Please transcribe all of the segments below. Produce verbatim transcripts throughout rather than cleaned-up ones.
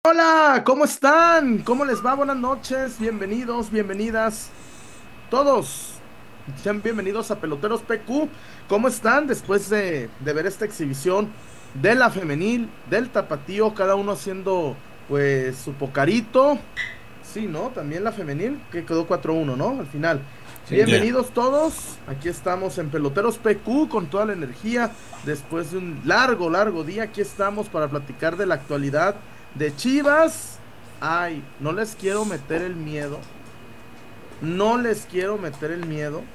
Hola, ¿cómo están? ¿Cómo les va? Buenas noches, bienvenidos, bienvenidas, todos. Sean bienvenidos a Peloteros P Q. ¿Cómo están después de, de ver esta exhibición de la femenil, del tapatío, cada uno haciendo pues su pocarito? Sí, ¿no? También la femenil, que quedó cuatro uno, ¿no? Al final. Sí. Yeah. Bienvenidos todos. Aquí estamos en Peloteros P Q con toda la energía. Después de un largo, largo día, aquí estamos para platicar de la actualidad de Chivas. Ay, no les quiero meter el miedo. No les quiero meter el miedo.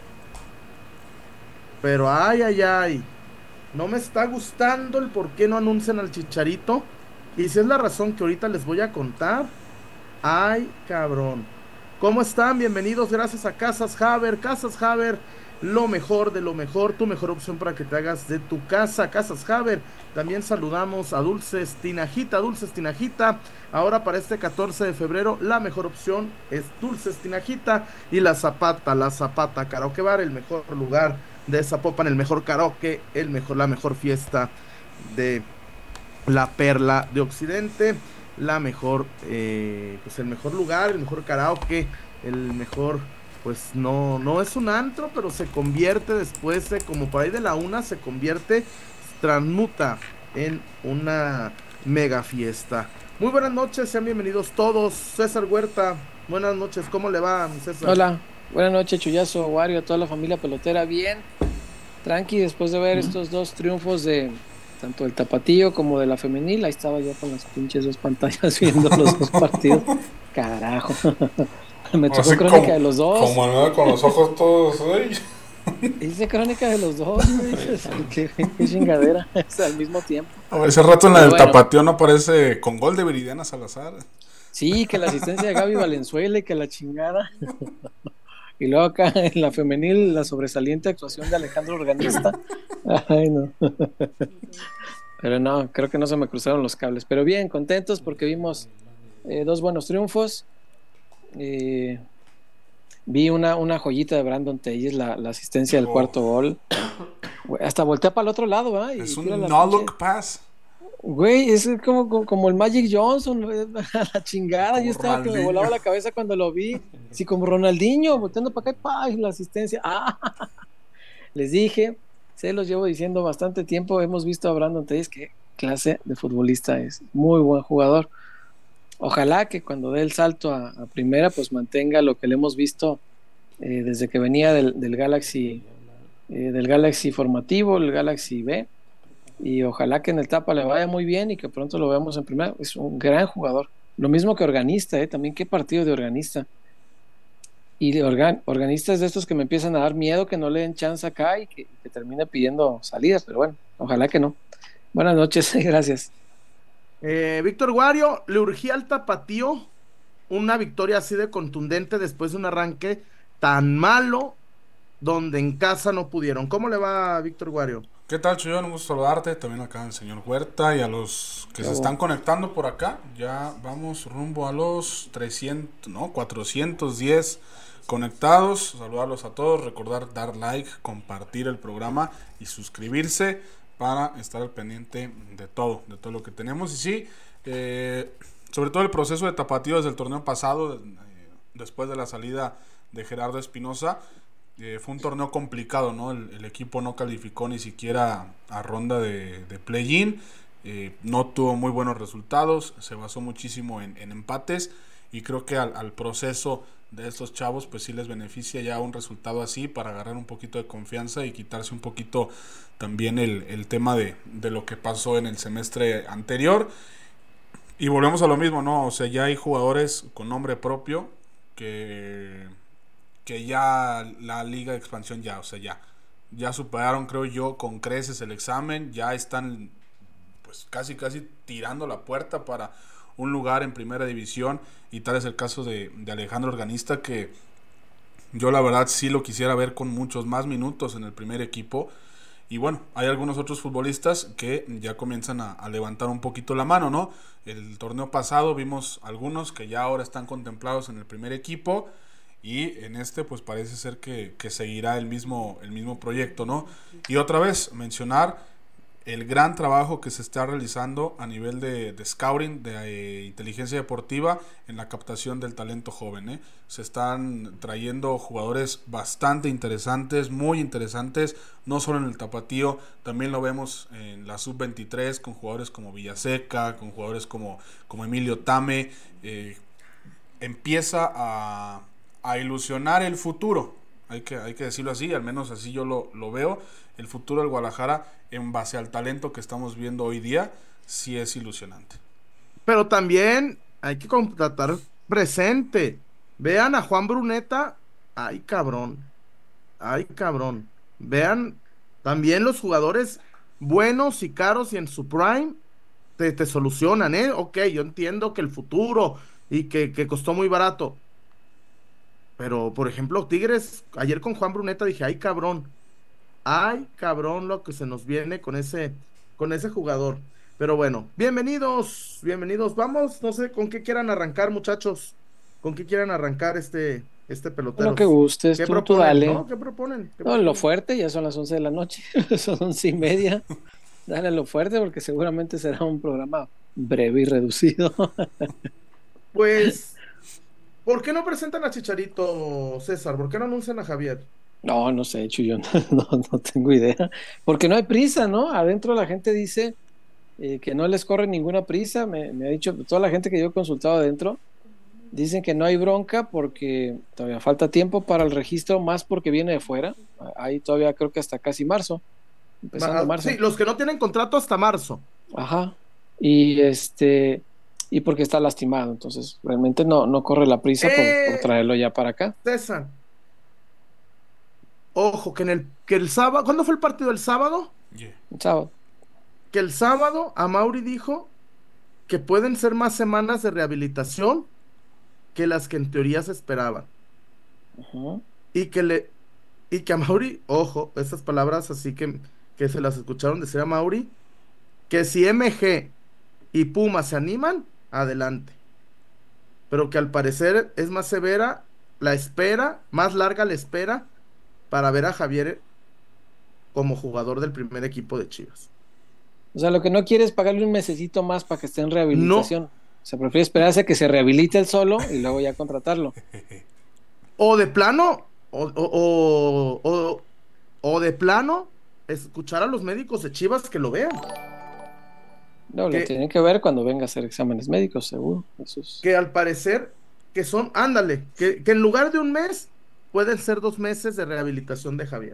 Pero ay, ay, ay. No me está gustando el por qué no anuncian al Chicharito. Y si es la razón que ahorita les voy a contar. Ay, cabrón. ¿Cómo están? Bienvenidos, gracias a Casas Haber. Casas Haber, lo mejor de lo mejor, tu mejor opción para que te hagas de tu casa. Casas Haber. También saludamos a Dulces Tinajita, Dulces Tinajita. Ahora para este catorce de febrero, la mejor opción es Dulces Tinajita y La Zapata, La Zapata Karaoke Bar, el mejor lugar de Zapopan, el mejor karaoke, el mejor, la mejor fiesta de la perla de Occidente, la mejor, eh, pues el mejor lugar, el mejor karaoke, el mejor, pues no, no es un antro, pero se convierte después de, como por ahí de la una, se convierte, transmuta en una mega fiesta. Muy buenas noches, sean bienvenidos todos. César Huerta, buenas noches, ¿cómo le va, mi César? Hola, buenas noches, Chuyazo, Wario, a toda la familia pelotera. Bien, tranqui, después de ver estos dos triunfos de tanto del Tapatío como de la femenil, ahí estaba yo con las pinches dos pantallas viendo los dos partidos. Carajo, me tocó Así crónica de como, los dos. como andaba con los ojos todos. Ay. Hice crónica de los dos, güey. Dices, qué, qué chingadera, es al mismo tiempo. A ver, ese rato en la Pero del bueno, Tapatío no aparece con gol de Viridiana Salazar. sí, que la asistencia de Gaby Valenzuela y que la chingada. Y luego acá en la femenil, la sobresaliente actuación de Alejandro Organista. Ay, no. Pero no, creo que no se me cruzaron los cables. Pero bien, contentos porque vimos eh, dos buenos triunfos. Eh, vi una, una joyita de Brandon Telles, la, la asistencia del Oh, cuarto gol. Güey, hasta voltea para el otro lado, ¿verdad? es Y tira un las no pinches. look pass. Güey, es como, como, como el Magic Johnson, güey, a la chingada. Yo Como estaba que me Ronaldinho. volaba la cabeza cuando lo vi. Sí, como Ronaldinho, volteando para acá y ¡pah! Y la asistencia. ¡Ah! Les dije, se los llevo diciendo bastante tiempo, hemos visto a Brandon Telles qué clase de futbolista es, muy buen jugador. Ojalá que cuando dé el salto a, a primera, pues mantenga lo que le hemos visto eh, desde que venía del, del Galaxy, eh, del Galaxy formativo, el Galaxy B, y ojalá que en el Tapa le vaya muy bien y que pronto lo veamos en primera. Es un gran jugador. Lo mismo que organista, ¿eh? También qué partido de organista. Y de organ, organistas de estos que me empiezan a dar miedo que no le den chance acá y que, y que termine pidiendo salidas, pero bueno, ojalá que no. Buenas noches, gracias. Eh, Víctor Guario, le urgía al tapatío una victoria así de contundente después de un arranque tan malo donde en casa no pudieron. ¿Cómo le va, Víctor Guario? ¿Qué tal, Chuyón? Un gusto saludarte. También acá el señor Huerta y a los que ¿Qué se están hago? conectando por acá. Ya vamos rumbo a los trescientos, no, cuatrocientos diez conectados. Saludarlos a todos. Recordar dar like, compartir el programa y suscribirse para estar al pendiente de todo, de todo lo que tenemos. Y sí, eh, sobre todo el proceso de tapatío desde el torneo pasado, eh, después de la salida de Gerardo Espinosa. Eh, fue un torneo complicado, ¿no? El, el equipo no calificó ni siquiera a ronda de, de play-in, eh, no tuvo muy buenos resultados, se basó muchísimo en, en empates y creo que al, al proceso de estos chavos pues sí les beneficia ya un resultado así para agarrar un poquito de confianza y quitarse un poquito también el, el tema de, de lo que pasó en el semestre anterior. Y volvemos a lo mismo, ¿no? O sea, ya hay jugadores con nombre propio que que ya la liga de expansión ya, o sea, ya, ya superaron, creo yo, con creces el examen, ya están pues casi casi tirando la puerta para un lugar en primera división y tal es el caso de, de Alejandro Organista que yo la verdad sí lo quisiera ver con muchos más minutos en el primer equipo y bueno, hay algunos otros futbolistas que ya comienzan a, a levantar un poquito la mano, ¿no? El torneo pasado vimos algunos que ya ahora están contemplados en el primer equipo y en este pues parece ser que, que seguirá el mismo, el mismo proyecto, ¿no? Y otra vez mencionar el gran trabajo que se está realizando a nivel de, de scouting, de eh, inteligencia deportiva en la captación del talento joven. ¿eh? Se están trayendo jugadores bastante interesantes, muy interesantes, no solo en el Tapatío, también lo vemos en la sub veintitrés con jugadores como Villaseca, con jugadores como, como Emilio Tame. Eh, empieza a, a ilusionar el futuro, hay que, hay que decirlo así, al menos así yo lo, lo veo. El futuro del Guadalajara, en base al talento que estamos viendo hoy día, sí es ilusionante. Pero también hay que contratar presente. Vean a Juan Bruneta. Ay, cabrón. Ay, cabrón. Vean también los jugadores buenos y caros y en su prime te, te solucionan, ¿eh? Ok, yo entiendo que el futuro y que, que costó muy barato. Pero, por ejemplo, Tigres, ayer con Juan Bruneta dije, ay, cabrón. Ay, cabrón, lo que se nos viene con ese, con ese jugador. Pero bueno, bienvenidos, bienvenidos. Vamos, no sé con qué quieran arrancar, muchachos. ¿Con qué quieran arrancar este, este Lo que peloteros? gustes, ¿Qué tú, tú proponen? dale. ¿No? ¿Qué proponen? ¿Qué No, en lo proponen? fuerte, ya son las once de la noche, son once y media. Dale a lo fuerte porque seguramente será un programa breve y reducido. Pues, ¿por qué no presentan a Chicharito, César? ¿Por qué no anuncian a Javier? No, no sé, Chuyo, no, no tengo idea. Porque no hay prisa, ¿no? Adentro la gente dice eh, que no les corre ninguna prisa. Me, me ha dicho toda la gente que yo he consultado adentro, dicen que no hay bronca porque todavía falta tiempo para el registro, más porque viene de fuera. Ahí todavía creo que hasta casi marzo, empezando Ma- marzo. Sí, los que no tienen contrato hasta marzo. Ajá. Y este, y porque está lastimado, entonces realmente no, no corre la prisa por, por Eh, traerlo ya para acá. César, ojo, que en el, que el sábado, ¿cuándo fue el partido? ¿El sábado? Yeah. El sábado. Que el sábado a Mauri dijo que pueden ser más semanas de rehabilitación que las que en teoría se esperaban. Ujú. Y que le, y que a Mauri, ojo, estas palabras así que, que se las escucharon decir a Mauri, que si M G y Puma se animan, adelante. Pero que al parecer es más severa la espera, más larga la espera para ver a Javier como jugador del primer equipo de Chivas. O sea, lo que no quiere es pagarle un mesecito más para que esté en No, rehabilitación. Se prefiere esperarse a que se rehabilite el solo y luego ya contratarlo. o de plano, o, o, o, o, o de plano, escuchar a los médicos de Chivas que lo vean. No, lo Que, tienen que ver cuando venga a hacer exámenes médicos, seguro. Eso es... que al parecer, que son, ándale, que, que en lugar de un mes, pueden ser dos meses de rehabilitación de Javier.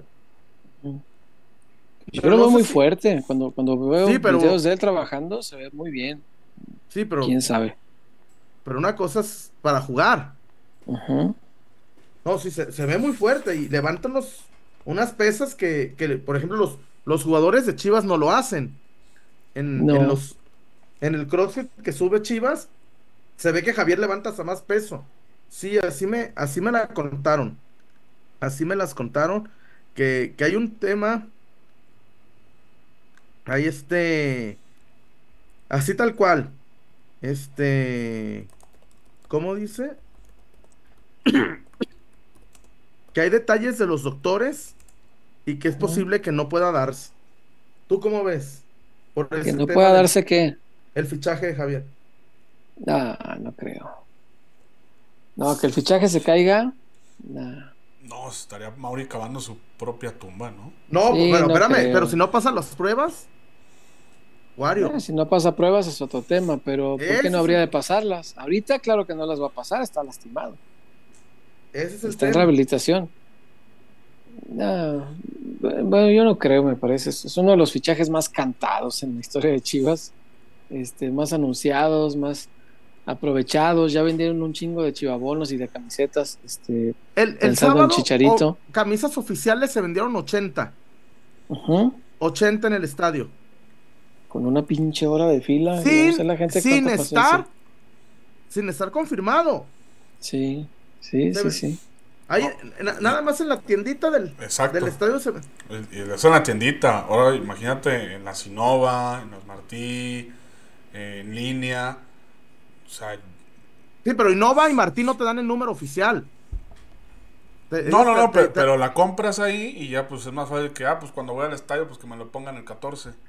Yo Pero lo no veo sé muy si, fuerte. Cuando, cuando veo sí, videos pero, de él trabajando, se ve muy bien. sí, pero, ¿Quién sabe? pero una cosa es para jugar. Ujú. No, sí, se, se ve muy fuerte y levantan los, unas pesas que, que, por ejemplo, los, los jugadores de Chivas no lo hacen. En, en No, los, en el CrossFit que sube Chivas, se ve que Javier levanta hasta más peso. Sí, así me, así me la contaron. Así me las contaron. Que, que hay un tema. Hay este. Así tal cual. Este. ¿Cómo dice? Que hay detalles de los doctores y que es ujú. posible que no pueda darse. ¿Tú cómo ves? Por Que ese no tema pueda del darse que... el fichaje de Javier. Ah, no creo. No, que el fichaje se caiga. Nah. No, estaría Mauri cavando su propia tumba, ¿no? No, Sí, pero no espérame, pero si creo. no pasan las pruebas, Eh, Wario, si no pasa pruebas es otro tema, pero ¿por qué no ese es habría de el, pasarlas? Ahorita, claro que no las va a pasar, está lastimado, ese es el está en tema. rehabilitación. Nah, bueno, yo no creo, me parece. Es es uno de los fichajes más cantados en la historia de Chivas, este, más anunciados, más aprovechados. Ya vendieron un chingo de chivabonos y de camisetas, este, El, el pensando en sábado, o, Chicharito. camisas oficiales se vendieron ochenta Ujú. ochenta en el estadio. Con una pinche hora de fila, yo no sé Sin, la gente sin cuánta paciencia. estar, sin estar confirmado. Sí, sí, Se sí, ve- sí. ahí, No, na- y- nada más en la tiendita del, del exacto. estadio se ve. Y eso en la tiendita. Ahora imagínate en la Sinova, en los Martí, eh, en línea. O sea, Sí, pero Innova y Martín no te dan el número oficial. Te- no, ellos no, te- no, te- pe- te- pero la compras ahí y ya pues es más fácil que, ah, pues cuando voy al estadio, pues que me lo pongan el catorce.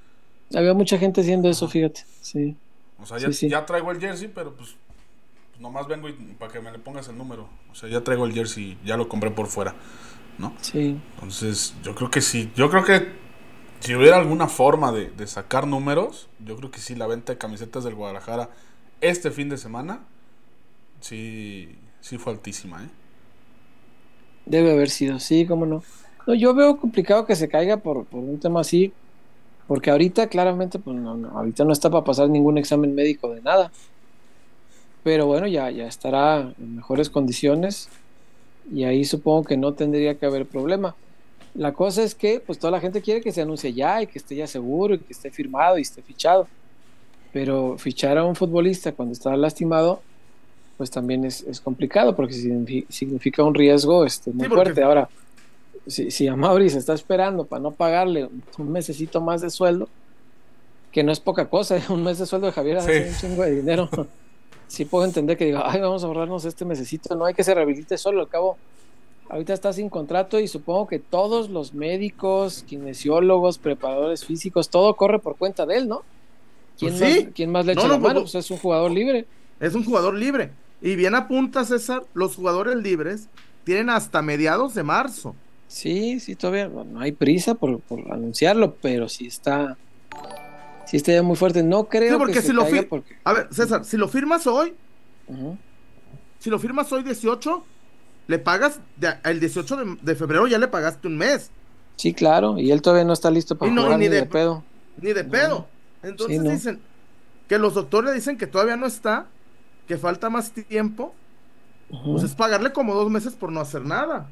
Había mucha gente haciendo eso, fíjate. Sí, O sea, ya, sí, sí. ya traigo el jersey, pero pues nomás vengo y, para que me le pongas el número. O sea, ya traigo el jersey, ya lo compré por fuera, ¿no? Sí. Entonces, yo creo que sí. Yo creo que si hubiera alguna forma de, de sacar números, yo creo que sí, la venta de camisetas del Guadalajara este fin de semana, sí, sí fue altísima, ¿eh? Debe haber sido, sí, cómo no. No, yo veo complicado que se caiga por, por un tema así, porque ahorita claramente, pues no, no, ahorita no está para pasar ningún examen médico de nada. Pero bueno, ya, ya estará en mejores condiciones y ahí supongo que no tendría que haber problema. La cosa es que pues toda la gente quiere que se anuncie ya y que esté ya seguro y que esté firmado y esté fichado. Pero fichar a un futbolista cuando está lastimado, pues también es, es complicado porque significa, significa un riesgo este, muy Sí, porque, fuerte. Ahora, si, si a Mauri se está esperando para no pagarle un mesecito más de sueldo, que no es poca cosa, ¿eh? Un mes de sueldo de Javier Sí. hace un chingo de dinero. Sí puedo entender que diga, ay, vamos a ahorrarnos este mesecito, no hay que se rehabilite solo, al cabo, ahorita está sin contrato y supongo que todos los médicos, kinesiólogos, preparadores físicos, todo corre por cuenta de él, ¿no? pues ¿Quién más, sí. quién más le No, echa la no, pues, mano? Pues es un jugador libre. es un jugador libre. Y bien apunta, César, los jugadores libres tienen hasta mediados de marzo. Sí, sí, todavía no, no hay prisa por, por anunciarlo, pero sí está, sí está ya muy fuerte. No Sí, creo que porque se si lo caiga fi- porque... A ver, César, si lo firmas hoy, Ujú. si lo firmas hoy dieciocho, le pagas, de- el dieciocho de, de febrero ya le pagaste un mes. Sí, claro, y él todavía no está listo Y para no, y jugar ni ni de, de pedo. ni de No, no. pedo. Sí, Entonces no. dicen que los doctores dicen que todavía no está, que falta más tiempo. Pues Ujú. es pagarle como dos meses por no hacer nada.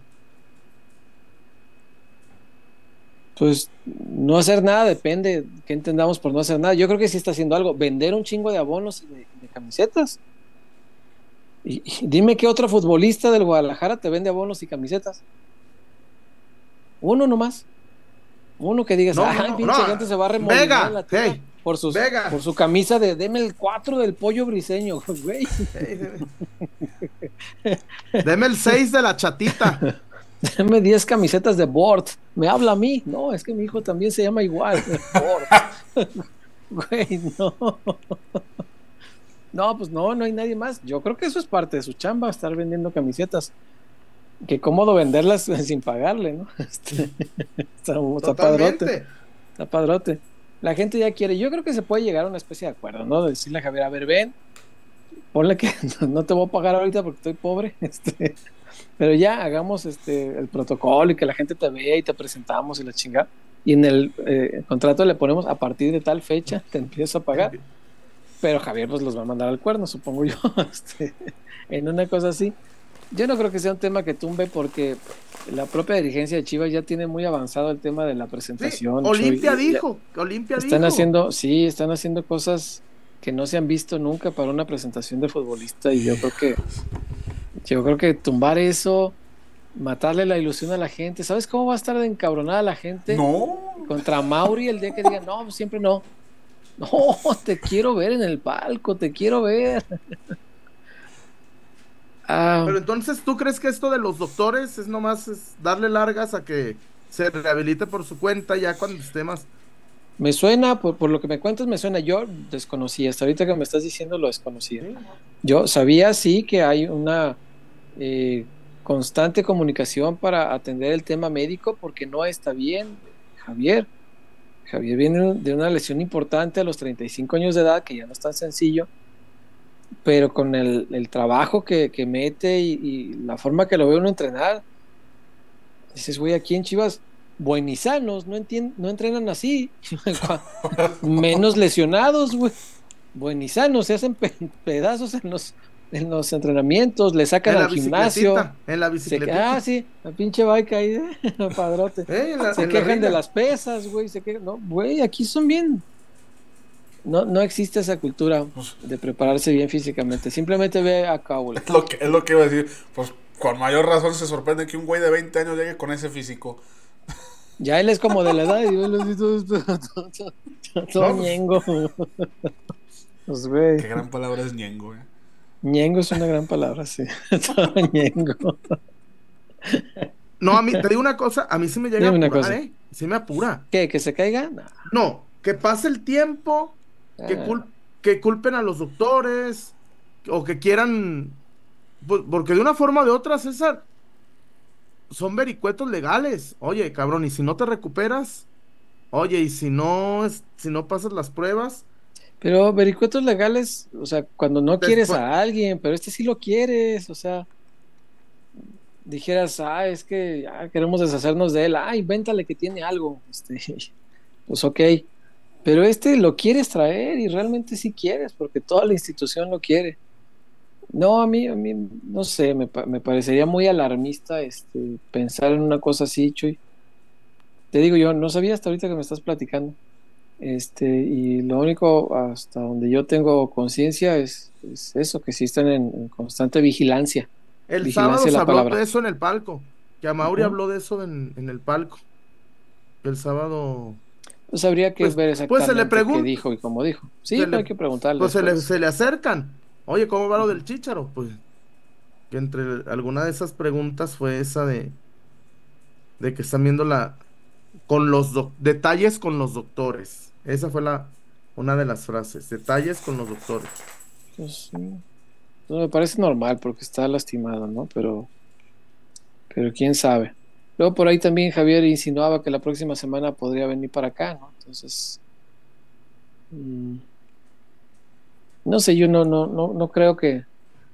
Pues no hacer nada, depende que entendamos por no hacer nada. Yo creo que sí está haciendo algo, vender un chingo de abonos y de, de camisetas. Y, y dime qué otro futbolista del Guadalajara te vende abonos y camisetas. Uno nomás. Uno que digas, No, no, ay, no, pinche gente no. se va a remolinar en Vega, la tierra hey, por sus, Vega. por su camisa de deme el cuatro del pollo briseño, güey. Hey, deme, deme el seis de la chatita. Deme diez camisetas de Bort. Me habla a mí. No, es que mi hijo también se llama igual. Bort. Güey, no. No, pues no, no hay nadie más. Yo creo que eso es parte de su chamba, estar vendiendo camisetas. Qué cómodo venderlas sin pagarle, ¿no? Este, está, está padrote, Totalmente. está padrote. La gente ya quiere, yo creo que se puede llegar a una especie de acuerdo, ¿no? De decirle a Javier, a ver, ven, ponle que no te voy a pagar ahorita porque estoy pobre, este, pero ya hagamos este el protocolo y que la gente te vea y te presentamos y la chingada. Y en el eh, contrato le ponemos a partir de tal fecha te empiezo a pagar. Pero Javier pues los va a mandar al cuerno, supongo yo, este, en una cosa así. Yo no creo que sea un tema que tumbe porque la propia dirigencia de Chivas ya tiene muy avanzado el tema de la Sí, presentación. Olimpia Chuy, y ya dijo, Olimpia están dijo. haciendo, sí, están haciendo cosas que no se han visto nunca para una presentación de futbolista y yo creo que yo creo que tumbar eso, matarle la ilusión a la gente. ¿Sabes cómo va a estar de encabronada la gente No, contra Mauri el día que diga, no, pues siempre no? No, te quiero ver en el palco, te quiero ver. Ah, Pero entonces, ¿tú crees que esto de los doctores es nomás es darle largas a que se rehabilite por su cuenta ya cuando esté más? me suena, por, por lo que me cuentas, me suena. Yo desconocía, hasta ahorita que me estás diciendo lo desconocía. Sí. Yo sabía, sí, que hay una eh, constante comunicación para atender el tema médico porque no está bien, Javier. Javier viene de una lesión importante a los treinta y cinco años de edad, que ya no es tan sencillo, pero con el, el trabajo que, que mete y, y la forma que lo ve uno entrenar, dices, güey, aquí en Chivas, buenisanos, no, entien- no entrenan así, menos lesionados, güey. Buenisanos, se hacen pe- pedazos en los, en los entrenamientos, le sacan En la al gimnasio. bicicletita, en la Se, bicicletita. ah, sí, la pinche bike ahí, padrote. Eh, en la, Se en la quejan de regla. las pesas, güey, se quejan. No, güey, aquí son bien. No, no existe esa cultura pues, de prepararse bien físicamente. Simplemente ve acá, güey. es lo que, es lo que iba a decir. Pues con mayor razón se sorprende que un güey de veinte años llegue con ese físico. Ya él es como de la edad y yo lo así todo, todo, todo, todo, todo No, pues- ñengo. Pues, güey. Qué gran palabra es ñengo, eh. Ñengo es una gran palabra, sí. Todo ñengo. No, a mí, te digo una cosa, a mí sí me llega a Dime una apurar, cosa. ¿eh? Sí me apura. ¿Qué? ¿Que se caiga? No. No, que pase el tiempo, que, Ah, cul- que culpen a los doctores, o que quieran, pues, porque de una forma o de otra, César, son vericuetos legales. Oye, cabrón, y si no te recuperas, oye, y si no, es, si no pasas las pruebas, pero vericuetos legales, o sea, cuando no quieres después, a alguien, pero este sí lo quieres, o sea, dijeras, ah, es que ya queremos deshacernos de él, ah, invéntale que tiene algo, este, pues ok, pero este lo quieres traer y realmente sí quieres, porque toda la institución lo quiere. No, a mí, a mí, no sé, me, pa- me parecería muy alarmista este, pensar en una cosa así, Chuy. Te digo yo, no sabía hasta ahorita que me estás platicando. Este, y lo único hasta donde yo tengo conciencia es, es eso, que sí están en, en constante vigilancia. el sábado Vigilancia es se la habló palabra. de eso en el palco, que a Mauri Ujú. habló de eso en, en el palco, que el sábado, Pues habría que pues, ver pues se le exactamente qué pregunta, dijo y cómo dijo. Sí, se pero hay le, que preguntarle pues se le, después. se le acercan. Oye, ¿cómo va lo Ujú. del Chícharo? Pues que entre alguna de esas preguntas fue esa de, de que están viendo la, con los doc- detalles con los doctores. Esa fue la, una de las frases, detalles con los doctores. Pues, mm, no, me parece normal porque está lastimado, ¿no? Pero, pero quién sabe. Luego por ahí también Javier insinuaba que la próxima semana podría venir para acá, ¿no? Entonces, mm, no sé, yo no, no, no, no creo que,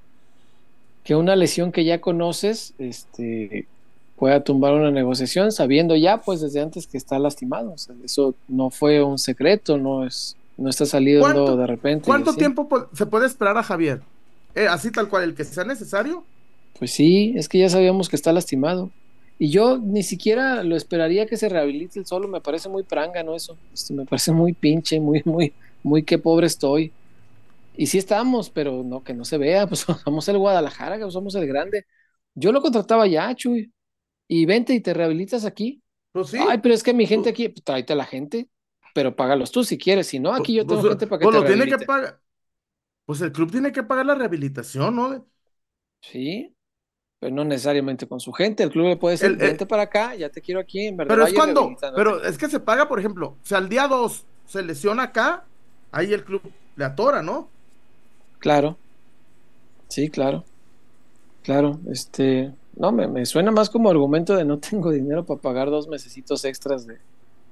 que una lesión que ya conoces, este, pueda tumbar una negociación sabiendo ya, pues desde antes que está lastimado. O sea, eso no fue un secreto, no es, no está saliendo ¿Cuánto, de repente y cuánto así. tiempo po- se puede esperar a Javier? Eh, así tal cual, el que sea necesario. Pues sí, es que ya sabíamos que está lastimado. Y yo ni siquiera lo esperaría que se rehabilite el solo, me parece muy pranga, ¿no? Eso, este, me parece muy pinche, muy, muy, muy qué pobre estoy. Y sí estamos, pero no, que no se vea, pues somos el Guadalajara, que somos el grande. Yo lo contrataba ya, Chuy, y vente y te rehabilitas aquí. Pues Ay, sí, pero es que mi gente pues, aquí, pues, tráete a la gente, pero págalos tú si quieres, si no, pues, aquí yo pues, tengo gente para que pues te lo tiene que rehabilite. pagar. Pues el club tiene que pagar la rehabilitación, ¿no? Sí, pero no necesariamente con su gente. El club le puede decir, El, vente eh, para acá, ya te quiero aquí en Verde pero es Valle cuando, rehabilitándote. pero es que se paga, por ejemplo, si al día dos se lesiona acá, ahí el club le atora, ¿no? Claro, sí, claro, claro. Este, no, me, me suena más como argumento de no tengo dinero para pagar dos mesecitos extras de,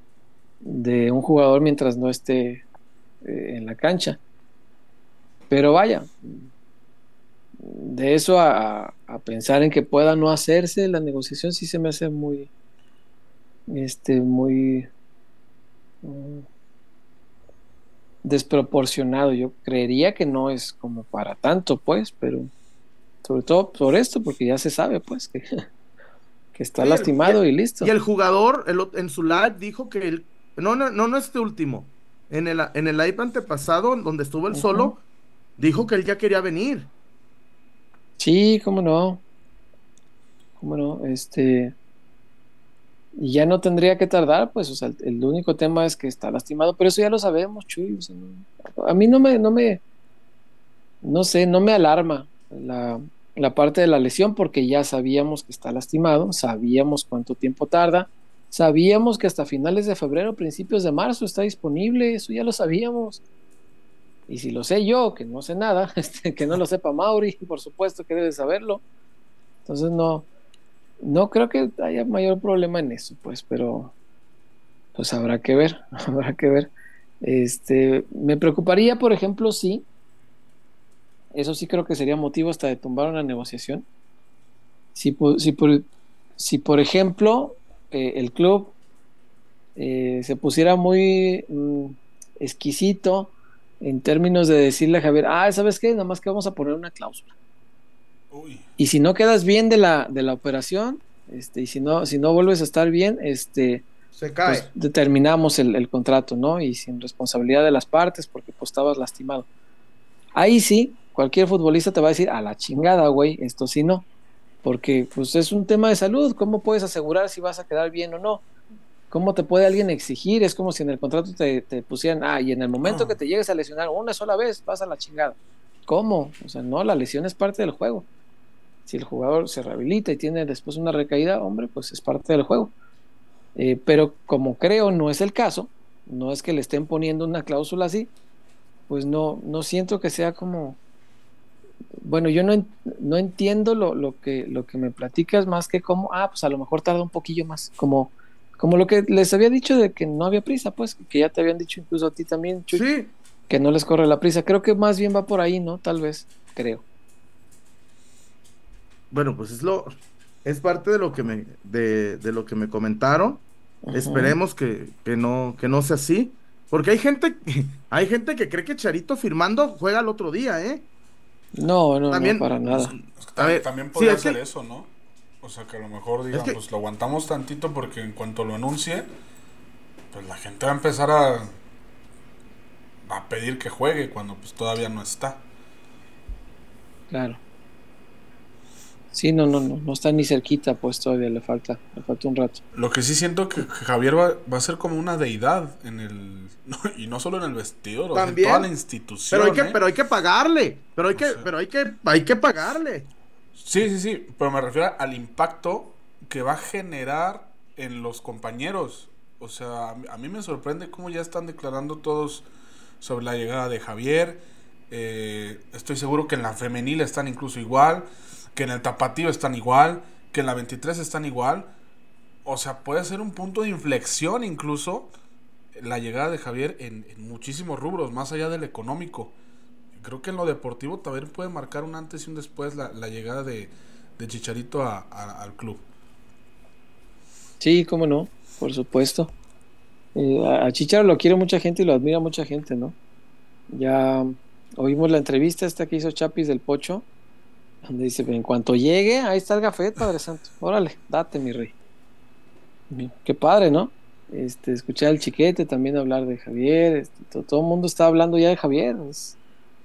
de un jugador mientras no esté eh, en la cancha. Pero vaya, de eso a, a pensar en que pueda no hacerse la negociación sí se me hace muy, este, muy mm, desproporcionado. Yo creería que no es como para tanto, pues, pero sobre todo por esto, porque ya se sabe, pues, que, que está Sí, el, y, lastimado y y listo. el jugador el ot- en su live dijo que él, no, no, no, no este último, en el, en el live antepasado, donde estuvo él Ujú. solo, dijo que él ya quería venir. Sí, cómo no, cómo no, este, y ya no tendría que tardar, pues, o sea, el, el único tema es que está lastimado, pero eso ya lo sabemos, Chuy, o sea, no- a mí no me, no me, no sé, no me alarma la, la parte de la lesión porque ya sabíamos que está lastimado, sabíamos cuánto tiempo tarda, sabíamos que hasta finales de febrero, principios de marzo está disponible, eso ya lo sabíamos. Y si lo sé yo, que no sé nada, este, que no lo sepa Mauri, por supuesto que debe saberlo. Entonces no, no creo que haya mayor problema en eso, pues, pero pues habrá que ver, habrá que ver. Este, me preocuparía, por ejemplo, si, eso sí creo que sería motivo hasta de tumbar una negociación. Si, po- si, por, si por ejemplo, eh, el club eh, se pusiera muy mm, exquisito en términos de decirle a Javier, ah, ¿sabes qué? Nada más que vamos a poner una cláusula. Uy, Y si no quedas bien de la, de la operación, este, y si no, si no vuelves a estar bien, este, Se pues cae. determinamos el, el contrato, ¿no? Y sin responsabilidad de las partes, porque pues estabas lastimado. Ahí sí, cualquier futbolista te va a decir, a la chingada, güey, esto sí no, porque pues es un tema de salud, ¿cómo puedes asegurar si vas a quedar bien o no? ¿Cómo te puede alguien exigir? Es como si en el contrato te, te pusieran, ah, y en el momento que te llegues a lesionar una sola vez, vas a la chingada. ¿Cómo? O sea, no, la lesión es parte del juego. Si el jugador se rehabilita y tiene después una recaída, hombre, pues es parte del juego. Eh, pero como creo no es el caso, no es que le estén poniendo una cláusula así, pues no, no siento que sea como, bueno, yo no, en- no entiendo lo, lo que, lo que me platicas más que como, ah, pues a lo mejor tarda un poquillo más, como, como lo que les había dicho de que no había prisa, pues, que ya te habían dicho incluso a ti también, Chuy, Sí, que no les corre la prisa. Creo que más bien va por ahí, ¿no? Tal vez, creo. bueno, pues es lo, es parte de lo que me, de, de lo que me comentaron. Ujú. Esperemos que, que no, que no sea así. Porque hay gente, hay gente que cree que Charito firmando juega el otro día, ¿eh? No, no, no, También, para Es, nada. es que a tam- ver, también sí, podría es ser que, eso, ¿no? O sea, que a lo mejor es digan, que, pues lo aguantamos tantito porque en cuanto lo anuncie, pues la gente va a empezar a, a pedir que juegue cuando pues todavía no está. Claro. Sí, no, no, no, no está ni cerquita, pues todavía le falta, le falta un rato. Lo que sí siento que Javier va, va a ser como una deidad en el... no, y no solo en el vestidor, o sea, en toda la también, pero hay institución, que, ¿eh? pero hay que pagarle, pero hay O que, sea, pero hay que, hay que pagarle. sí, sí, sí, pero me refiero al impacto que va a generar en los compañeros. O sea, a mí, a mí me sorprende cómo ya están declarando todos sobre la llegada de Javier. Eh, estoy seguro que en la femenil están incluso igual, que en el tapatío están igual, que en la veintitrés están igual. O sea, puede ser un punto de inflexión incluso la llegada de Javier en, en muchísimos rubros, más allá del económico. Creo que en lo deportivo también puede marcar un antes y un después la, la llegada de, de Chicharito a, a- al club. Sí, cómo no, por supuesto. Eh, a a Chicharo lo quiere mucha gente y lo admira mucha gente, ¿no? Ya oímos la entrevista esta que hizo Chapis del Pocho, donde dice, en cuanto llegue, ahí está el gafet, Padre Santo. Órale, date, mi rey. Bien, qué padre, ¿no? Este, escuché al Chiquete también hablar de Javier, este, to- todo, el mundo está hablando ya de Javier. Es-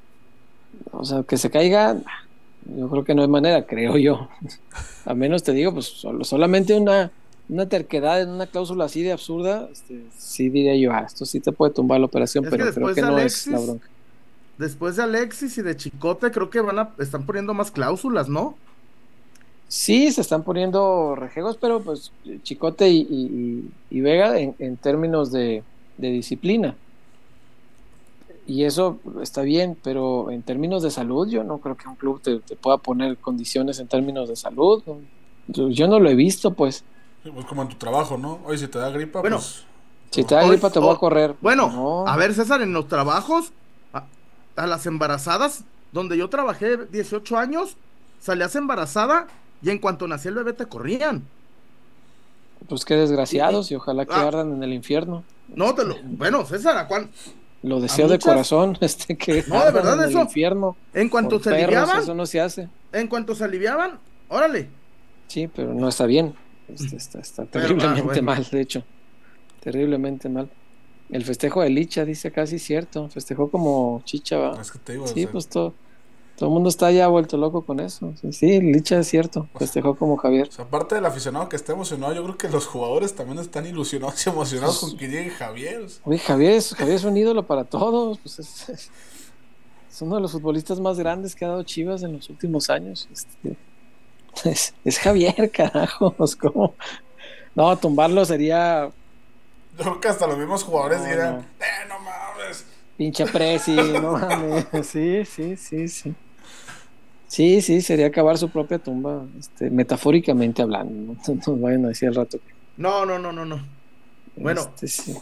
o sea, que se caiga, yo creo que no hay manera, creo yo. A menos te digo, pues solo, solamente una, una terquedad en una cláusula así de absurda, este, sí diría yo, ah, esto sí te puede tumbar la operación, Es que pero creo después que de no es la Alexis, bronca. después de Alexis y de Chicote, creo que van a, están poniendo más cláusulas, ¿no? Sí, se están poniendo rejegos, pero pues Chicote y, y- y- y Vega en, en términos de, de disciplina. Y eso está bien, pero en términos de salud, yo no creo que un club te, te pueda poner condiciones en términos de salud. ¿No? Yo, yo no lo he visto, pues. Sí, pues como en tu trabajo, ¿no? Oye, si te da gripa, Bueno, pues te Si va. te da hoy, gripa, te voy a o- correr. Pues bueno, a no. ver, César, en los trabajos, a, a las embarazadas, donde yo trabajé dieciocho años, salías embarazada y en cuanto nacía el bebé te corrían. Pues qué Y, y desgraciados y ojalá que ah, ardan en el infierno. no, te Este, lo, bueno, César, ¿a cuán? lo A deseo de muchas, corazón, este, que no, de ardan verdad, en el eso, infierno en cuanto por se perros, aliviaban, eso no se hace. en cuanto se aliviaban, órale. Sí, pero no está bien. Este, está, está Pero, ah, terriblemente bueno, mal, de hecho, terriblemente mal. El festejo de Licha, dice casi cierto, festejó como chicha, ¿va? Es que te digo, o Sí, sea, pues todo, todo el mundo está ya vuelto loco con eso. Sí, sí, Licha es cierto, o sea, festejó como Javier. o sea, aparte del aficionado que está emocionado, yo creo que los jugadores también están ilusionados y emocionados con Pues, que llegue Javier. O sea, oye, Javier es, Javier es un ídolo para todos, pues es, es- es uno de los futbolistas más grandes que ha dado Chivas en los últimos años. Este, es, es Javier, carajos, ¿cómo? No, tumbarlo sería, yo creo que hasta los mismos jugadores no, dirán, no, eh, no mames. pinche Presi, no mames, sí, sí, sí, sí. Sí, sí, sería acabar su propia tumba, este, metafóricamente hablando, ¿no? No nos vayan a decir al rato no, no, no, no, no. que, Bueno, este, sí.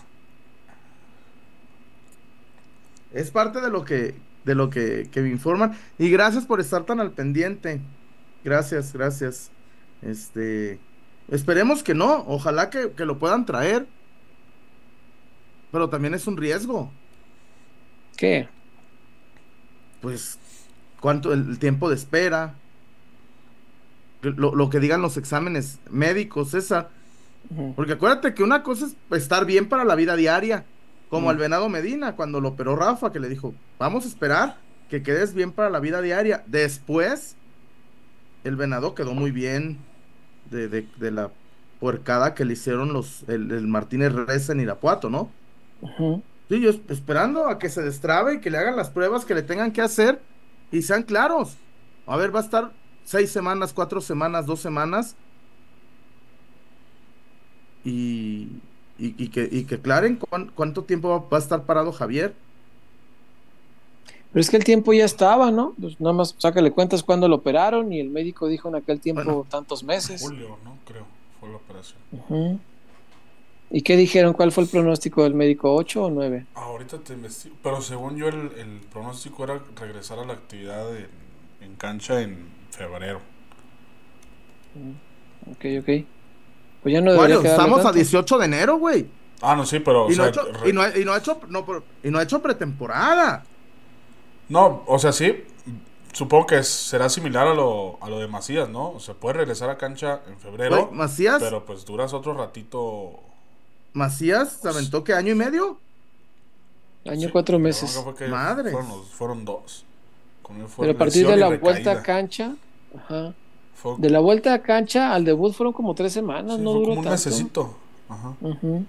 es parte de lo que, de lo que, que me informan. Y gracias por estar tan al pendiente. Gracias, gracias. Este, esperemos que no. Ojalá que, que lo puedan traer, pero también es un riesgo. ¿Qué? Pues, cuánto el, el tiempo de espera, lo, lo que digan los exámenes médicos, esa. Ujú, Porque acuérdate que una cosa es estar bien para la vida diaria, como al ujú, Venado Medina, cuando lo operó Rafa, que le dijo, vamos a esperar que quedes bien para la vida diaria. Después, el Venado quedó muy bien de, de, de la puercada que le hicieron los, el, el Martínez Reza en Irapuato, ¿no? ujú. Sí, yo es- esperando a que se destrabe y que le hagan las pruebas que le tengan que hacer y sean claros. A ver, va a estar seis semanas, cuatro semanas, dos semanas y, y, y que, y que aclaren cuán- cuánto tiempo va, va a estar parado Javier. Pero es que el tiempo ya estaba, ¿no? Pues nada más sácale cuentas cuando lo operaron y el médico dijo en aquel Bueno, tiempo tantos meses. Julio, ¿no? Creo, fue la operación. Ujú. ¿Y qué dijeron? ¿Cuál fue el pronóstico del médico? ¿Ocho o nueve? Ahorita te investigo. Pero según yo, el, el pronóstico era regresar a la actividad en, en cancha en febrero. Mm, Ok, ok. Pues ya no debería Wario, quedarle estamos a tanto. dieciocho de enero, güey. Ah, no, sí, pero, o Y no ha sea, hecho, y re- no, ha- y no ha hecho, no, pero- y no ha hecho pretemporada. no, o sea, sí, supongo que será similar a lo, a lo de Macías, ¿no? Se puede regresar a cancha en Güey, febrero, Macías, pero pues duras otro ratito. Macías se Pues, aventó que año y medio. Año sí, cuatro la bronca meses. fue que fueron, Madres. los, fueron dos. Con él fue Pero a partir de lesión y la vuelta a recaída. cancha, ajá. Fue, De la vuelta a cancha al debut fueron como tres semanas, sí, no fue duró como un tanto. mesecito. Ajá. Ujú.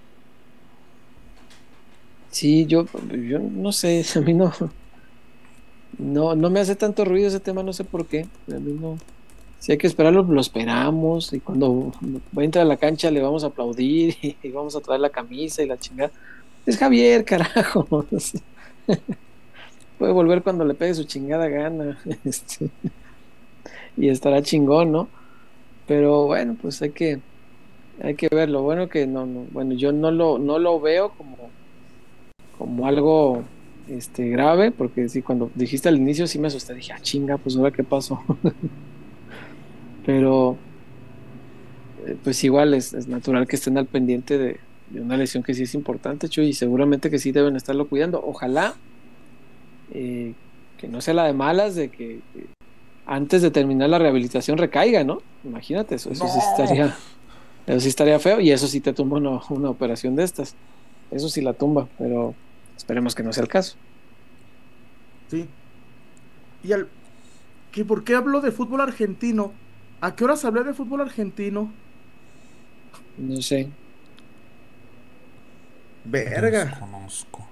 Sí, yo, yo no sé, a mí no, no, no me hace tanto ruido ese tema, no sé por qué. A mí no. Si hay que esperarlo, lo esperamos. Y cuando va a entrar a la cancha le vamos a aplaudir y, vamos a traer la camisa y la chingada. Es Javier, carajo. No sé. Puede volver cuando le pegue su chingada gana. Este, y estará chingón, ¿no? Pero bueno, pues hay que, hay que verlo. Bueno que no, no, bueno, yo no lo, no lo veo como, como algo este, grave, porque sí, cuando dijiste al inicio sí me asusté, dije, ah, chinga, pues ahora qué pasó. Pero eh, pues igual es, es natural que estén al pendiente de, de una lesión que sí es importante, Chuy, y seguramente que sí deben estarlo cuidando. Ojalá eh, que no sea la de malas de que, que antes de terminar la rehabilitación recaiga, ¿no? Imagínate eso, eso sí No. estaría, eso sí estaría feo y eso sí te tumba una, una operación de estas. Eso sí la tumba, pero esperemos que no sea el caso. Sí. ¿Y al, que por qué hablo de fútbol argentino? ¿A qué horas hablé de fútbol argentino? No sé. Verga, Desconozco.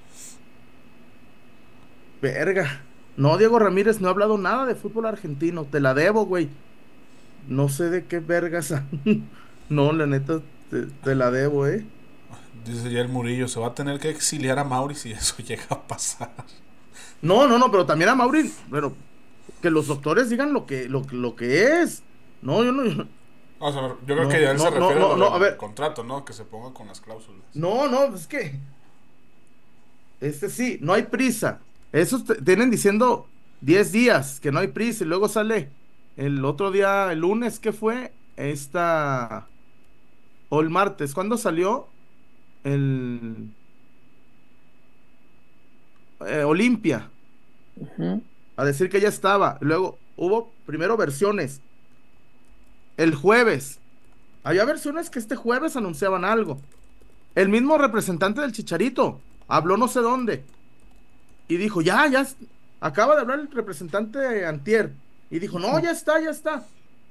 verga. No, Diego Ramírez, no he hablado nada de fútbol argentino. Te la debo, güey. No sé de qué vergas. No, la neta, te, te la debo, ¿eh? Dice ya el Murillo, se va a tener que exiliar a Mauri si eso llega a pasar. No, no, no, pero también a Mauri, bueno, que los doctores digan lo que, lo, lo que es. No, yo no, yo O sea, yo creo que no, ya él se no, no, refiere a no, lo no, a del ver, contrato, ¿no? Que se ponga con las cláusulas. no, no, es que, este sí, no hay prisa. Esos te- tienen diciendo diez días que no hay prisa y luego sale el otro día, el lunes, ¿qué fue? Esta, o el martes, ¿cuándo salió? El eh, Olimpia, Ujú. a decir que ya estaba. Luego hubo primero versiones. El jueves, había versiones que este jueves anunciaban algo. El mismo representante del Chicharito habló no sé dónde y dijo, ya, ya, es- acaba de hablar el representante Antier y dijo, no, ya está, ya está.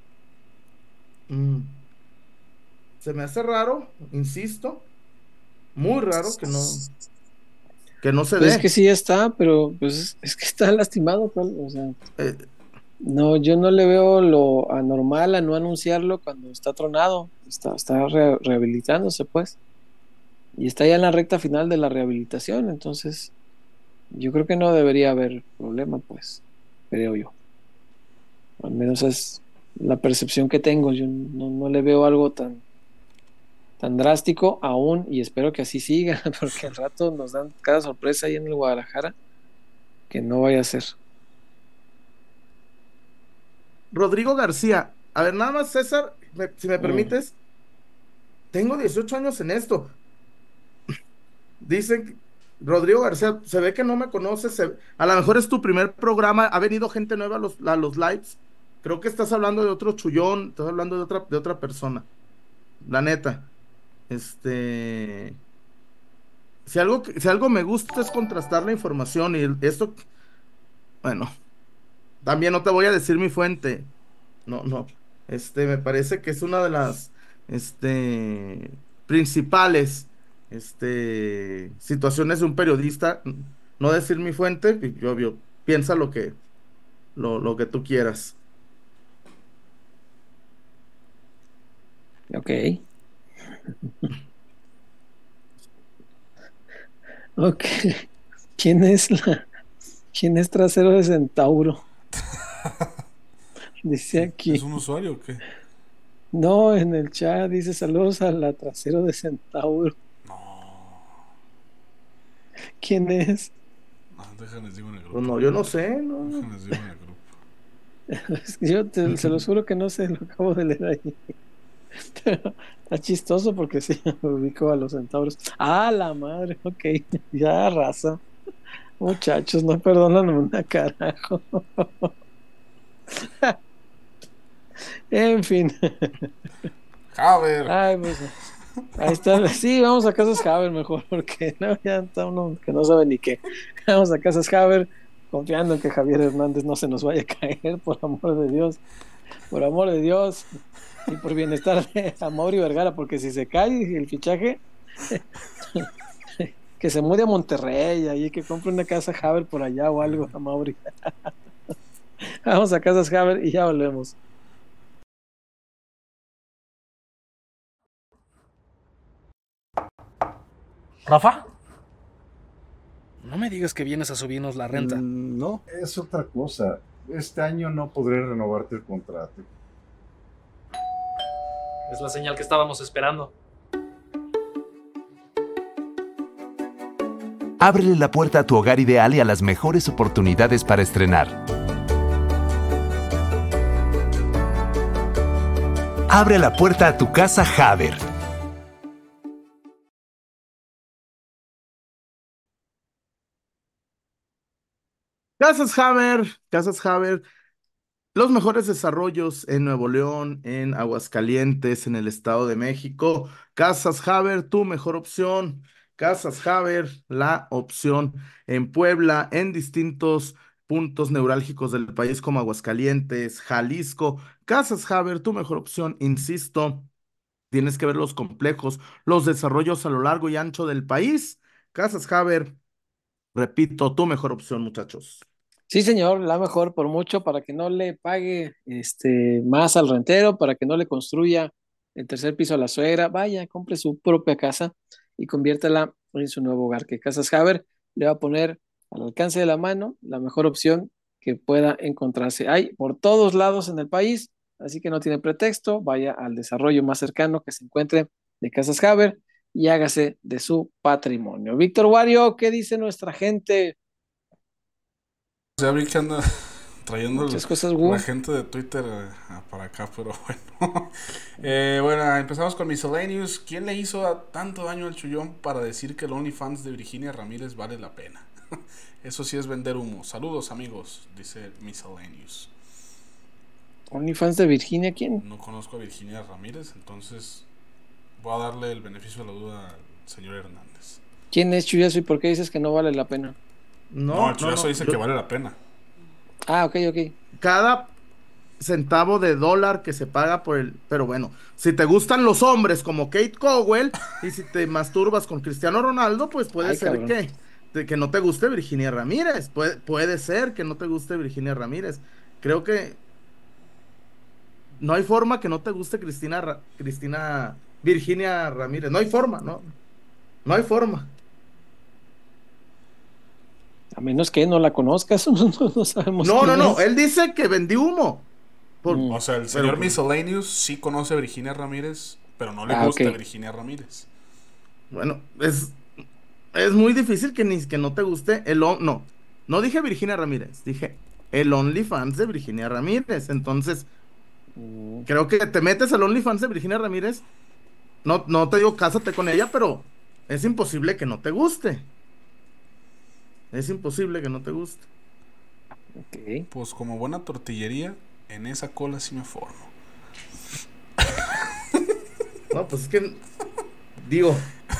Mm, se me hace raro, insisto, muy raro que no, que no se Pues es que dé. sí está, pero pues es, es que está lastimado, Pal, o sea. Eh, No, yo no le veo lo anormal a no anunciarlo cuando está tronado, está, está re- rehabilitándose, pues, y está ya en la recta final de la rehabilitación, entonces yo creo que no debería haber problema, pues, creo yo. Al menos es la percepción que tengo, yo no, no le veo algo tan, tan drástico aún y espero que así siga, porque al rato nos dan cada sorpresa ahí en el Guadalajara que no vaya a ser. Rodrigo García, a ver, nada más César, me- si me Mm, permites, tengo dieciocho años en esto. Dicen, que- Rodrigo García, se ve que no me conoces, se- a lo mejor es tu primer programa, ha venido gente nueva a los, a los lives. Creo que estás hablando de otro chullón, estás hablando de otra, de otra persona, la neta. Este, si algo, que- si algo me gusta es contrastar la información y el- esto, bueno, también no te voy a decir mi fuente, no, no, este, me parece que es una de las, este, principales, este, situaciones de un periodista, no decir mi fuente, y obvio, piensa lo que, lo, lo que tú quieras. ok, Ok. ¿Quién es la, quién es trasero de centauro? Dice ¿Es aquí. un usuario o qué? No, en el chat dice saludos a la trasero de centauro. No, ¿Quién es? no, déjenles digo en el Pues grupo. no, yo no sé, no. Déjenles digo en el grupo. Es que yo te- se los juro que no sé, lo acabo de leer ahí. Pero está chistoso porque sí, ubico a los centauros. Ah, la madre, ok. Ya, raza. Muchachos, no perdonan una carajo. En fin. Javer. Ay, pues ahí está. Sí, vamos a Casas Haber mejor, porque no, ya está uno que no sabe ni qué. Vamos a Casas Haber, confiando en que Javier Hernández no se nos vaya a caer, por amor de Dios, por amor de Dios, y por bienestar de Amaury Vergara, porque si se cae el fichaje, que se mude a Monterrey, ahí que compre una casa Haber por allá o algo, Amaury. Vamos a Casas Haber y ya volvemos. Rafa, no me digas que vienes a subirnos la renta. Mm, no, es otra cosa. Este año no podré renovarte el contrato. Es la señal que estábamos esperando. Ábrele la puerta a tu hogar ideal y a las mejores oportunidades para estrenar. Abre la puerta a tu casa Haber. Casas Haber, Casas Haber, los mejores desarrollos en Nuevo León, en Aguascalientes, en el Estado de México. Casas Haber, tu mejor opción. Casas Haber, la opción en Puebla, en distintos puntos neurálgicos del país como Aguascalientes, Jalisco. Casas Haber, tu mejor opción, insisto. Tienes que ver los complejos, los desarrollos a lo largo y ancho del país. Casas Haber, repito, tu mejor opción, muchachos. Sí, señor, la mejor por mucho para que no le pague este, más al rentero, para que no le construya el tercer piso a la suegra. Vaya, compre su propia casa y conviértela en su nuevo hogar. Que Casas Haber le va a poner al alcance de la mano la mejor opción que pueda encontrarse. Hay por todos lados en el país, así que no tiene pretexto. Vaya al desarrollo más cercano que se encuentre de Casas Haber y hágase de su patrimonio. Víctor Wario, ¿qué dice nuestra gente? Ya vi que anda trayendo el- Muchas cosas, la Wu. gente de Twitter eh, para acá, pero bueno. Eh, bueno, empezamos con Miscellaneous. ¿Quién le hizo a- tanto daño al Chullón para decir que el OnlyFans de Virginia Ramírez vale la pena? Eso sí es vender humo. Saludos, amigos, dice Miscellaneous. OnlyFans de Virginia, ¿quién? No conozco a Virginia Ramírez, entonces voy a darle el beneficio de la duda al señor Hernández. ¿Quién es Chuyazo y por qué dices que no vale la pena? No, No, el no, Chuyazo no. dice yo- que vale la pena. Ah, ok, ok. cada centavo de dólar que se paga por el... Pero bueno, si te gustan los hombres como Kate Cowell y si te masturbas con Cristiano Ronaldo, pues puede Ay, ser cabrón. que, de que no te guste Virginia Ramírez. Puede, puede ser que no te guste Virginia Ramírez. Creo que no hay forma que no te guste Cristina, Ra- Cristina, Virginia Ramírez. No hay forma, no. No hay forma. A menos que no la conozcas, no, no- no sabemos No, no, quién no. es. Él dice que vendí humo. Por- Mm. O sea, el pero señor pues, Miscellaneous sí conoce a Virginia Ramírez, pero no le Ah, gusta ok. Virginia Ramírez. bueno, es, es muy difícil que ni que no te guste el on- no, no dije Virginia Ramírez, dije el OnlyFans de Virginia Ramírez. Entonces, Mm. creo que te metes al OnlyFans de Virginia Ramírez, no, no te digo cásate con ella, pero es imposible que no te guste. Es imposible que no te guste. Ok. Pues como buena tortillería, en esa cola sí me formo. No, pues es que digo,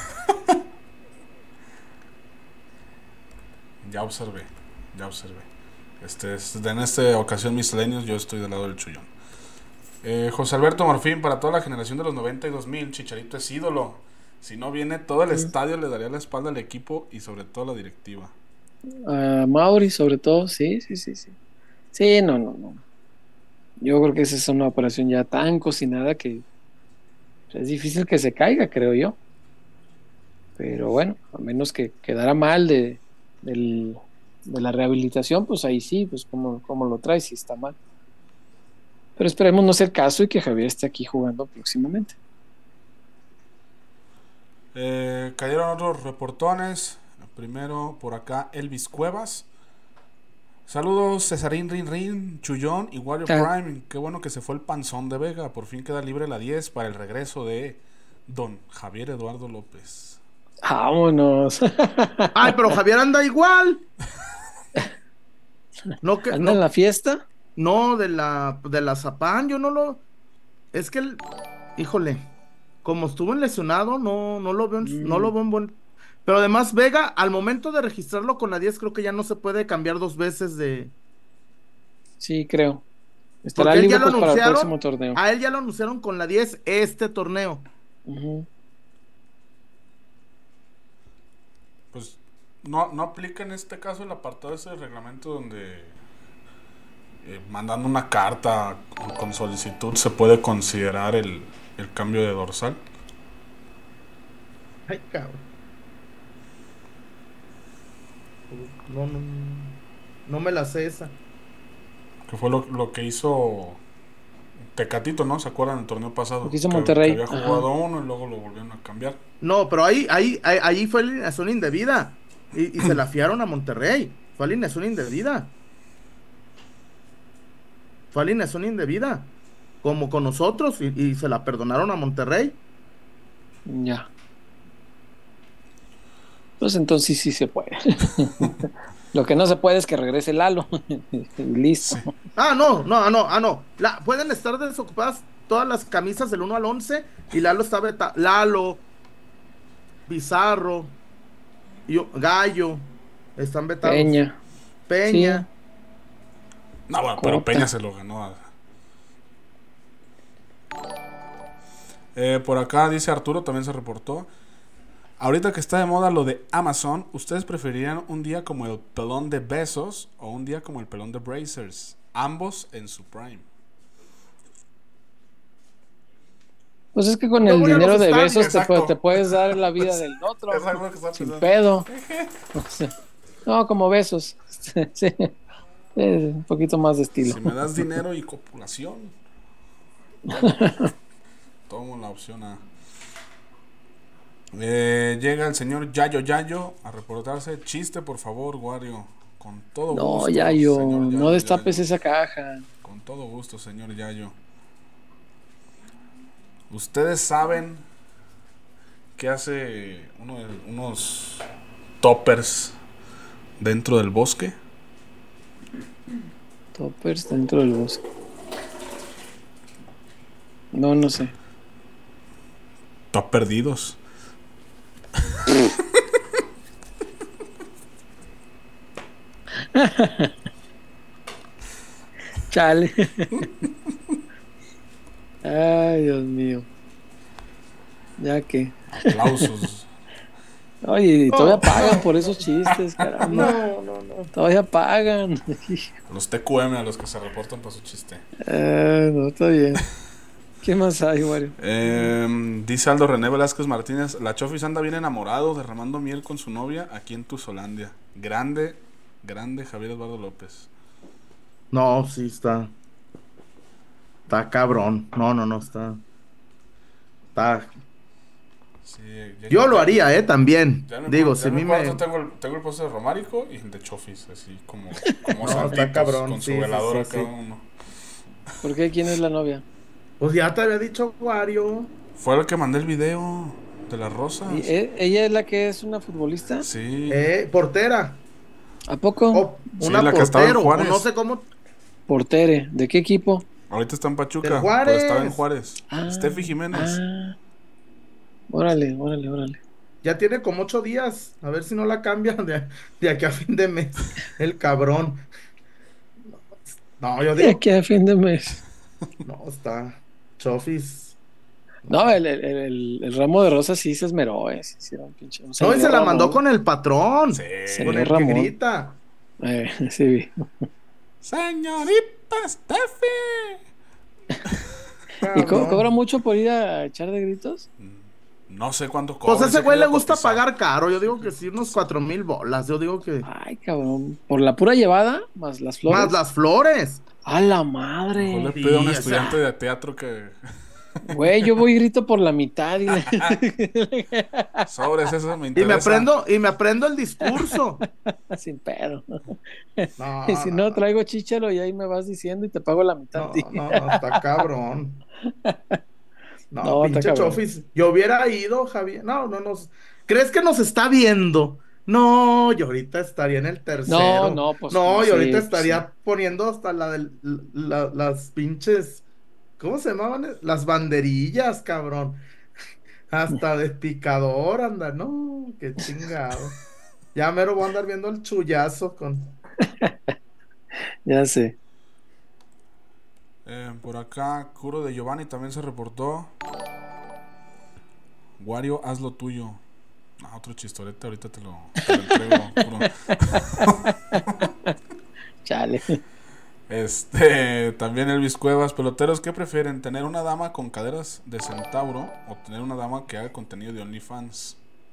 Ya observé, ya observé. Este, es- en esta ocasión, Miscellaneous, yo estoy del lado del Chullón. Eh, José Alberto Morfín, para toda la generación de los noventa y dos mil, Chicharito es ídolo. Si no viene todo el Mm. estadio, le daría la espalda al equipo y sobre todo a la directiva. A Mauri, sobre todo, sí, sí, sí, sí. Sí, no, no, no. Yo creo que esa es una operación ya tan cocinada que es difícil que se caiga, creo yo. Pero bueno, a menos que quedara mal de, del- de la rehabilitación, pues ahí sí, pues cómo, cómo lo traes si está mal. Pero esperemos no ser caso y que Javier esté aquí jugando próximamente. Eh, cayeron otros reportones. Primero por acá Elvis Cuevas. Saludos Cesarín Rin Rin, Chullón y Wario Ah. Prime. Qué bueno que se fue el panzón de Vega. Por fin queda libre la diez para el regreso de Don Javier Eduardo López. Vámonos. Ay, pero Javier anda igual. No, que, ¿Anda en no, la fiesta? no, de la, de la Zapán, yo no lo. Es que, el, híjole, como estuvo en lesionado, no, no lo veo, en, no lo Mm, veo en buen. Pero además, Vega, al momento de registrarlo con la diez, creo que ya no se puede cambiar dos veces de. sí, creo. Estará Porque él ya libre lo pues para el anunciaron, próximo torneo. a él ya lo anunciaron con la diez este torneo. Ujú. Pues no, no aplica en este caso el apartado ese del reglamento donde eh, mandando una carta con, con solicitud se puede considerar el, el cambio de dorsal. Ay, cabrón. No, no, no me la sé esa. Que fue lo, lo que hizo Tecatito, ¿no? ¿Se acuerdan el torneo pasado? Lo que hizo Que- Monterrey. Que, había Ajá. jugado uno y luego lo volvieron a cambiar. No, pero ahí, ahí, ahí, ahí fue alineación indebida. Y, y se la fiaron a Monterrey. Fue alineación indebida. Fue alineación indebida. Como con nosotros. Y, y se la perdonaron a Monterrey. Ya. Pues entonces sí se puede. Lo que no se puede es que regrese Lalo. Y listo. Sí. Ah, no, no, ah, no, ah, no. La, pueden estar desocupadas todas las camisas del uno al once. Y Lalo está beta. Lalo, Pizarro, yo, Gallo. Están vetados. Peña. Peña. No, bueno, pero Cota. Peña se lo ganó. a- Eh, por acá dice Arturo, también se reportó. Ahorita que está de moda lo de Amazon, ¿ustedes preferirían un día como el pelón de Besos o un día como el pelón de Brazers? Ambos en su prime. Pues es que con Yo el voy a dinero los de estadios, besos te, exacto. pu- te puedes dar la vida del otro. Es algo que estaba Sin pensando. pedo. O sea, no, como besos. Sí. Es un poquito más de estilo. Si me das dinero y copulación, tomo la opción A. Eh, llega el señor Yayo Yayo a reportarse. Chiste, por favor, Wario. Con todo No, gusto. Yayo, señor no destapes Yayo. esa caja. Con todo gusto, señor Yayo. ¿Ustedes saben qué hace uno de- unos toppers dentro del bosque? Toppers dentro del bosque. No, no sé. Top perdidos. Chale. Ay, Dios mío. Ya que. Aplausos. Oye, y todavía No, pagan no, por esos chistes, caramba. No, no, no. Todavía pagan. Los T Q M a los que se reportan para su chiste. Eh, no, está bien. ¿Qué más hay, Wario? Eh, dice Aldo René Velázquez Martínez: La Chofis anda bien enamorado, derramando miel con su novia aquí en Tuzolandia. Grande, grande Javier Eduardo López. No, sí está. Está cabrón. No, no, no, está. Está. Sí, ya- Yo ya- lo haría, ¿eh? También. ya en mi Digo, cuarto- si ya a en mí mi me. cuarto tengo el, tengo el póster de Romárico y el de Chofis, así como, como No, está santitos, cabrón, con su sí, sí, veladora sí, cada sí. uno. ¿Por qué? ¿Quién es la novia? Pues ya te había dicho Wario. Fue el que mandé el video de las rosas. ¿Y e- ¿Ella es la que es una futbolista? Sí. Eh, portera. ¿A poco? O Sí, una la que estaba en portero. O Juárez. no sé cómo. Portere. ¿De qué equipo? Ahorita está en Pachuca, Del Juárez. pero estaba en Juárez. Ah, Steffi Jiménez. ah. Órale, órale, órale. Ya tiene como ocho días. A ver si no la cambian de, de aquí a fin de mes. El cabrón. No, yo De digo. aquí a fin de mes. No, está. Chofis. No, el, el, el, el ramo de rosas sí se esmeró, eh. Sí, hicieron pinche- un No, y señor se la Ramón. mandó con el patrón. Sí. Con Señor el que Ramón. grita. Eh, sí, vi. Señorita Steffi. ¿Y co- Cabrón. cobra mucho por ir a echar de gritos? No sé cuánto cobra. Pues a ese dice güey que le iba a gusta cotizar. pagar caro. Yo digo que sí, unos cuatro mil bolas. Yo digo que. Ay, cabrón. Por la pura llevada, más las flores. Más las flores. A la Mejor le madre. pido a un Sí, o estudiante sea. de teatro que. Güey, yo voy y grito por la mitad. Y le- Sobres, eso me Y interesa. me aprendo, y me aprendo el discurso. Sin pedo. No, Y si no, no, no. traigo chícharo y ahí me vas diciendo y te pago la mitad a ti. No, no, está cabrón. No, No, está pinche cabrón. Chofis. Yo hubiera ido, Javier. No, no nos. ¿Crees que nos está viendo? No, yo ahorita estaría en el No, tercero. no, pues No, yo ahorita sí, pues sí. estaría poniendo hasta la del, la- las pinches. ¿Cómo se llamaban? Las banderillas, cabrón. Hasta de picador, anda. No, qué chingado. Ya mero voy a andar viendo el chullazo con. Ya sé. Eh, por acá, Curo de Giovanni también se reportó. Wario, haz lo tuyo. Ah, otro chistorete, ahorita te lo, te lo entrego, Curo. Chale. Este, también Elvis Cuevas, peloteros, ¿qué prefieren? ¿Tener una dama con caderas de centauro o tener una dama que haga contenido de OnlyFans?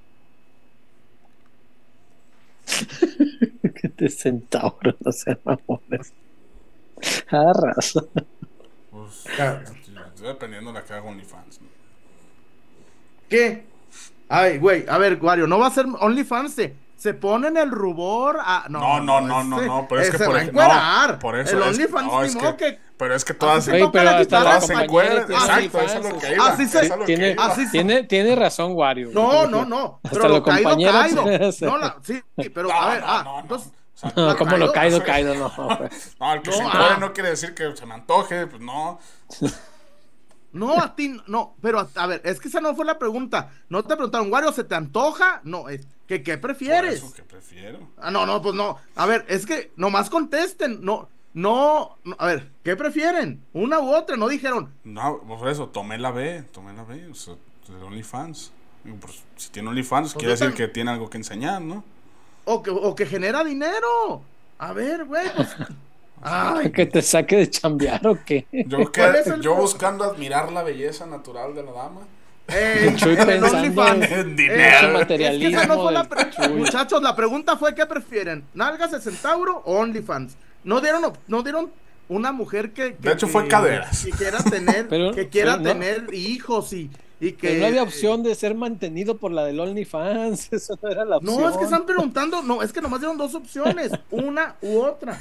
Que te centauro, no sé, mamones. Ah, raza. Pues, Ah, dependiendo de la que haga OnlyFans, ¿no? ¿Qué? Ay, güey, a ver, Wario, no va a ser OnlyFans. Se, se ponen el rubor a. No, no, no, no, ese- no, pero es que ese por va a ej- encuerar. no, por eso El es- OnlyFans, no, ni es modo que- que. pero es que todas Así se, se toca la pero hasta guitarra, la todas se compañero. encueran, tiene exacto, OnlyFans, eso es lo que o sea, iba, así se- eso es lo que Tiene, iba. así se- tiene, tiene razón, Wario. No, no, no. Hasta Pero lo lo caído, compañero caído. puede ser. No, la, sí, pero No, a ver, no, ah, no, no. entonces. O sea, No, ¿la como lo caído? caído, caído, no. pues. no, el que No, se encuere ah. no quiere decir que se me antoje, pues no. No, a ti, no, pero a, a ver, es que esa no fue la pregunta. No te preguntaron, Wario, ¿se te antoja? No, es que ¿qué Por prefieres? eso que prefiero. Ah, no, no, pues no. A ver, es que nomás contesten. No, no, no, a ver, ¿qué prefieren? Una u otra, no dijeron. No, por eso, tomé la B, tomé la B, o sea, de OnlyFans. Digo, pues, si tiene OnlyFans, Pues quiere yo decir tam- que tiene algo que enseñar, ¿no? O que, o que genera dinero. A ver, güey, pues. Ay, ¿Que te saque de chambear o qué? Yo, que, ¿Cuál es el yo pro- buscando admirar la belleza natural de la dama. eh, Chuy en el pensando OnlyFans. en Eh, dinero. es que materialismo esa no fue la del pre- Chuy. Muchachos, la pregunta fue: ¿qué prefieren? ¿Nalgas de centauro o OnlyFans? No dieron, op- no dieron una mujer que. que De hecho, fue que- caderas. Que quiera tener, Pero- que quiera pero no- tener hijos y, y que. Que no había opción de ser mantenido por la del OnlyFans. Eso no era la opción. No, es que están preguntando, no, es que nomás dieron dos opciones, una u otra.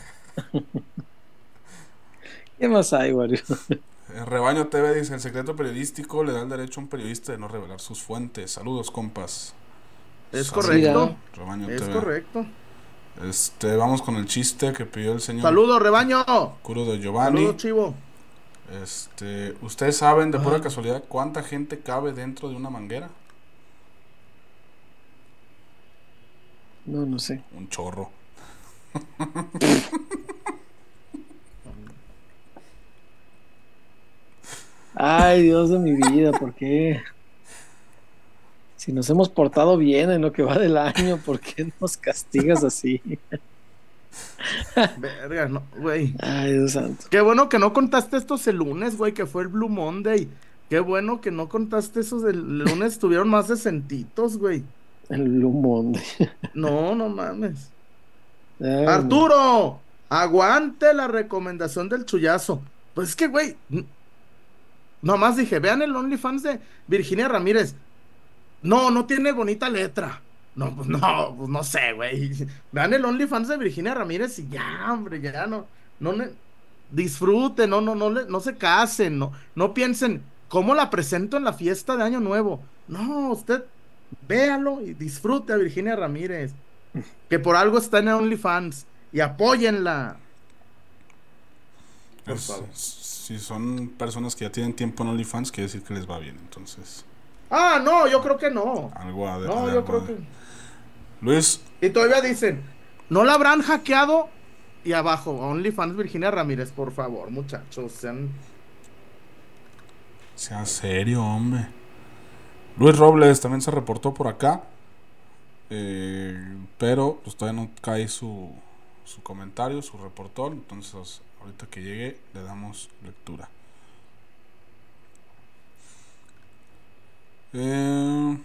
¿Qué más hay, Wario? El Rebaño T V dice: el secreto periodístico le da el derecho a un periodista de no revelar sus fuentes. Saludos, compas. Es Saludos, correcto. Rebaño Es T V. correcto. Este, vamos con el chiste que pidió el señor Saludos, rebaño. Curo de Giovanni. Saludos, chivo. Este, ¿ustedes saben de pura Ah. casualidad cuánta gente cabe dentro de una manguera? No, no sé. Un chorro. Ay, Dios de mi vida, ¿por qué? Si nos hemos portado bien en lo que va del año, ¿por qué nos castigas así? Verga, no, güey. Ay, Dios santo. Qué bueno que no contaste estos el lunes, güey, que fue el Blue Monday. Qué bueno que no contaste esos del lunes, estuvieron más decentitos, güey. El Lumón. No, no mames. Ay, Arturo, aguante la recomendación del chullazo. Pues es que, güey, n- nomás dije, vean el OnlyFans de Virginia Ramírez. No, no tiene bonita letra. No, pues no, pues no sé, güey. Vean el OnlyFans de Virginia Ramírez y ya, hombre, ya no, no ne- disfruten, no, no, no, le- no se casen, no, no piensen, ¿cómo la presento en la fiesta de Año Nuevo? No, usted véalo y disfrute a Virginia Ramírez, que por algo está en OnlyFans y apóyenla. Por Es- favor. si son personas que ya tienen tiempo en OnlyFans, quiere decir que les va bien. Entonces, Ah, no, yo creo que no. algo a de, No, de yo algo creo de- que. Luis, Y todavía dicen, ¿no la habrán hackeado? Y abajo, OnlyFans Virginia Ramírez, por favor, muchachos, sean. sea serio, hombre. Luis Robles también se reportó por acá. eh, pero pues todavía no cae su, su comentario, su reportón. Entonces, ahorita que llegue, le damos lectura. Eh,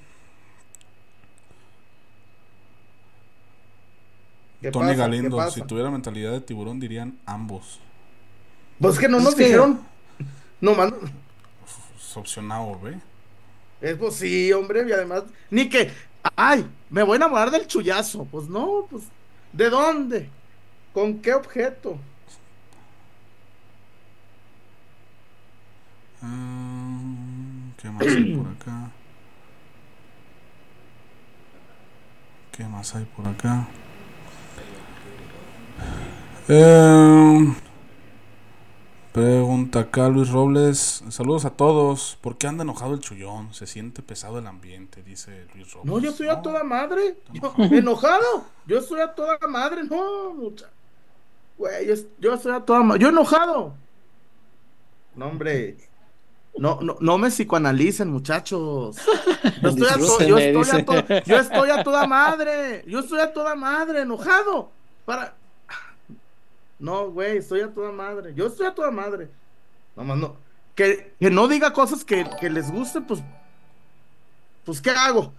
¿Qué Tony pasa? ¿Qué Galindo, pasa? si tuviera mentalidad de tiburón dirían ambos. Pues que no Es nos que- dijeron. No, man. Es opcionado, ¿ve? Es pues sí, hombre, y además, ni que, ay, me voy a enamorar del chullazo. Pues no, pues, ¿de dónde? ¿Con qué objeto? Mm, ¿Qué más hay por acá? ¿Qué más hay por acá? Eh, pregunta acá Luis Robles. Saludos a todos. ¿Por qué anda enojado el chullón? Se siente pesado el ambiente, dice Luis Robles. No, yo estoy a No, toda madre. está Yo, enojado. enojado. Yo estoy a toda madre. No, mucha. Güey, yo, yo estoy a toda madre. Yo enojado. No, hombre. No, no, no me psicoanalicen, muchachos. Yo estoy a, to- yo Disfrútenme, estoy a dice. to- yo estoy a toda madre. Yo estoy a toda madre, enojado. Para. No, güey, estoy a toda madre. Yo estoy a toda madre. Nomás no. Que, que no diga cosas que, que les guste, pues. Pues, ¿qué hago?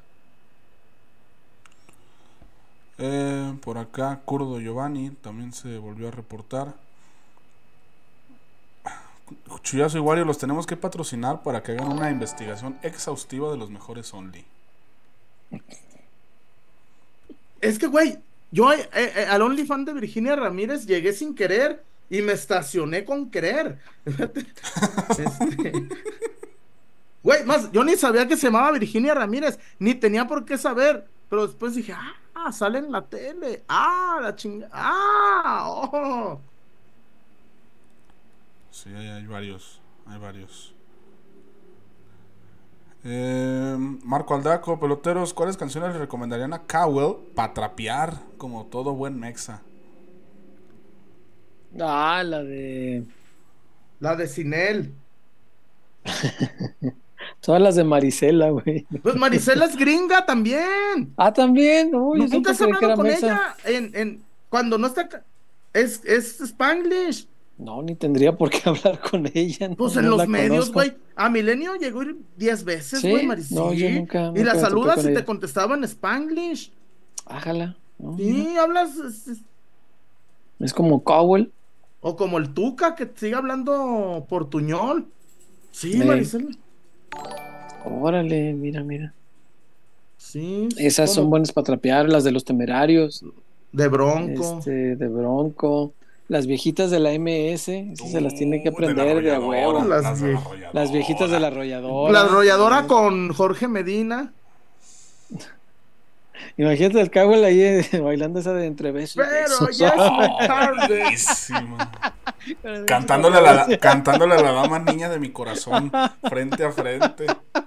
Eh, por acá, Curdo Giovanni también se volvió a reportar. Chuyazo y Wario los tenemos que patrocinar para que hagan una investigación exhaustiva de los mejores Only. Es que, güey, yo eh, eh, al OnlyFans de Virginia Ramírez llegué sin querer y me estacioné con querer. Este, güey, más, yo ni sabía que se llamaba Virginia Ramírez, ni tenía por qué saber, pero después dije, ah, sale en la tele, ah, la chinga, ah, oh. Sí, hay, hay varios, hay varios. Eh, Marco Aldaco, peloteros, ¿cuáles canciones le recomendarían a Cowell para trapear como todo buen mexa? Ah, la de. La de Sinel. Todas las de Marisela, güey. Pues Marisela es gringa también. Ah, también. Uy, yo Nunca siempre has creí que hablado era con mexa. ella en, en, cuando no está acá. Es, es Spanglish. No, ni tendría por qué hablar con ella. No, Pues en no los la medios, conozco. güey. A Milenio llegó a ir diez veces, ¿Sí? güey, Maricel. No, yo nunca- Y nunca la me topé saludas con y te ella. contestaba en Spanglish. Ájala. No, Sí, mira. hablas. es- es- Es como Cowell. o como el Tuca, que sigue hablando portuñol. Sí, Ey. Maricel. Órale, mira, mira. Sí. Esas como son buenas para trapear, las de los temerarios, De Bronco. este, de Bronco, las viejitas de la M S, esas se las tiene que Uh, de la aprender de a arrolladora, huevo. Las las de la vie- arrolladora. Las viejitas de la arrolladora. La arrolladora también. con Jorge Medina. Imagínate el Cowell ahí eh, bailando esa de entre besos. y Pero besos. ya es muy tarde. Buenísima. Cantándole a, la, cantándole a la dama niña de mi corazón, frente a frente.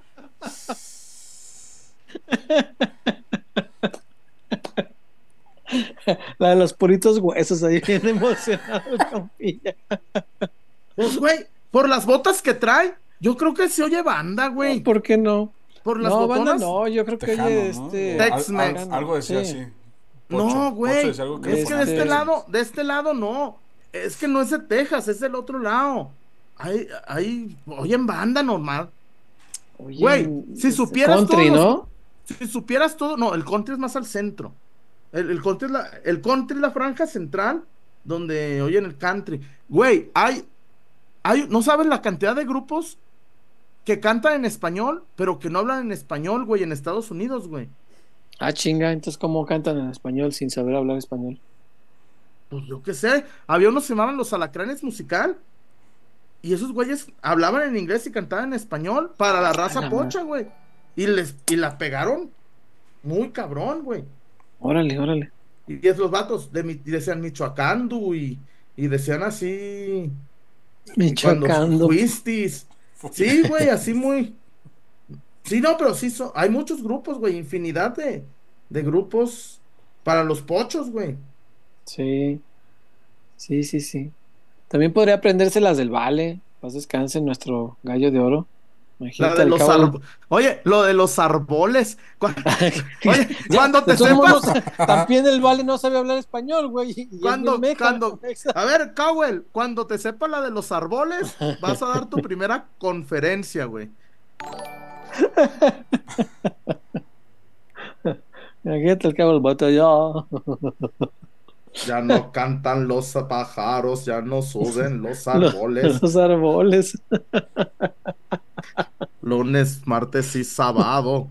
La de los puritos huesos ahí bien emocionado el Campilla. Pues, güey, por las botas que trae, yo creo que se oye banda, güey. ¿Por qué no? Por las No, banda botonas. no, yo creo que Tejano, oye ¿no? este. Al- Tex-Mex. al- algo decía Sí. así. No, Pocho. güey. Pocho decía algo que Es le que de ponía este Este- lado, de este lado no. Es que no es de Texas, es del otro lado. Ahí, ahí, oyen banda normal. Oye, Güey, si este, supieras country, todos los- ¿no? Si supieras todo, no, el country es más al centro. El, el country es la, el country es la franja central donde oyen el country. Güey, hay, hay, no sabes la cantidad de grupos que cantan en español, pero que no hablan en español, güey, en Estados Unidos, güey. Ah, chinga, entonces ¿cómo cantan en español sin saber hablar español? Pues yo qué sé, había unos que se llamaban los Alacranes Musical. Y esos güeyes hablaban en inglés y cantaban en español para la raza la pocha, güey. Y les, y la pegaron muy cabrón, güey. Órale, órale. Y es los vatos de, mi- decían Michoacando y, y decían así. Cuando Michoacando. fuistis. Sí, güey, así muy. Sí, no, pero sí, son, hay muchos grupos, güey, infinidad de, de grupos para los pochos, güey. Sí. Sí, sí, sí. También podría aprenderse las del Vale. Paz descanse nuestro gallo de oro. La Imagínate de al los cabo- arbo- Oye, lo de los arboles. Cu- Oye, Ya, cuando de te todos sepas. modos, también el Vale no sabe hablar español, güey. y es Cuando, bien mexa, cuando, mexa. a ver, Cowell, cuando te sepa la de los arboles, vas a dar tu primera conferencia, güey. Imagínate el cabo del vato ya. Ya no cantan los pájaros, ya no suben los Los, árboles. los árboles. Lunes, martes y sábado.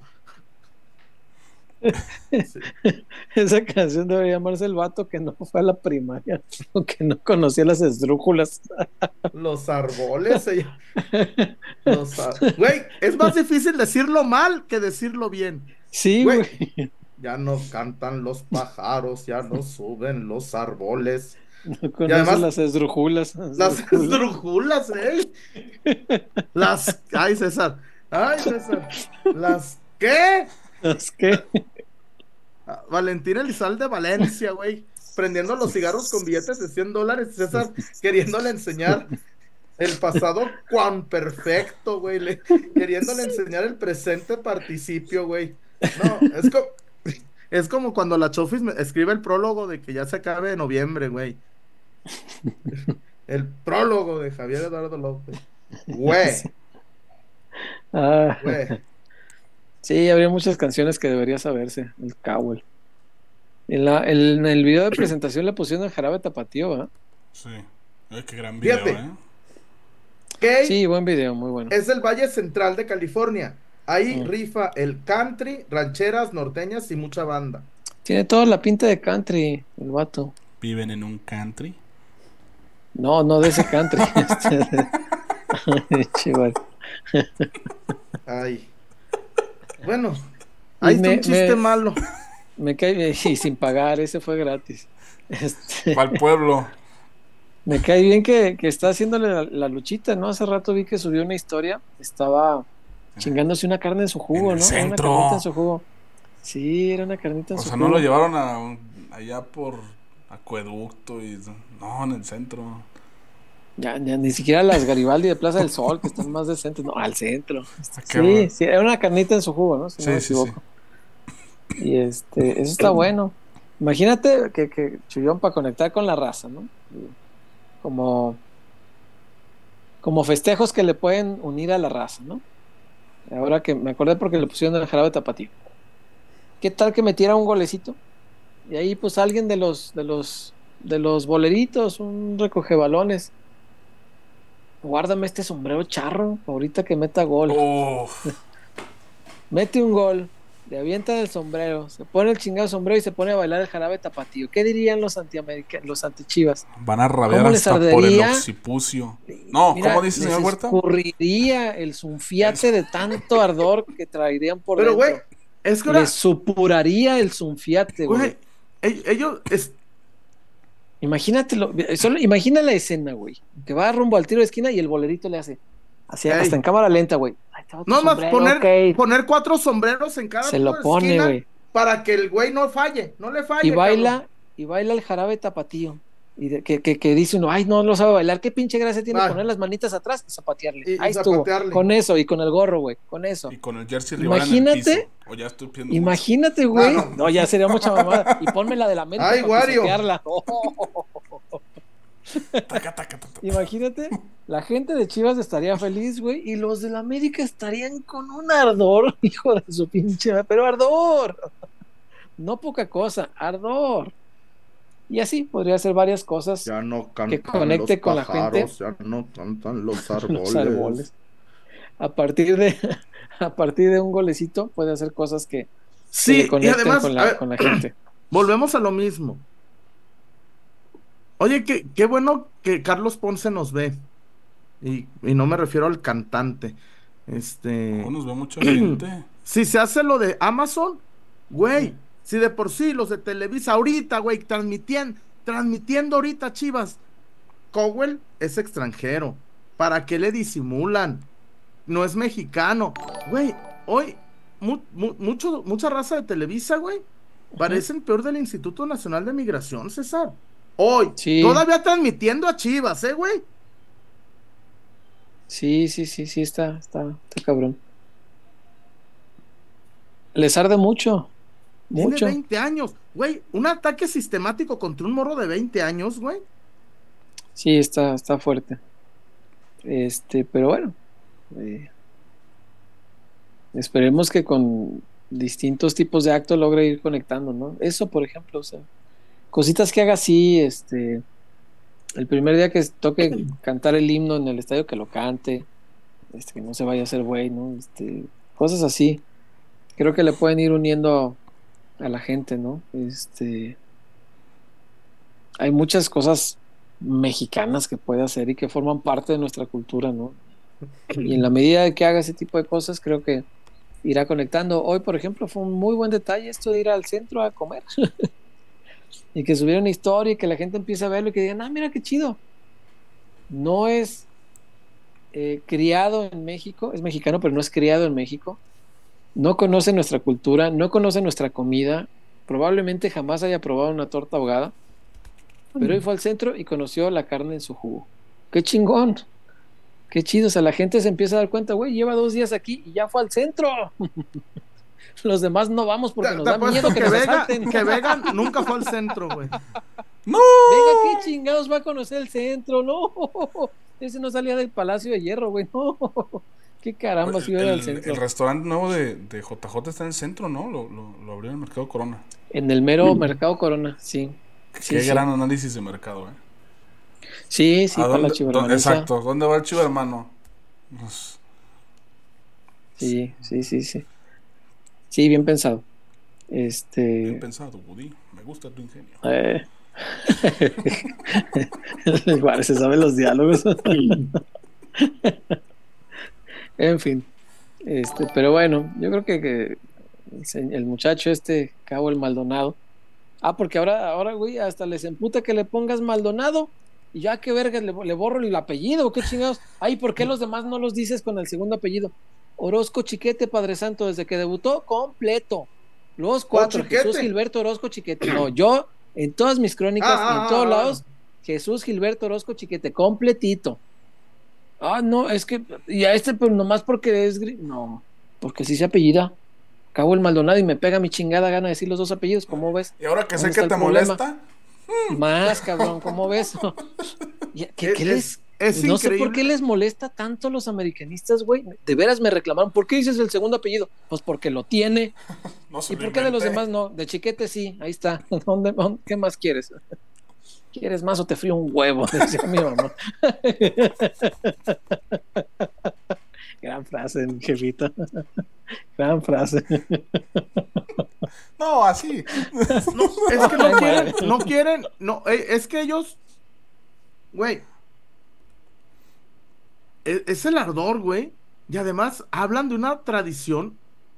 Sí. Esa canción debe llamarse El vato que no fue a la primaria o que no conocía las esdrújulas. Los árboles. ella- Los ar- Güey, es más difícil decirlo mal que decirlo bien. Sí, Güey, güey. ya no cantan los pájaros, ya no suben los árboles. No Y conoce además, las esdrújulas. las esdrújulas. esdrújulas, ¿eh? Las. Ay, César. Ay, César. ¿Las qué? ¿Las qué? Ah, Valentín Elizalde Valencia, güey. Prendiendo los cigarros con billetes de cien dólares. César queriéndole enseñar el pasado cuán perfecto, güey. le- Queriéndole enseñar el presente participio, güey. No, es como. Es como cuando la Chofis me escribe el prólogo de que ya se acabe noviembre, güey. El prólogo de Javier Eduardo López. Güey, Ah, güey. sí, habría muchas canciones que debería saberse. El Cowell. En, la, el, en el video de presentación le pusieron el jarabe tapatío, ¿verdad? Sí. Ay, qué gran video, Fíjate. ¿eh? Key Sí, buen video, muy bueno. es el Valle Central de California. Ahí Mm. rifa el country, rancheras, norteñas y mucha banda. Tiene toda la pinta de country, el vato. Viven en un country. No, no de ese country. este, de- Ay, chival. Ay. Bueno, ahí Y está me- un chiste me- malo. Me cae bien, y sin pagar, ese fue gratis. Este, Para el pueblo. me cae bien que, que está haciéndole la, la luchita, ¿no? Hace rato vi que subió una historia, estaba chingándose una carne en su jugo, En el ¿no? Era centro. una carnita en su jugo. Sí, era una carnita en O su sea, jugo. no lo llevaron a un- allá por acueducto y no, en el centro. Ya, ya ni siquiera las Garibaldi de Plaza del Sol, que están más decentes, no, al centro. Ah, qué Sí, bueno. sí, era una carnita en su jugo, ¿no? Si no Sí, me sí, equivoco. Y este, eso está bueno. Imagínate que, que Chullón para conectar con la raza, ¿no? Como, como festejos que le pueden unir a la raza, ¿no? Ahora que me acordé porque le pusieron el jarabe tapatío. ¿Qué tal que metiera un golecito? Y ahí pues alguien de los de los de los boleritos, un recogebalones. Guárdame este sombrero charro, ahorita que meta gol. Uf, Mete un gol, le avienta el sombrero, se pone el chingado sombrero y se pone a bailar el jarabe tapatío. ¿Qué dirían los antiamericanos, los antichivas? van a rabiar ¿Cómo les hasta por el ardería? occipucio. No, Mira, ¿cómo dice les señor Huerta? escurriría el zunfiate de tanto ardor que traerían por Pero, dentro. güey, es que ahora, Les supuraría el zunfiate, güey. güey, ell- ellos, es, Imagínatelo, solo imagina la escena, güey. Que va rumbo al tiro de esquina y el bolerito le hace hacia, Ey. hasta en cámara lenta, güey. Ahí te va tu no más sombrero, poner, ok. poner cuatro sombreros en cada Se lo punto de pone, esquina güey. para que el güey no falle, no le falle. Y baila, cabrón. y baila el jarabe tapatío. Y de- que, que, que dice uno, ay, no lo sabe bailar. ¿Qué pinche gracia tiene Ay. poner las manitas atrás y zapatearle? Y- y Ahí estuvo. zapatearle. Con eso, y con el gorro, güey. Con eso. Y con el jersey rival en el Imagínate- piso. O ya estoy pidiendo mucho. Imagínate, güey. No. No, ya sería mucha mamada. Y ponme la de la América Ay, para Wario. pisotearla. Taca, taca, taca, taca. Imagínate, la gente de Chivas estaría feliz, güey, y los de la América estarían con un ardor, hijo de su pinche, madre, pero ardor. No poca cosa, ardor. Y así podría ser varias cosas. Ya no cantan que conecte los con la pájaros, ya no cantan los árboles. Los árboles. A partir de a partir de un golecito puede hacer cosas que, que Sí, le y conecten además, con, a la, ver, con la gente. volvemos a lo mismo. Oye, qué, qué bueno que Carlos Ponce nos ve. Y, y no me refiero al cantante. Este. Oh, nos ve mucha gente. Si se hace lo de Amazon, güey. Si de por sí los de Televisa, ahorita, güey, transmitiendo, transmitiendo ahorita Chivas. Cowell es extranjero. ¿Para qué le disimulan? No es mexicano. Güey, hoy, mu- mu- mucho, mucha raza de Televisa, güey, parecen peor del Instituto Nacional de Migración, César. Hoy, Sí. todavía transmitiendo a Chivas, ¿eh, güey? Sí, sí, sí, sí, está, está, está cabrón. Les arde mucho. Tiene Mucho. veinte años, güey. Un ataque sistemático contra un morro de veinte años, güey. Sí, está, está fuerte. Este, pero bueno. eh, esperemos que con distintos tipos de actos logre ir conectando, ¿no? Eso, por ejemplo, o sea, cositas que haga así, este, el primer día que toque cantar el himno en el estadio, que lo cante, este, que no se vaya a hacer güey, ¿no? Este, cosas así. Creo que le pueden ir uniendo a la gente, ¿no? Este, hay muchas cosas mexicanas que puede hacer y que forman parte de nuestra cultura, ¿no? Y en la medida de que haga ese tipo de cosas, creo que irá conectando. Hoy, por ejemplo, fue un muy buen detalle esto de ir al centro a comer y que subiera una historia y que la gente empiece a verlo y que digan, ah, mira qué chido. No es eh, criado en México, es mexicano, pero no es criado en México. No conoce nuestra cultura, no conoce nuestra comida, probablemente jamás haya probado una torta ahogada, pero hoy fue al centro y conoció la carne en su jugo. ¡Qué chingón! ¡Qué chido! O sea, la gente se empieza a dar cuenta, güey, lleva dos días aquí y ya fue al centro. Los demás no vamos porque Te, nos te da miedo apuesto que, que nos Vega, asalten. que Vega nunca fue al centro, güey. ¡No! Venga, ¿qué chingados va a conocer el centro? No, ese no salía del Palacio de Hierro, güey, no. ¿Qué caramba si iba a ir al El, centro? el restaurante nuevo de, de J J está en el centro, ¿no? Lo, lo, lo abrió en el Mercado Corona. En el mero Mercado Corona, sí. Sí, Qué sí. gran análisis de mercado, ¿eh? Sí, sí, ¿A para la dónde- chivermaniza. dónde- exacto, ¿dónde va el chivo hermano? Pues, Sí, sí, sí, sí. Sí, bien pensado. Este. bien pensado, Woody. Me gusta tu ingenio. Eh. Igual se saben los diálogos. En fin. Este, pero bueno, yo creo que, que el, se- el muchacho este, Cabo el Maldonado. Ah, porque ahora, ahora, güey, hasta les emputa que le pongas Maldonado. Y ya que vergas, le, le borro el apellido, qué chingados. Ay, ¿por qué los demás no los dices con el segundo apellido? Orozco Chiquete, Padre Santo, desde que debutó, completo. Los cuatro, Chiquete. Jesús Gilberto Orozco Chiquete. No, yo, en todas mis crónicas Ah, y en ah, todos ah, lados, Jesús Gilberto Orozco Chiquete, completito. Ah, no, es que, y a este, pues nomás porque es gri- no, porque sí se apellida. Cabo el Maldonado y me pega mi chingada gana de decir los dos apellidos, ¿cómo ves? Y ahora que sé ¿Dónde que está te el problema? molesta, Más, cabrón, ¿cómo ves? ¿Qué, qué Es- les, es no sé por increíble. qué les molesta tanto a los americanistas, güey. De veras me reclamaron. ¿Por qué dices el segundo apellido? Pues porque lo tiene. no se ¿Y lo por qué de los inventé. demás no? De Chiquete sí, ahí está. ¿Dónde, dónde- qué más quieres? ¿Quieres más o te frío un huevo? Decía mi mamá. Gran frase, mi jefita. Gran frase. No, así. No, es que no Ay, quieren, madre. no quieren, no, eh, es que ellos, güey, es, es el ardor, güey, y además hablan de una tradición.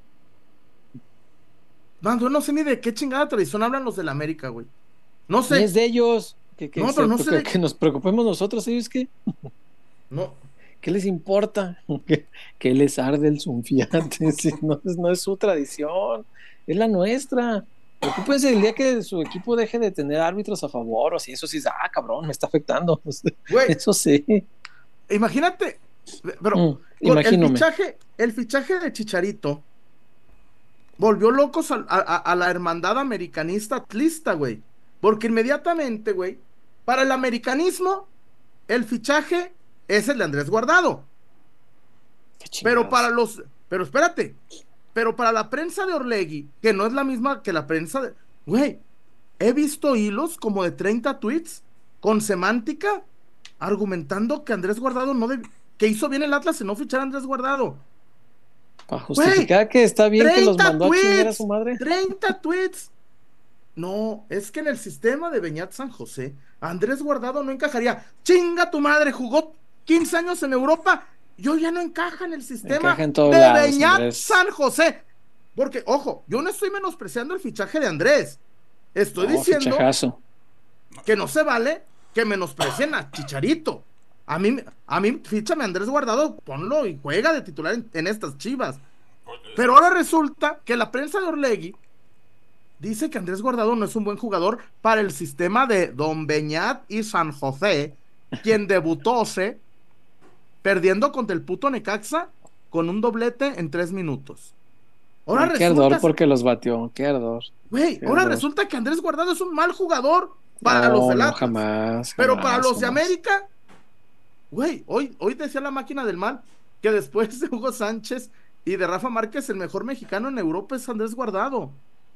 No, yo no sé ni de qué chingada tradición hablan los de la América, güey. No Ni es sé, de ellos. Que, que, No, se- pero no sé que- de- que nos preocupemos nosotros, ellos qué. no, ¿Qué les importa? ¿Qué, qué les arde el zunfiante? Si no, es- no es su tradición, es la nuestra. Preocúpense el día que su equipo deje de tener árbitros a favor, o si eso sí es, ah, cabrón, me está afectando. güey, Eso sí. imagínate, pero Mm, con el imagínome. fichaje, el fichaje de Chicharito volvió locos a, a- a la hermandad americanista atlista, güey. Porque inmediatamente, güey, para el americanismo, el fichaje es el de Andrés Guardado. Qué chingados. Pero para los, pero espérate, pero para la prensa de Orlegui, que no es la misma que la prensa de, güey, he visto hilos como de treinta tweets con semántica argumentando que Andrés Guardado no deb- que hizo bien el Atlas en no fichar a Andrés Guardado. Para justificar que está bien que los treinta mandó a chingar a tweets, su madre. treinta tweets. No, es que en el sistema de Beñat San José, Andrés Guardado no encajaría. Chinga tu madre, jugó quince años en Europa. Yo ya no encaja en el sistema Encaja en todos de lados, Beñat Andrés. San José. Porque, ojo, yo no estoy menospreciando el fichaje de Andrés. Estoy No, diciendo fichajazo. que no se vale que menosprecien a Chicharito. A mí, a mí, fíchame a Andrés Guardado, ponlo y juega de titular en, en estas Chivas. Pero ahora resulta que la prensa de Orlegui dice que Andrés Guardado no es un buen jugador para el sistema de Don Beñat y San José, quien debutóse perdiendo contra el puto Necaxa con un doblete en tres minutos. Ahora Ay, qué ardor resulta, porque los batió, qué ardor. güey, qué ahora ardor. resulta que Andrés Guardado es un mal jugador para no, los del no, Atlas. jamás, Pero jamás, para los de jamás. América, güey, hoy, hoy decía la máquina del mal que después de Hugo Sánchez y de Rafa Márquez, el mejor mexicano en Europa es Andrés Guardado.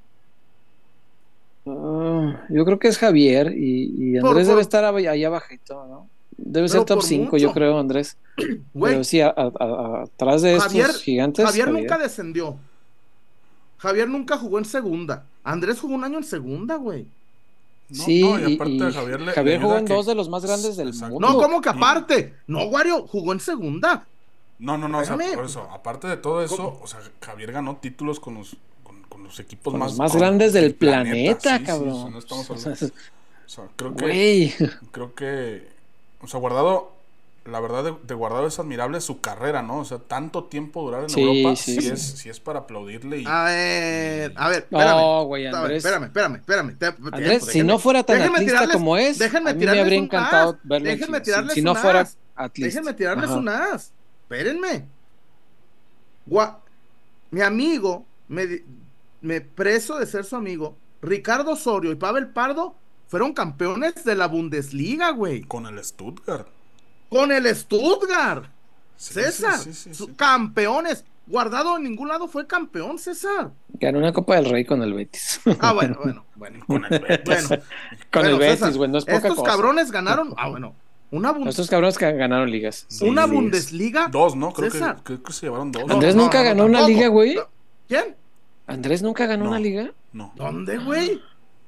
Uh, yo creo que es Javier y, y Andrés Por, por, debe estar ahí abajito, ¿no? Debe ser top cinco, yo creo, Andrés. Güey, pero sí, a, a, a, atrás de Javier, estos gigantes. Javier, Javier nunca descendió. Javier nunca jugó en segunda. Andrés jugó un año en segunda, güey. No, sí, no, y y, aparte y a Javier, le, Javier le jugó en que... dos de los más grandes del Exacto. mundo. No, ¿cómo que aparte? Y... No, Wario, jugó en segunda. No, no, no, o sea, Espérame. por eso, aparte de todo eso, ¿Cómo? o sea, Javier ganó títulos con los, con, con los equipos Con más, los más con, grandes del planeta, planeta, sí, cabrón. Sí, o sea, no estamos hablando. O sea, creo que, Güey. creo que, o sea, Guardado, la verdad de, de Guardado es admirable su carrera, ¿no? O sea, tanto tiempo durar en Sí, Europa, sí, sí, sí. es, sí es para aplaudirle y... A ver, a ver, No, espérame. güey, A ver, Andrés. espérame, espérame, espérame. Te- Andrés, tiempo, si déjenme- no fuera tan déjenme atlista tirarles- como es, déjenme a mí me tirarles habría un encantado as. verlo en Déjenme Chivas. tirarles Si no un fuera as. atlista. Déjenme tirarles Ajá. un as. Espérenme. Gua- Mi amigo, me, di- me preso de ser su amigo, Ricardo Osorio y Pavel Pardo fueron campeones de la Bundesliga, güey. Con el Stuttgart. Con el Stuttgart. Sí, César, sí, sí, sí, su- sí. campeones. Guardado en ningún lado fue campeón, César. Ganó una Copa del Rey con el Betis. Ah, bueno, bueno, bueno. Con el Betis. Bueno, Con bueno, el Betis, César, güey, no es poca estos cosa. cabrones ganaron. Ah, bueno, una, bun- Estos cabrones que ganaron ligas. Sí, una ligas. Bundesliga. Dos, ¿no? Creo que, César. creo que se llevaron dos. No, Andrés no, nunca no, ganó una tampoco. liga, güey. ¿Quién? Andrés nunca ganó No. una liga. No. ¿Dónde, güey?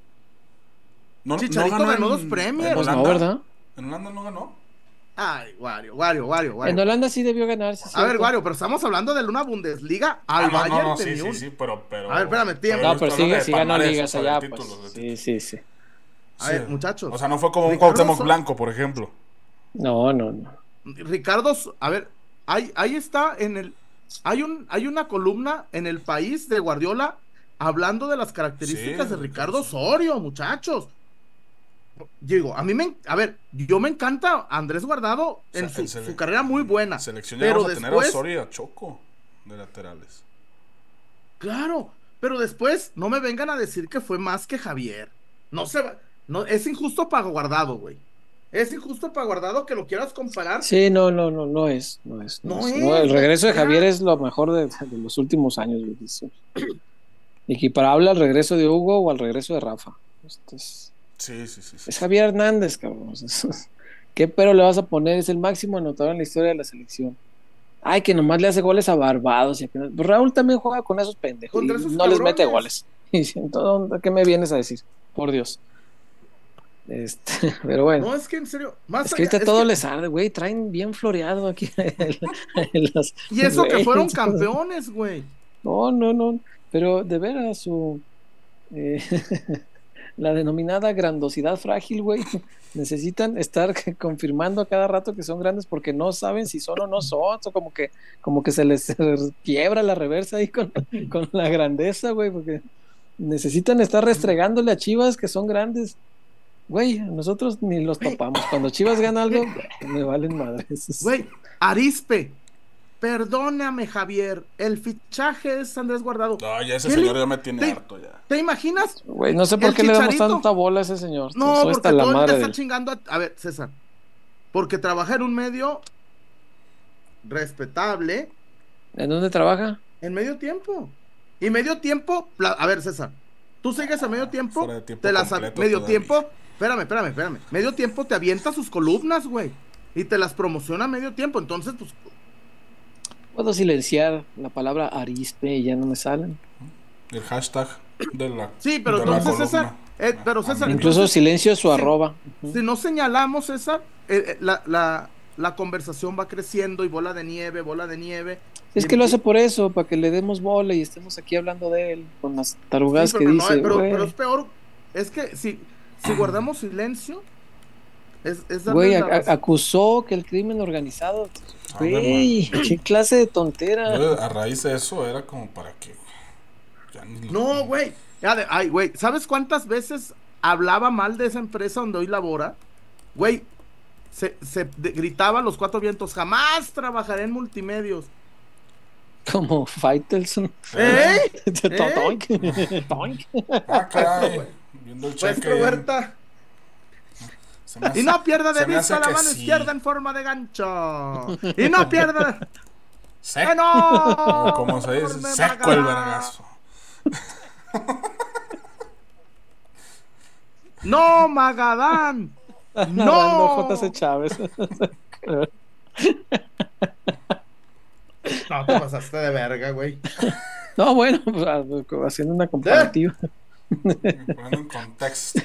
No, Chicharito no ganó en- dos Premier. en Pues Holanda. no, ¿verdad? En Holanda no ganó. Ay, Wario, Wario, Wario, En Wario. Holanda sí debió ganar. Sí, A ver, cierto. Wario, pero estamos hablando de una Bundesliga al Ah, no, Bayern no, no, sí, de sí, Múnich. sí, pero, pero... A ver, espérame, tiempo. No, pero estoy hablando sí, de sí ganó palmarés, ligas o sea, de allá. títulos, Pues. de Sí, sí, sí. A ver, muchachos. O sea, no fue como un Ricardo Cuauhtémoc So- Blanco, por ejemplo. No, no, no. Ricardo, a ver, ahí, ahí está en el, hay un, hay una columna en El País de Guardiola hablando de las características Sí, de Ricardo sí. Osorio, muchachos. Digo, a mí me, a ver, yo me encanta Andrés Guardado en O sea, su, en sele- su carrera muy buena. Selección pero vamos a tener a después, Osorio y a Choco de laterales. claro, pero después no me vengan a decir que fue más que Javier. No se va, no, es injusto para Guardado, güey. Es injusto para Guardado que lo quieras comparar. Sí, no, no, no, no es. No es. No No es. es, No, el regreso de era- Javier es lo mejor de, de los últimos años. güey, sí. Equiparable al regreso de Hugo o al regreso de Rafa. Este es, Sí, sí, sí. sí. es Javier Hernández, cabrón. O sea, ¿qué pero le vas a poner? Es el máximo anotador en la historia de la selección. Ay, que nomás le hace goles a Barbados. Y a que no- pues Raúl también juega con esos pendejos. Contra y esos no les mete cabrones. goles. Y siento, ¿dónde- ¿qué me vienes a decir? Por Dios. Este, pero bueno. No, es que en serio, más Es que ahorita allá- es todo que- les arde, güey. Traen bien floreado aquí. en- en las- Y eso que güey, fueron entonces- campeones, güey. No, no, no. Pero de veras, su. eh, la denominada grandosidad frágil, güey. Necesitan estar confirmando a cada rato que son grandes porque no saben si son o no son. O como que, como que se les quiebra la reversa ahí con, con la grandeza, güey. Porque necesitan estar restregándole a Chivas que son grandes. Güey, nosotros ni los topamos. Cuando Chivas gana algo, me valen madres. Güey, Arispe. Perdóname, Javier. El fichaje es Andrés Guardado. No, ya ese ¿Qué señor le- ya me tiene te- harto ya. ¿Te imaginas? Güey, no sé por El qué le damos Chicharito. tanta bola a ese señor. No, Soy porque hasta la todo el día madre de está él. chingando. A... a ver, César. Porque trabaja en un medio respetable ¿En dónde trabaja? en medio tiempo. Y medio tiempo. pla- A ver, César. Tú sigues a medio tiempo. Fuera de tiempo te las completo medio todavía. tiempo. Espérame, espérame, espérame. Medio tiempo te avienta sus columnas, güey. Y te las promociona a medio tiempo. Entonces, pues. Puedo silenciar la palabra arispe y ya no me salen. El hashtag de la. Sí, pero de la entonces, César. columna. eh, pero César. Ah, Incluso entonces, silencio su sí. arroba. Ujú. Si no señalamos, César, eh, eh, la, la, la conversación va creciendo y bola de nieve, bola de nieve. Es Y que lo empie- hace por eso, para que le demos bola y estemos aquí hablando de él con las tarugadas Sí, que pero, no, dice. pero, güey. pero es peor. Es que si, si guardamos silencio, es, es darle Güey, la a- razón. a- acusó que el crimen organizado. A ver, Güey, qué clase de tontera. Yo, a raíz de eso era como para que. Ya ni lo- No, güey. Ya de- Ay, güey. ¿Sabes cuántas veces hablaba mal de esa empresa donde hoy labora? Güey, se, se de- gritaba a los cuatro vientos: jamás trabajaré en multimedios. Como Faitelson. ¿Eh? Toink. Toink. Ah, caray. Viendo el cheque. Maestro Huerta. Se me hace- Y no pierda de se me vista hace la que mano sí. izquierda en forma de gancho. Y no pierda. Seco. ¡Eh, no! Como se dice, ¡Me seco el Magadán! vergazo. ¡No, Magadán! Narrando J C ¡No! Chávez. No te pasaste de verga, güey. No, bueno, pues, haciendo una comparativa. Poniendo en contexto.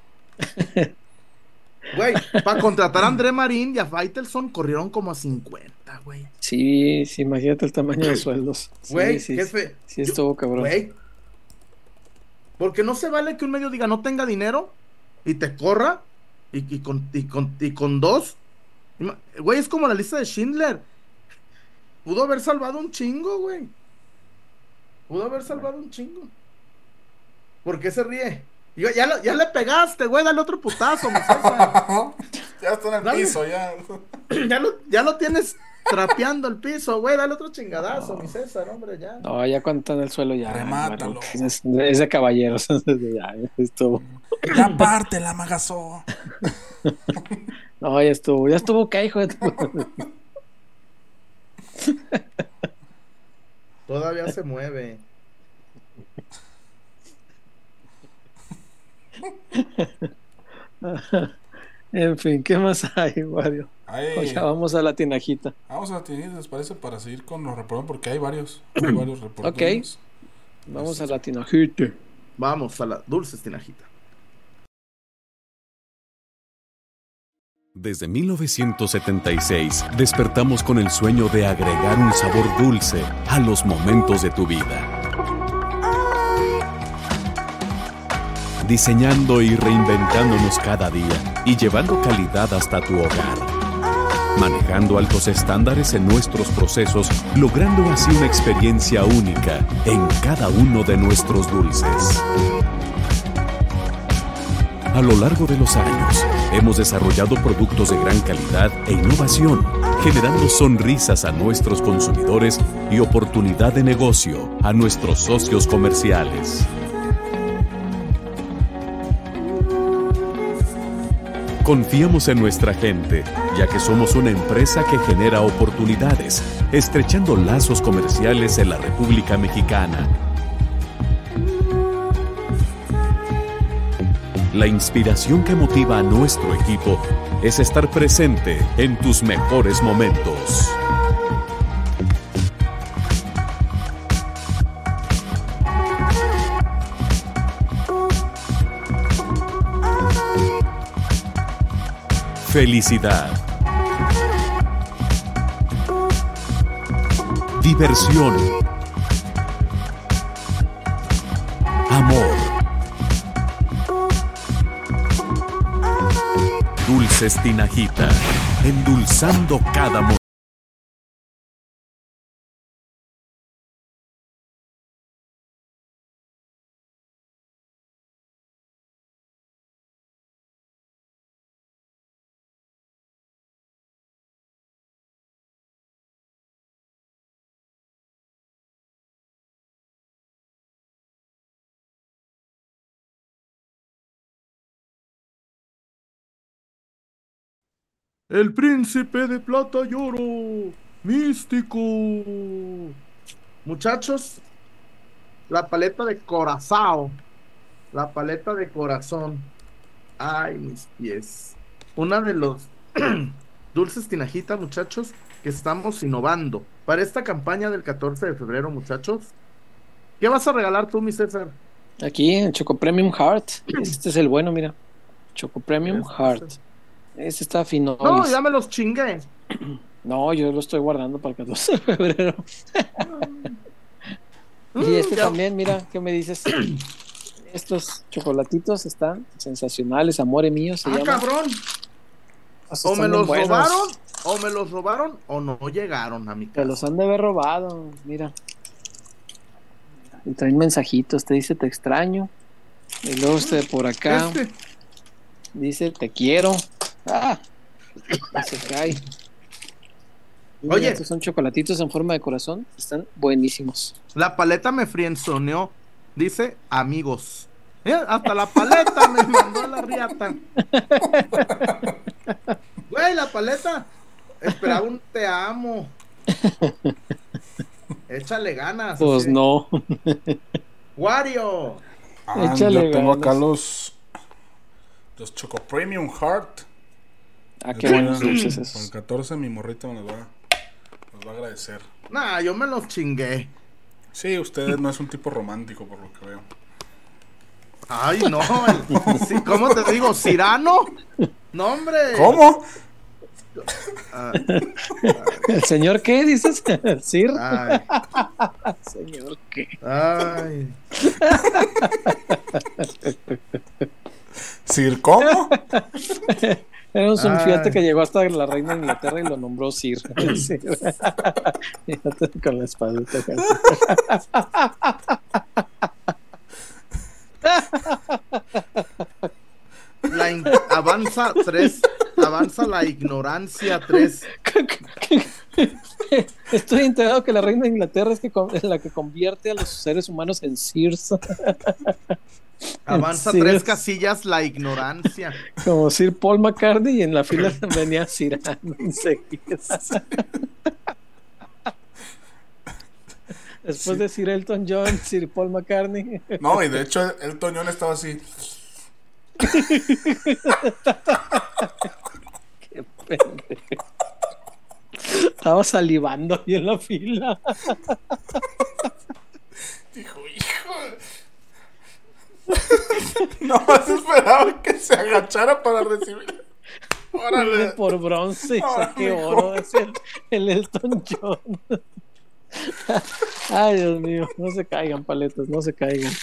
Güey, para contratar a André Marín y a Faitelson corrieron como a cincuenta, güey. Sí, sí, imagínate el tamaño de sueldos. Sí, Güey, sí, qué sí, fe. sí estuvo cabrón. Güey. Porque no se vale que un medio diga no tenga dinero y te corra y, y, con, y, con, y con dos. Ima- Güey, es como la lista de Schindler. Pudo haber salvado un chingo, güey. Pudo haber salvado un chingo. ¿Por qué se ríe? Yo, ya, lo- ya le pegaste, güey, dale otro putazo, mi César. Ya está en el Dale. piso, ya. ya, lo, ya lo tienes trapeando el piso, güey, dale otro chingadazo, mi César, hombre, ya. No, ya cuando está en el suelo ya. Remátalo. bueno, es, es de caballeros. Ya estuvo. Ya parte la magazó. No, ya estuvo. Ya estuvo, ¿qué, hijo de tu- Todavía se mueve. En fin, ¿qué más hay, Wario? Ahí, O ya vamos a la tinajita. vamos a tener, ¿les parece? Para seguir con los reportes, porque hay varios. Hay varios reportes. Vamos a la tinajita. Vamos a la dulce tinajita. Desde mil novecientos setenta y seis despertamos con el sueño de agregar un sabor dulce a los momentos de tu vida. Diseñando y reinventándonos cada día y llevando calidad hasta tu hogar. Manejando altos estándares en nuestros procesos, logrando así una experiencia única en cada uno de nuestros dulces. A lo largo de los años, hemos desarrollado productos de gran calidad e innovación, generando sonrisas a nuestros consumidores y oportunidad de negocio a nuestros socios comerciales. Confiamos en nuestra gente, ya que somos una empresa que genera oportunidades, estrechando lazos comerciales en la República Mexicana. La inspiración que motiva a nuestro equipo es estar presente en tus mejores momentos. Felicidad. Diversión. Amor. Dulces Tinajita, endulzando cada momento. El príncipe de plata y oro, místico. Muchachos, la paleta de Corazao, la paleta de corazón. Ay, mis pies. Una de los dulces tinajita, muchachos, que estamos innovando para esta campaña del catorce de febrero, muchachos. ¿Qué vas a regalar tú, mi César? Aquí en Choco Premium Heart. Este es el bueno, mira. Choco Premium Este es Heart. el- Este está fino. No, ya me los chingué. No, yo lo estoy guardando para el catorce de febrero. Y Mm, este ya. también, mira, ¿qué me dices? Estos chocolatitos están sensacionales, amore mío, se Ah, llama. cabrón. Estos O están me bien los buenos. robaron, o me los robaron, o no llegaron a mi Te casa. los han de haber robado, mira. Y traen mensajitos, te dice te extraño. Y luego este por acá Este, dice te quiero. Ah, y se cae. Mira, Oye. estos son chocolatitos en forma de corazón, están buenísimos. la paleta me frienzoneó. Dice amigos. Eh, hasta la paleta me mandó a la riata. Güey, la paleta. Esperaba un te amo. Échale ganas. Pues así. no. Wario. Ah, Échale yo tengo ganas. acá los los Choco Premium Heart. Ah, qué buenos dulces Por el esos. catorce mi morrita me los va, nos va a agradecer. Nah, yo me los chingué. Sí, usted no es un tipo romántico por lo que veo. Ay, no. el- sí, ¿cómo te digo? ¿Cirano? No, hombre. ¿Cómo? Ah, ¿El señor qué dices? ¿Sir? ay, ¿Señor qué? ay. ¿Sir cómo? Era un sunfiate Ay. que llegó hasta la reina de Inglaterra y lo nombró Sir. Sir. Fíjate, con la espadita. La in- avanza tres. Avanza la ignorancia tres. Estoy enterado que la reina de Inglaterra es que con- es la que convierte a los seres humanos en Sirs. Avanza Sí, tres es- casillas la ignorancia. Como Sir Paul McCartney y en la fila venía Cirano enseguida. Después de Sir Elton John, Sir Paul McCartney. No, y de hecho el Toñón estaba así. Qué pendejo. Estaba salivando ahí en la fila. Dijo, hijo. No más esperaba que se agachara para recibir. Órale. Por bronce y Órale, saqué hijo. oro. Es el, el Elton John. Ay, Dios mío. No se caigan, paletas, no se caigan.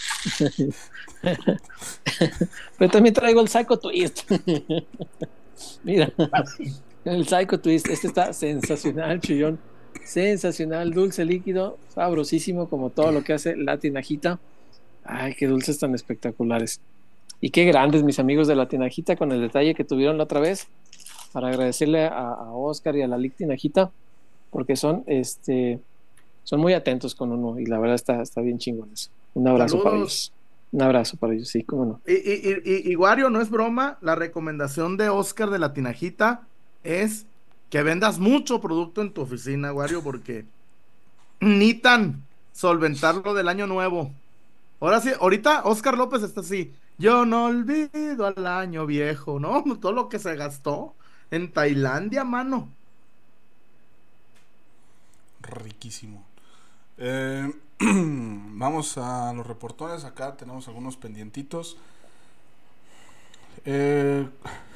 Pero también traigo el Psycho Twist. Mira, el Psycho Twist. Este está sensacional, chillón. Sensacional, dulce, líquido, sabrosísimo, como todo lo que hace la tinajita. Ay, qué dulces tan espectaculares. Y qué grandes, mis amigos de la tinajita, con el detalle que tuvieron la otra vez. Para agradecerle a, a Oscar y a la Lic Tinajita, porque son, este, son muy atentos con uno. Y la verdad está, está bien chingón eso. Un abrazo Saludos. para ellos. Un abrazo para ellos, sí, cómo no. Y, y, y, y Wario, no es broma, la recomendación de Oscar de la Tinajita es que vendas mucho producto en tu oficina, Wario, porque necesitan solventarlo del año nuevo. Ahora sí, ahorita Oscar López está así. Yo no olvido al año viejo, ¿no? Todo lo que se gastó en Tailandia, mano. Riquísimo. Eh, vamos a los reportones. Acá tenemos algunos pendientitos. Eh,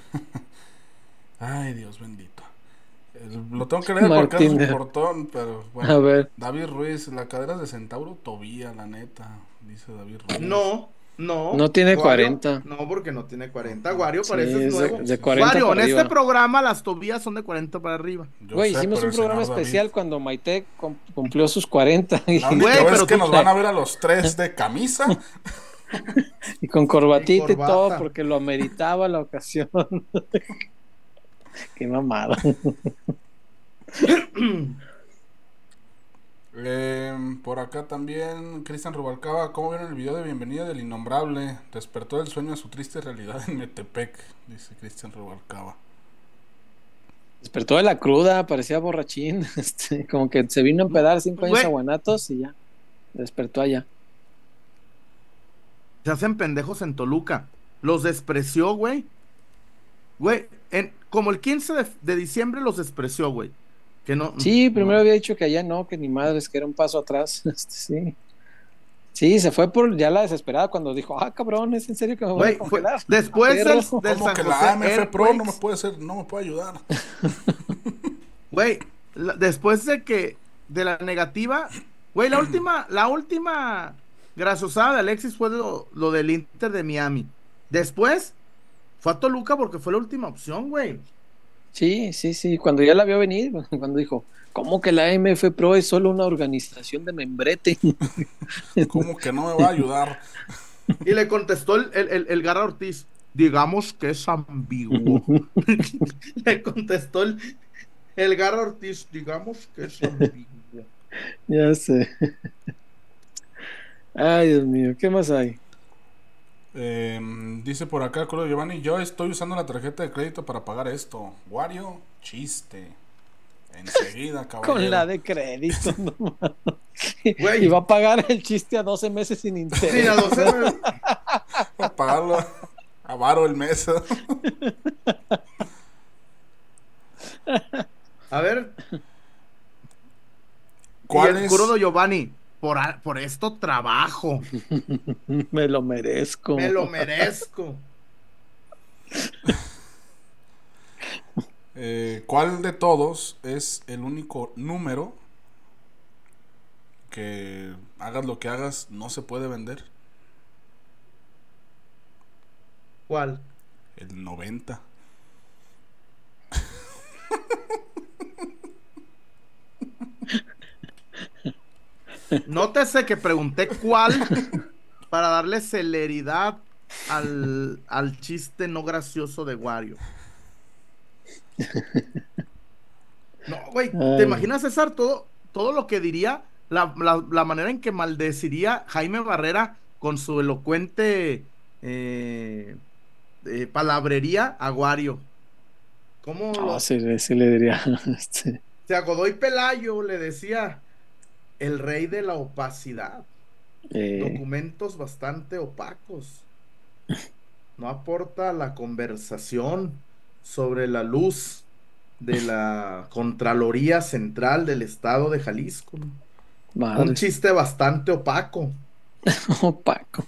Ay, Dios bendito. Eh, Lo tengo que leer porque es un Martín. reportón, pero A bueno. ver, David Ruiz, la cadera de Centauro Tobía, la neta, dice David Ruiz. No, no. No tiene Wario, cuarenta. No, porque no tiene cuarenta. Wario sí, parece es de, nuevo. de cuarenta Wario, en para arriba. este programa las tobillas son de cuarenta para arriba. Yo Güey, sé, hicimos pero un el programa señor David- especial cuando Maite cum- cumplió sus cuarenta y, La única Güey, vez pero que tú- nos van a ver a los tres de camisa. y con corbatita Y y, corbata. todo porque lo ameritaba la ocasión. Qué mamada. Eh, por acá también Cristian Rubalcaba, ¿cómo vieron el video de bienvenida del innombrable? Despertó del sueño a su triste realidad en Metepec, dice Cristian Rubalcaba. Despertó de la cruda, parecía borrachín, este, como que se vino a empedar cinco años Güey. a Guanatos y ya, despertó allá. Se hacen pendejos en Toluca. Los despreció, güey. Güey, en, como el quince de, de diciembre los despreció, güey. Que no. Sí, primero no. había dicho que allá no, que ni madres, que era un paso atrás. Este, sí. Sí, se fue por ya la desesperada cuando dijo, ah, cabrón, ¿es en serio que me voy Güey, a fue- congelar? después del, Perro. del ¿Cómo San que José la A M F Pro no me Earthquakes, puede ser, no me puede ayudar? güey, la- después de que de la negativa, güey, la última, la última graciosada de Alexis fue lo, lo del Inter de Miami. Después fue a Toluca porque fue la última opción, güey. Sí, sí, sí, cuando ya la vio venir, cuando dijo, ¿cómo que la A M F Pro es solo una organización de membrete? ¿Cómo que no me va a ayudar? Y le contestó el, el, el, el Garra Ortiz, digamos que es ambiguo. Le contestó el, el Garra Ortiz, digamos que es ambiguo. Ya sé. Ay, Dios mío, ¿qué más hay? Eh, dice por acá Cruz Giovanni, yo estoy usando la tarjeta de crédito para pagar esto. Wario, chiste. Enseguida, caballero. Con la de crédito, no, Güey. y va a pagar el chiste a doce meses sin interés. Sí, a doce meses. Para pagarlo a varo el mes. A ver. ¿Cuál Y el es? Crudo Giovanni, por, a- por esto trabajo. Me lo merezco. Me lo merezco. Eh, ¿Cuál de todos es el único número que hagas lo que hagas no se puede vender? ¿Cuál? El noventa. Nótese que pregunté cuál para darle celeridad al, al chiste no gracioso de Wario. No, güey, ¿te Ay. imaginas, César, todo, todo lo que diría, la, la, la manera en que maldeciría Jaime Barrera con su elocuente eh, eh, palabrería a Wario? ¿Cómo No, lo- sí, le- sí le diría. este, O sea, Godoy Pelayo le decía el rey de la opacidad. eh, Documentos bastante opacos. No aporta la conversación sobre la luz de la Contraloría Central del Estado de Jalisco. ¿no? madre. Un chiste bastante opaco. Opaco.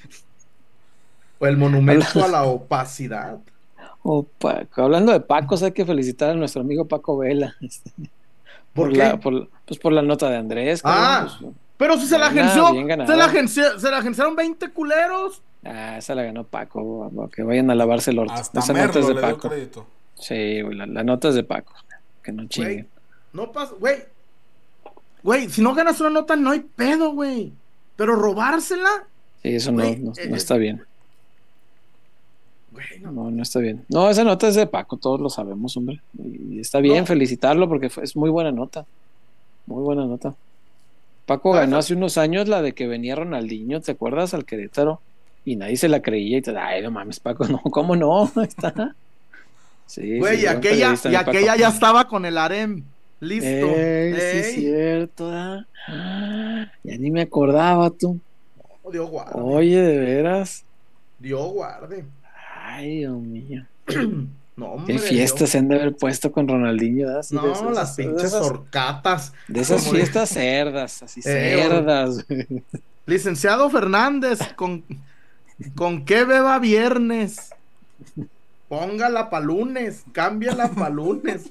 O el monumento a la opacidad. Opaco. Hablando de Pacos, hay que felicitar a nuestro amigo Paco Vela. este, ¿Por la, qué? por, pues por la nota de Andrés. Ah, cabrón, pues, pero si se la Buena, agenció, bien ganada. se la agenció, se la agenciaron veinte culeros. ah, esa la ganó Paco. Que vayan a lavarse el orto. Hasta Esa nota es Merlo de le dio Paco. crédito. Sí, güey, la, la nota es de Paco. Que no Güey, chinguen. no pasa, güey. Güey, si no ganas una nota, no hay pedo, güey. Pero robársela, Sí, eso no, güey, no, eh, no está bien. güey, no. No, no está bien. No, esa nota es de Paco, todos lo sabemos, hombre. Y está bien No. felicitarlo porque fue, es muy buena nota. Muy buena nota. Paco No, ganó esa- hace unos años la de que venía Ronaldinho, ¿te acuerdas? Al Querétaro. Y nadie se la creía y te ay, no mames, Paco, no, ¿cómo no? Ahí está. Sí, Güey, sí, y buen aquella, periodista, y mi Paco. aquella ya estaba con el harem. Listo. Ey, sí, es Ey. cierto. ah. Ah, ya ni me acordaba tú. Dios guarde. Oye, de veras. Dios guarde. Ay, Dios mío. No, hombre. Qué fiestas Dios- se han de haber puesto con Ronaldinho, ¿verdad? Sí, de No, esas- las de pinches esas- horcatas. De esas Como de- fiestas cerdas, así Eh, cerdas. Licenciado Fernández, ¿con, ¿con qué beba viernes? Póngala pa' lunes, cámbiala pa' lunes.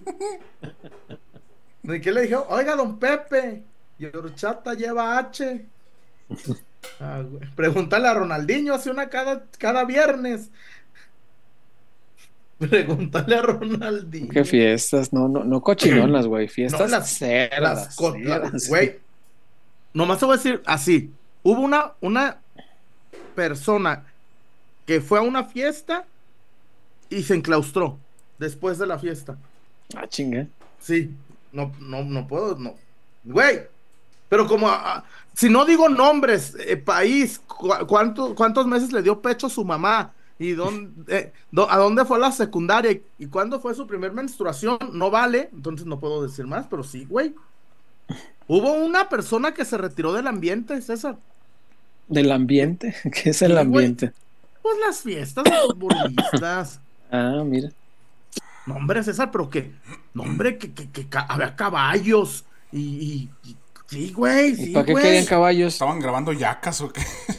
¿De qué le dije? Oiga, don Pepe, y horchata lleva H. Ah, güey. Pregúntale a Ronaldinho, hace una cada, cada viernes. Pregúntale a Ronaldinho. Qué fiestas, no, no, no cochinonas, güey, fiestas No, las- cerdas. Las co- la- cerdas. güey, nomás te voy a decir así. Hubo una, una persona que fue a una fiesta y se enclaustró después de la fiesta. Ah, chingue. Sí, no, no, no puedo, no. Güey, pero como, ah, si no digo nombres, eh, país, cu- ¿cuánto- ¿cuántos meses le dio pecho su mamá? ¿Y dónde, eh, dó- a dónde fue la secundaria? ¿Y, y cuándo fue su primer menstruación? No vale, entonces no puedo decir más, pero sí, güey. Hubo una persona que se retiró del ambiente, César. Del ambiente, ¿qué es el Sí, güey. ambiente? Pues las fiestas de futbolistas. Ah, mira. No, hombre, César, pero que, no, hombre, que, que, que ca- había caballos y, y- y- sí, güey, ¿Y sí, para qué güey. querían caballos? ¿Estaban grabando yacas o qué?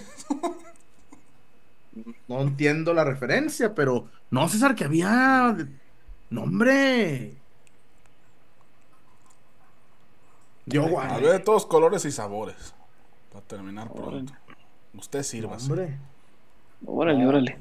No entiendo la referencia, pero no, César, que había, no, hombre. Yo, guay, Había de todos colores y sabores. Para terminar pronto. Órale. Usted no, sirva. hombre. Órale, No. órale.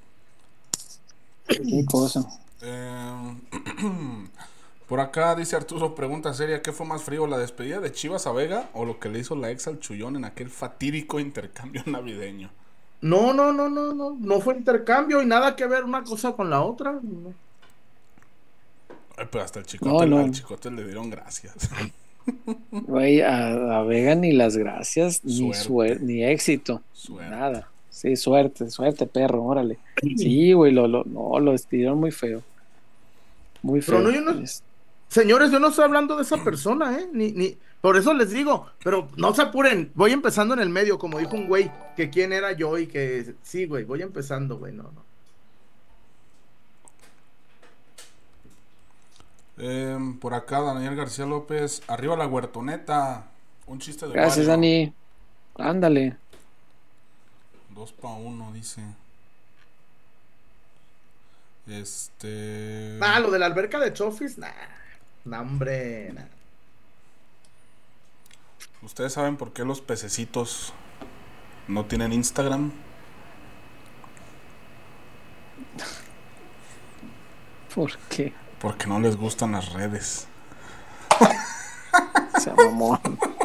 Qué cosa. Eh, por acá dice Arturo, pregunta seria, ¿qué fue más frío, la despedida de Chivas a Vega o lo que le hizo la ex al Chullón en aquel fatídico intercambio navideño? No, no, no, no, no, no fue intercambio y nada que ver una cosa con la otra. No. Ay, pero hasta el chicote, No, no. al chicote le dieron gracias. Güey, a, a Vega ni las gracias, ni Suerte. suerte, ni éxito. Suerte. Nada. Sí, suerte, suerte, perro, órale. Sí, güey, lo, lo, no, lo despidieron muy feo. Muy feo. Pero no, yo no- Es- Señores, yo no estoy hablando de esa persona, ¿eh? Ni, ni, por eso les digo, pero no se apuren, voy empezando en el medio, como dijo un güey, que quién era yo y que, sí, güey, voy empezando, güey, no, no. Eh, por acá, Daniel García López, arriba la huertoneta, un chiste de Gracias, Wario. Dani. Ándale. Dos pa' uno, dice. Este... Ah, lo de la alberca de Chofis, nah, nah, hombre, nah. ¿Ustedes saben por qué los pececitos no tienen Instagram? ¿Por qué? Porque no les gustan las redes. Se mamó.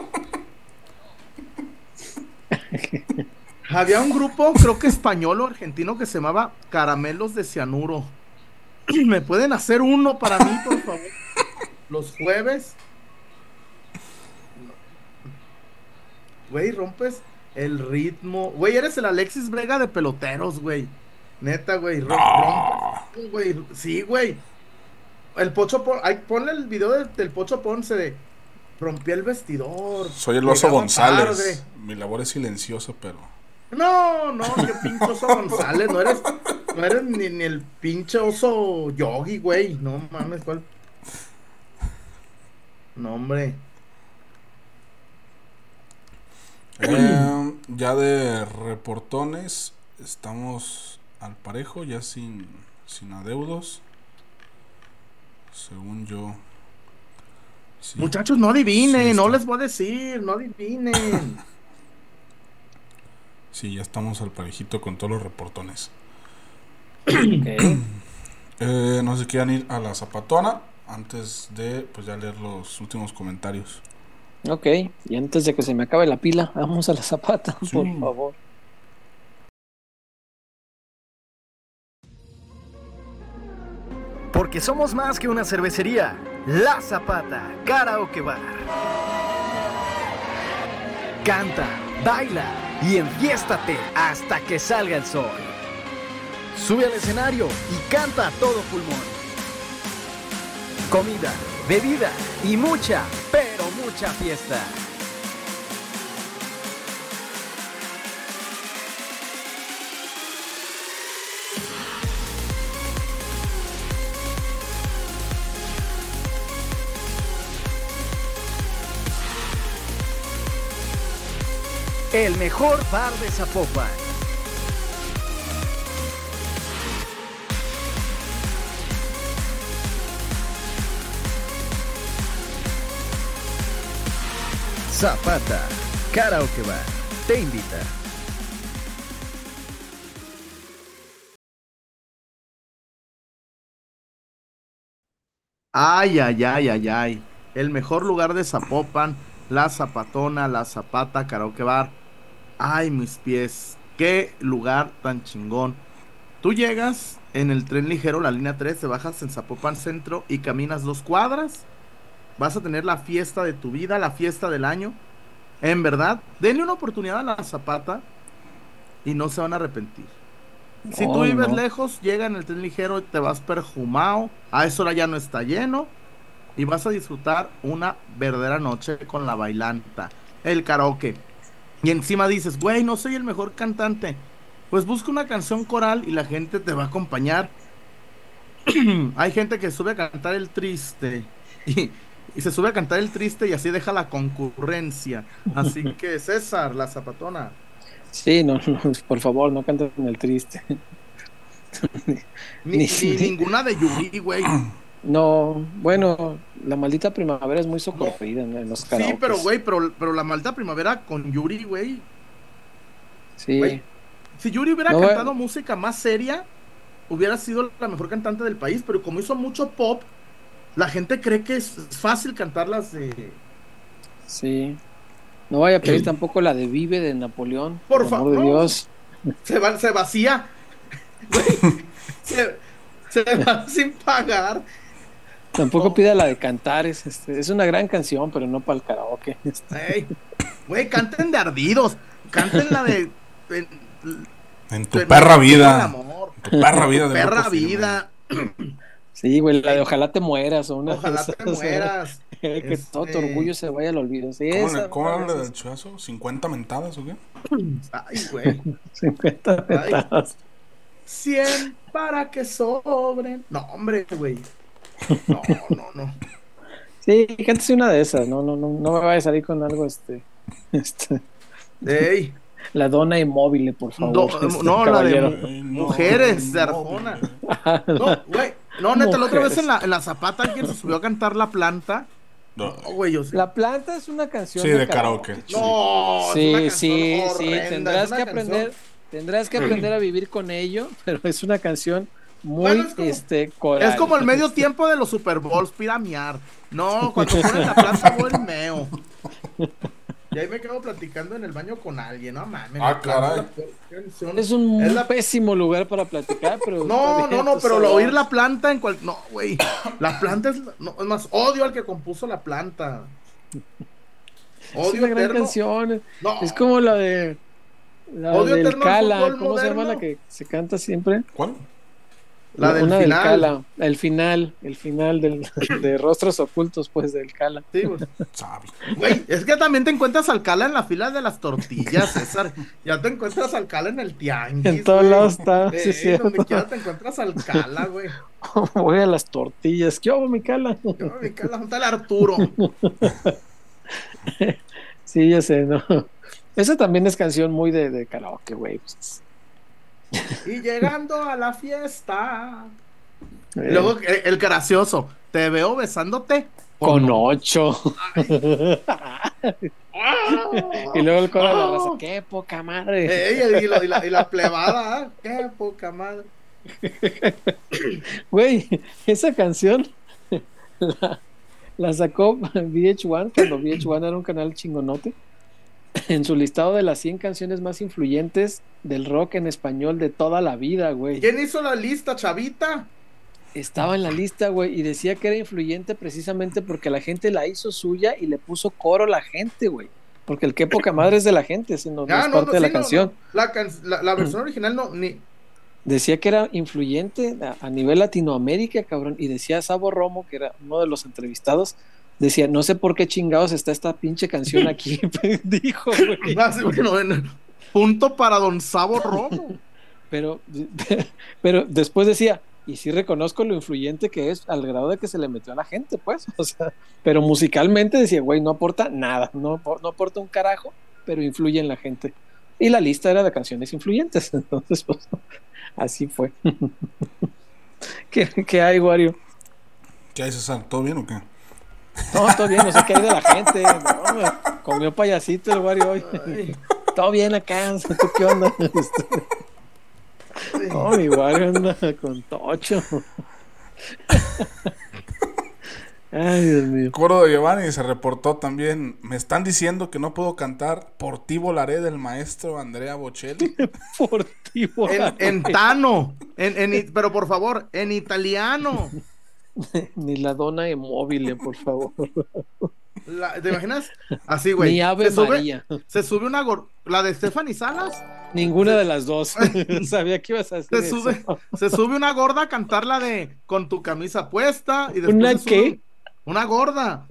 Había un grupo, creo que español o argentino, que se llamaba Caramelos de Cianuro. ¿Me pueden hacer uno para mí, por favor? Los jueves. Güey, rompes el ritmo. Güey, eres el Alexis Vega de peloteros, güey. Neta, güey. Rom rompes, güey. Sí, güey. El Pocho Ponce. Ay, ponle el video de, del Pocho Ponce de rompí el vestidor. Soy el Oso González. Tarde. Mi labor es silenciosa, pero... No, no, qué pinche Oso González. No eres, no eres ni, ni el pinche Oso Yogi, güey. No mames, ¿cuál? No, hombre. Eh, ya de reportones estamos al parejo, ya sin, sin adeudos. Según yo. Sí. Muchachos, no adivinen, Sí, no está. les voy a decir, no adivinen. Sí, ya estamos al parejito con todos los reportones. Okay. Eh, no se quieran ir a la zapatona antes de pues ya leer los últimos comentarios. Ok, y antes de que se me acabe la pila, vamos a la zapata, Sí. por favor. Porque somos más que una cervecería. La Zapata Karaoke Bar. Canta, baila y enfiéstate hasta que salga el sol. Sube al escenario y canta a todo pulmón. Comida, bebida y mucha, pero mucha fiesta. El mejor bar de Zapopan. Zapata Karaoke Bar te invita. Ay, ay, ay, ay, ay. El mejor lugar de Zapopan, la Zapatona, la Zapata, Karaoke Bar. Ay, mis pies. Qué lugar tan chingón. Tú llegas en el tren ligero, la línea tres, te bajas en Zapopan Centro y caminas dos cuadras. Vas a tener la fiesta de tu vida, la fiesta del año. En verdad, denle una oportunidad a la Zapata y no se van a arrepentir. Si tú No, vives no. lejos, llega en el tren ligero y te vas perfumado. A esa hora ya no está lleno. Y vas a disfrutar una verdadera noche con la bailanta, el karaoke. Y encima dices, güey, no soy el mejor cantante. Pues busca una canción coral y la gente te va a acompañar. Hay gente que sube a cantar el triste. Y, y se sube a cantar el triste y así deja la concurrencia. Así que César, la Zapatona. Sí, no, no, por favor, no canten el triste. Ni, Ni- ni ninguna de Yuri, güey. No, bueno, la maldita primavera es muy socorrida en, en los Sí, karaokes. pero güey, pero, pero la maldita primavera con Yuri, güey. Sí, Güey, si Yuri hubiera No, cantado güey. música más seria, hubiera sido la mejor cantante del país, pero como hizo mucho pop, la gente cree que es fácil cantarlas de... sí. No vaya a pedir tampoco la de Vive de Napoleón. Por Por amor favor, de no. Dios. Se, va, se vacía. Güey, se, se va sin pagar. Tampoco No. pida la de Cantares. Este, es una gran canción, pero no para el karaoke. Este, Ey, güey, canten de ardidos. Canten la de... en- En tu en- perra en el vida. amor. En tu perra vida. de Perra Grupo Firme. vida. Sí, güey, la de ojalá te mueras o una Ojalá de te esas, mueras. que todo tu Este, orgullo se vaya al olvido. Sí, ¿Cómo, esa, le, cómo una habla de del esas. chuazo? ¿cincuenta mentadas o qué? Ay, güey. cincuenta Ay. metadas. cien para que sobren. No, hombre, güey. No, no, no. Sí, cántese una de esas, no, no, no, no me vaya a salir con algo, este, este, Ey. la dona inmóvil, por favor, Do- este, no, la de caballero. mu- Ay, no, mujeres de inmóvil. Arjona. No, güey. No, neta, la otra vez Mujeres. en la, en la Zapata alguien se subió a cantar La Planta. No, No, güey, yo sé. La planta es una canción sí, de de karaoke. karaoke. No, es Sí, una sí, canción sí, horrenda, tendrás es una que aprender, canción- tendrás que aprender a vivir con ello, pero es una canción muy, Bueno, es como- este, coral. Es como el medio tiempo de los Super Bowls, piramear. No, cuando ponen La Planta voy el meo. Y ahí me quedo platicando en el baño con alguien, no mames. Ah, La Planta caray. es la peor canción. Es un Es la- pésimo lugar para platicar, pero No, está bien, no, no, tú pero sabrás. oír La Planta en cual... No, güey. La Planta es... No, es más, odio al que compuso La Planta. Es Odio una gran eterno. canción. No. Es como la de la Odio del eterno al Cala, fútbol ¿cómo se llama moderno. la que se canta siempre? ¿Cuál? La del Una final. Cala, el final, el final del, de Rostros Ocultos, pues, del Cala. Sí, güey. Sabe. Güey, es que también te encuentras Alcala en la fila de las tortillas, César. Ya te encuentras Alcala en el tianguis. En todos güey. lados está, sí, Eh, es cierto. donde quiera te encuentras Alcala, güey. Voy a las tortillas. ¿Qué hago, mi Cala? Yo me Alcala junto al Arturo. Sí, ya sé, ¿no? Esa también es canción muy de, de karaoke, güey. Pues, Y llegando a la fiesta. eh, Y luego eh, el gracioso. Te veo besándote. con ocho. Y luego el coro de la raza. ¡Qué poca madre! Ey, y, lo- y la, y la plebada. ¿eh? Qué poca madre. Güey, esa canción la, la sacó V H uno cuando V H uno era un canal chingonote. En su listado de las cien canciones más influyentes del rock en español de toda la vida, güey. ¿Quién hizo la lista, chavita? Estaba en la lista, güey, y decía que era influyente precisamente porque la gente la hizo suya y le puso coro a la gente, güey. Porque el qué poca madre es de la gente, ese no, no Ah, es no, parte no, de la sí, no, canción. no. La, can- la, la versión original no, ni. Decía que era influyente a, a nivel Latinoamérica, cabrón, y decía Sabo Romo, que era uno de los entrevistados, decía, no sé por qué chingados está esta pinche canción aquí, dijo, güey. Ah, sí, bueno, bueno. Punto para Don Sabo Romo. Pero, pero después decía, y sí reconozco lo influyente que es al grado de que se le metió a la gente, pues, o sea, pero musicalmente decía, güey, no aporta nada, no, no aporta un carajo, pero influye en la gente. Y la lista era de canciones influyentes, entonces, pues, así fue. ¿Qué, qué hay, Wario? ¿Qué hay, César? ¿Todo bien o qué? No, todo bien, no sé qué hay de la gente. No, me comió payasito el Wario hoy. Ay. Todo bien acá, ¿tú qué onda? No, mi Wario anda con tocho. Ay, Dios mío. Coro de Giovanni se reportó también. Me están diciendo que no puedo cantar Por ti volaré del maestro Andrea Bocelli. Por ti, En, Wario. en Tano. En, en, i- pero por favor, en italiano. Ni la dona de móvil, por favor. La- ¿Te imaginas? Así, güey. Ni Ave se sube, María. Se sube una gor- la de Stephanie Salas. Ninguna de las dos. Sabía que ibas a decir Se sube, eso. se sube una gorda a cantar la de Con tu camisa puesta. Y después ¿Una se sube qué? Una gorda.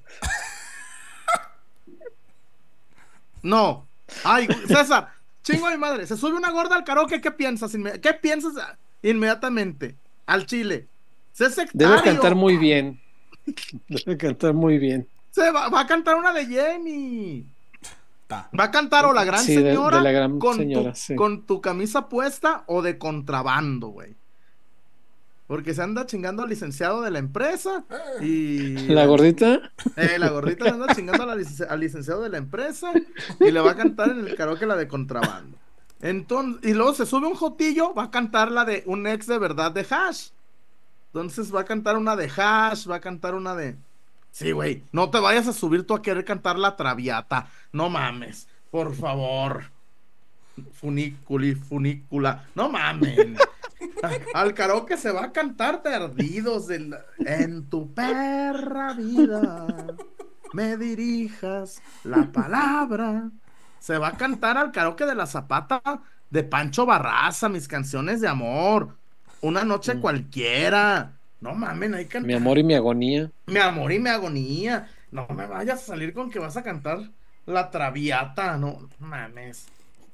No. Ay, César, chingo de mi madre. Se sube una gorda al karaoke. ¿Qué piensas? Inme- ¿Qué piensas inmediatamente? Al chile. Se sectario. Debe cantar muy bien. Debe cantar muy bien. Se va, va a cantar una de Jenny. Ta. Va a cantar o la gran Sí, de- señora, de la gran con, señora, tu, sí. con tu camisa puesta o de contrabando, güey. Porque se anda chingando al licenciado de la empresa y... ¿La gordita? Eh, la gordita se anda chingando a la lic- al licenciado de la empresa y le va a cantar en el karaoke la de contrabando. Entonces, y luego se sube un jotillo, va a cantar la de un ex de verdad de Hash. Entonces va a cantar una de Hash, va a cantar una de... Sí, güey, no te vayas a subir tú a querer cantar la Traviata. No mames, por favor. Funículi, funícula. No mamen. Al karaoke se va a cantar perdidos del... En tu perra vida me dirijas la palabra. Se va a cantar al karaoke de la Zapata de Pancho Barraza, mis canciones de amor. Una noche cualquiera. No mamen, hay que cantar. Mi amor y mi agonía. Mi amor y mi agonía. No me vayas a salir con que vas a cantar La Traviata, no mames.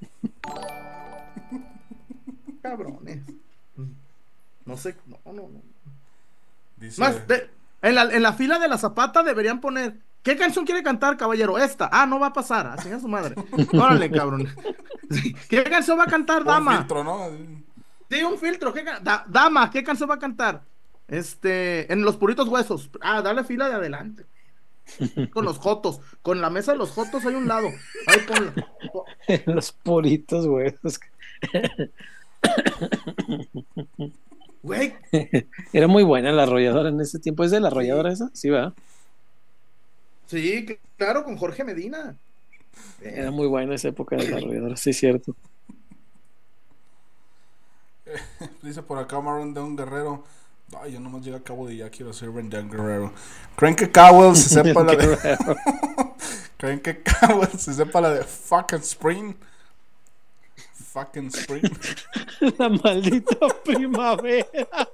Cabrones. No sé, no, no, no. Dice... Más, de, en, la, en la fila de la Zapata deberían poner, ¿qué canción quiere cantar, caballero? Esta. Ah, no va a pasar, a chingar su madre. Órale, cabrón. ¿Qué canción va a cantar, dama? Un filtro, ¿no? Sí, un filtro. ¿Qué, da, dama, ¿qué canción va a cantar? Este, en los puritos huesos. Ah, dale fila de adelante. Con los jotos. Con la mesa de los jotos hay un lado. Ahí ponlo. Los puritos huesos. Güey. Era muy buena la arrolladora en ese tiempo. ¿Es de la arrolladora esa? Sí, ¿verdad? Sí, claro, con Jorge Medina. Era muy buena esa época de la arrolladora, sí, es cierto. Dice por acá Marlon de un Guerrero. Ay, yo nomás llegué a cabo de ya quiero ser Brendan Guerrero. ¿Creen que Cowell se sepa la de... ¿Creen que Cowell se sepa la de fucking Spring? Fucking Spring. La maldita primavera.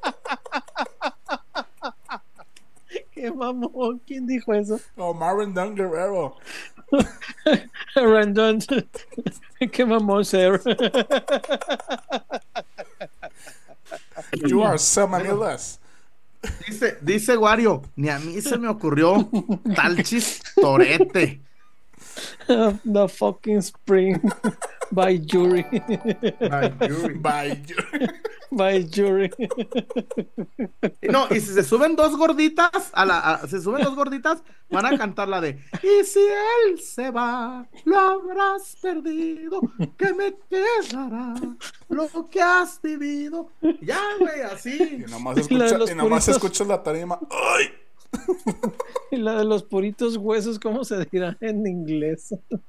Qué mamón, ¿quién dijo eso? Oh, Marlon Dunn Guerrero. Random. Qué mamón ser. You are so manillas. Dice, dice Wario, ni a mí se me ocurrió tal chistorete. The fucking spring. By Yuri. By Yuri. By Yuri. By Yuri. No, y si se suben dos gorditas, a la, a, se suben dos gorditas, van a cantar la de y si él se va, lo habrás perdido, que me quedará lo que has vivido. Ya, güey, así. Y nomás escuchas y nomás escuchas la tarima. ¡Ay! Y la de los puritos huesos, ¿cómo se dirá en inglés?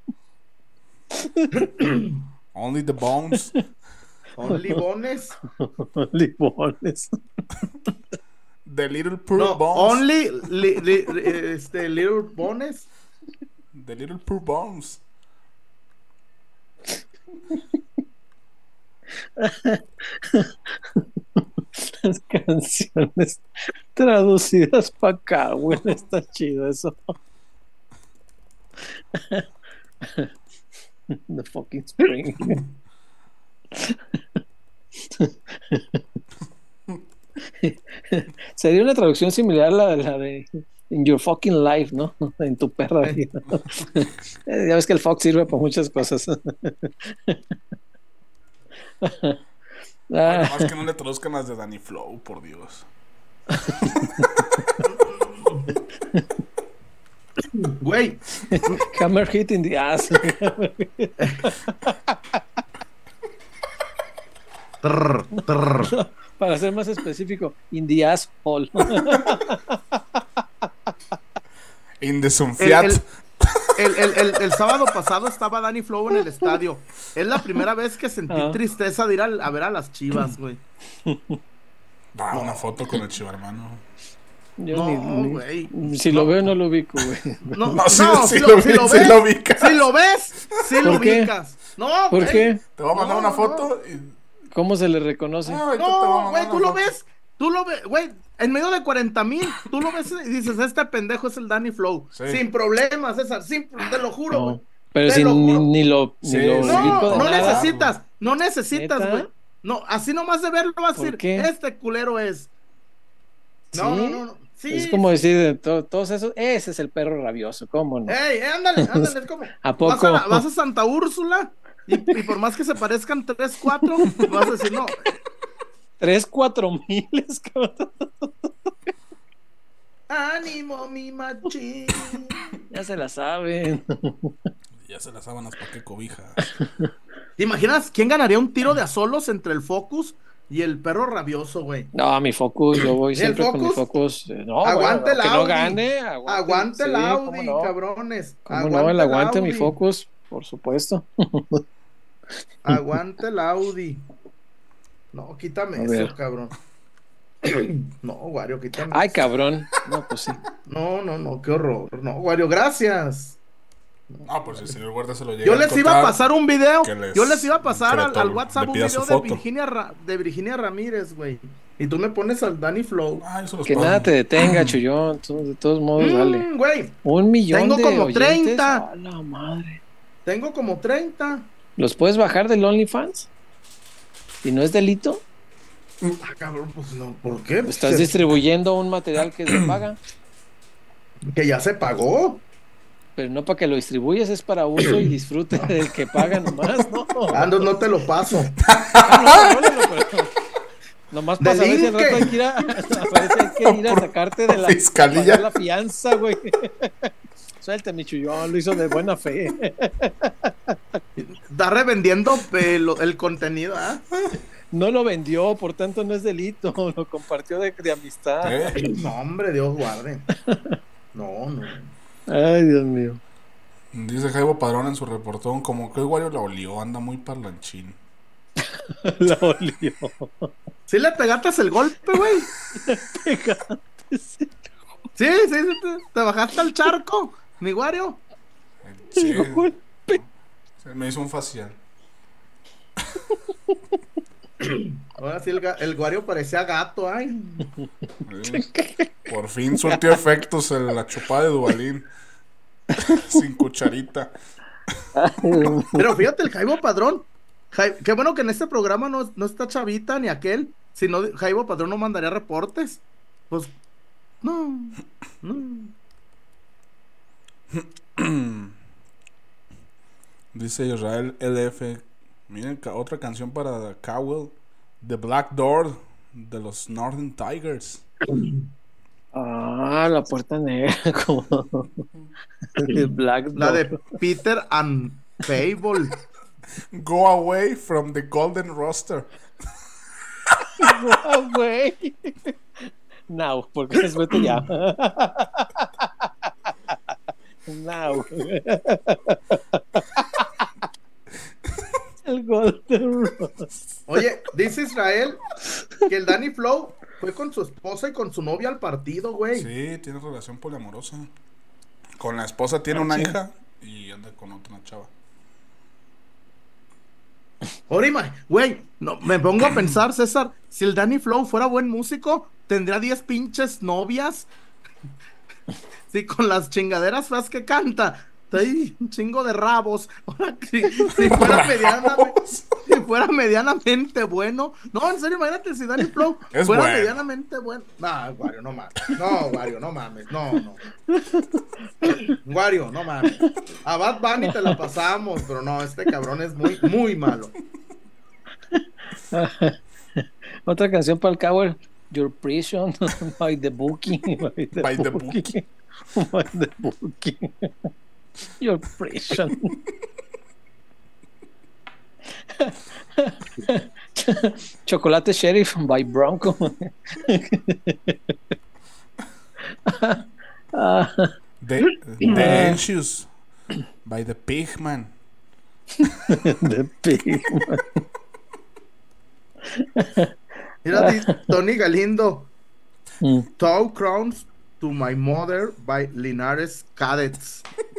Only the bones. Only bones. Only bones. The little poor No, bones. only li, li, este, little bones. The little poor bones. Las canciones traducidas para acá, güey, está chido eso. The fucking spring. Sería una traducción similar a la, la de In Your Fucking Life, ¿no? En tu perra vida. Ya ves que el Fox sirve para muchas cosas. Ay, nomás que no le traduzcan las de Danny Flow, por Dios. Güey. Hammer hit in the ass. Trrr, trrr. Para ser más específico, in the asshole. In the Sunfiat. El, el, el, el, el sábado pasado estaba Danny Flow en el estadio. Es la primera vez que sentí ah. tristeza de ir a, a ver a las Chivas, güey. Ah, no. Una foto con el chiva hermano. Yo no, ni, güey. Si no. Lo veo, no lo ubico, güey. No, no, si, no, si, si, lo, lo, si, lo, si ves, lo ubicas. Si lo ves, si lo ubicas. No, ¿por güey. qué? Te voy a mandar no, una foto. No. Y... ¿Cómo se le reconoce? No, no güey, tú lo ves. Tú lo ves, güey. En medio de cuarenta mil, tú lo ves y dices, este pendejo es el Danny Flow. Sí. Sin problemas, César. Sin, te lo juro, güey. No, pero si ni, ni lo, sí, ni lo sí, no, no nada. necesitas, no necesitas, güey. No, así nomás de verlo vas a decir, qué? este culero es. No, ¿Sí? no, no, no. Sí. Es como decir de to, todos esos, ese es el perro rabioso, ¿cómo no? Ey, ándale, ándale, es como. ¿A poco? Vas a, la, vas a Santa Úrsula y, y por más que se parezcan tres, cuatro, vas a decir, no. Tres, cuatro miles, cabrón. Ánimo, mi machín. Ya se la saben. Ya se las sábanas para qué cobija. ¿Te imaginas quién ganaría un tiro de a solos entre el Focus y el perro rabioso, güey? No, mi Focus, yo voy siempre con mi Focus. No, aguante bueno, el que Audi. No gane, aguante, aguante el sí, Audi, no. cabrones. ¿Cómo aguante no? El aguante el mi Audi. Focus, por supuesto. Aguante el Audi. No, quítame A eso, ver. cabrón. No, Wario, quítame Ay, eso. cabrón. No, pues sí. No, no, no, qué horror. No, Wario, gracias. No, pues el señor Huerta se lo llega Yo a les iba a encontrar, pasar un video. que les- Yo les iba a pasar que al, le al to- WhatsApp le un pida su video de foto. Virginia, Ra- de Virginia Ramírez, güey. Y tú me pones al Danny Flow. Ah, eso los Que pago. nada te detenga, Chullón. Tú, de todos modos, dale. Mm, güey, Un millón Tengo de como oyentes. treinta. A la madre. tengo como treinta. ¿Los puedes bajar del OnlyFans? ¿Y no es delito? Ah, cabrón, pues no, ¿por qué? Pues Estás se- distribuyendo un material que se paga, que ya se pagó. pero no para que lo distribuyas, es para uso y disfrute del que paga nomás, ¿no? Ando, no te lo paso. Ah, no, no, no, pero- nomás para Del saber si al rato Inque. hay que ir a, a ver si hay que ir a sacarte de la Fiscalía. pagar la fianza, güey. Suéltame, Chullón, lo hizo de buena fe. Está revendiendo el, el contenido, ¿ah? No lo vendió, por tanto no es delito, lo compartió de, de amistad. Eh, No, hombre, Dios guarde. No, no. Ay, Dios mío. Dice Jaibo Padrón en su reportón, como que el Wario la olió, anda muy parlanchín. La olió. ¿Sí le pegaste el golpe, güey? Pegaste. Sí, sí, sí, te, te bajaste al charco, mi Wario. Sí, Golpe. se me hizo un facial. Ahora sí, el, ga- el Wario parecía gato, ay. Eh, Por fin surtió efectos en la chupada de Duvalín. Sin cucharita. Pero fíjate, el Jaibo Padrón. Jai- qué bueno que en este programa no, no está Chavita ni aquel. Si no, Jaibo Padrón no mandaría reportes. Pues, no, no. Dice Israel L F. Miren, ca- otra canción para Cowell. The Black Door de los Northern Tigers. Ah, la puerta negra, como de Black La de Dog. Peter and Fable. Go away from the golden roster. Ah, güey. Now, porque es vete ya. Now. El Golden Rose. Oye, dice Israel que el Danny Flow fue con su esposa y con su novia al partido, güey. Sí, tiene relación poliamorosa. Con la esposa tiene una hija y anda con otra chava. Ahora, ima- güey, no, me pongo a pensar, César, si el Danny Flow fuera buen músico, tendría diez pinches novias. Sí, con las chingaderas feas que canta. Hay un chingo de rabos. Ahora, si, si fuera medianamente, si fuera medianamente bueno. No, en serio, imagínate si Danny Flow Es fuera bueno. medianamente bueno. No, Wario, no mames. No, Wario, no mames. No, no. Wario, no mames. A Bad Bunny te la pasamos, pero no, este cabrón es muy, muy malo. Otra canción para el cover. Your Prison by the Bookie. By the By the Bookie. By the Bookie. Your Prison. Chocolate Sheriff by Bronco. Ah, The, the Anxious by the Pigman. the Pig. Mira, di- Tony Galindo. Mm. Two Crowns to My Mother by Linares Cadets.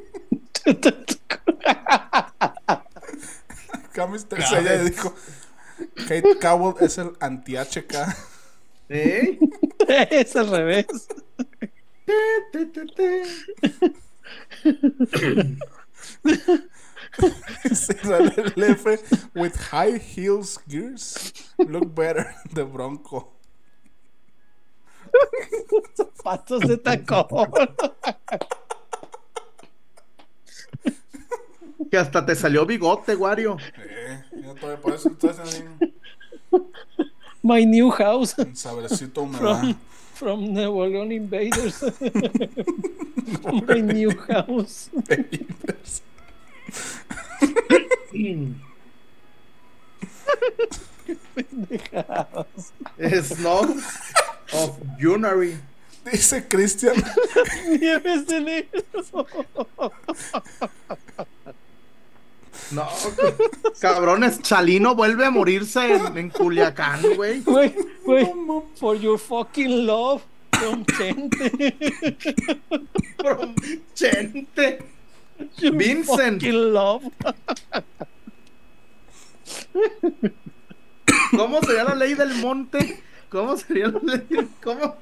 Camis Tercella dijo: Kate Cowell es el anti-H K. ¿Eh? Es al revés. Te, te, te. El F with high heels gears look better the Bronco. Zapatos de tacón. Que hasta te salió bigote, Wario. Eh, ya todavía por eso estás así, My new house un sabrecito humedad. from, from Nuevo León Invaders. My new house. Snow of Junary. Dice Cristian. Nieves de negro. No, cabrones, Chalino vuelve a morirse en, en Culiacán, güey. Güey, güey. For your fucking love. From Chente. From Chente. Vincent. Fucking love. ¿Cómo sería la ley del monte? ¿Cómo sería la ley? ¿Cómo?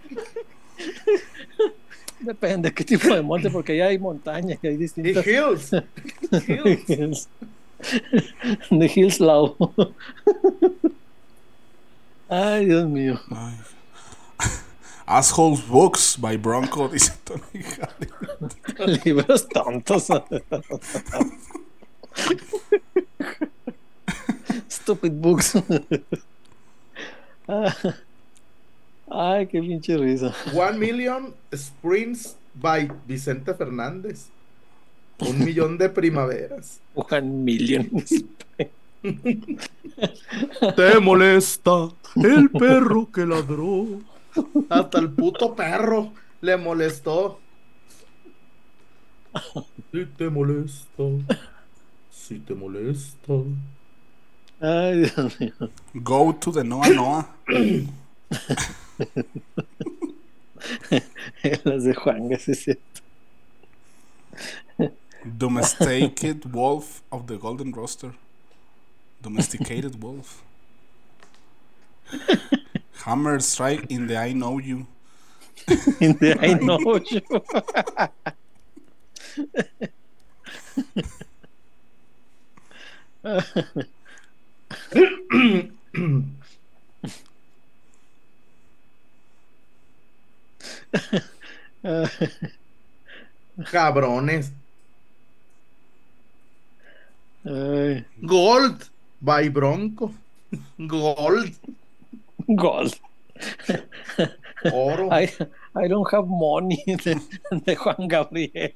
Depende qué tipo de monte, porque ya hay montañas y hay Y distintas. hills. Hills. Hills. The Hills Law. Ay, Dios mío. Ay. Assholes Books by Bronco, dice Tony Harry. Libros tontos. Stupid books. Ay, qué pinche risa. One million sprints by Vicente Fernández. Un millón de primaveras. One million. Te molesta el perro que ladró. Hasta el puto perro le molestó. Si te molesta, si te molesta. Ay, Dios mío. Go to the Noah Noah. Las de Juan, sí es cierto. Domesticated Wolf of the Golden Rooster. Domesticated Wolf. Hammer strike in the I know you. In the I know you. Cabrones. Ay, Gold by Bronco. Gold. Gold. Oro. I, I don't have money de, de Juan Gabriel.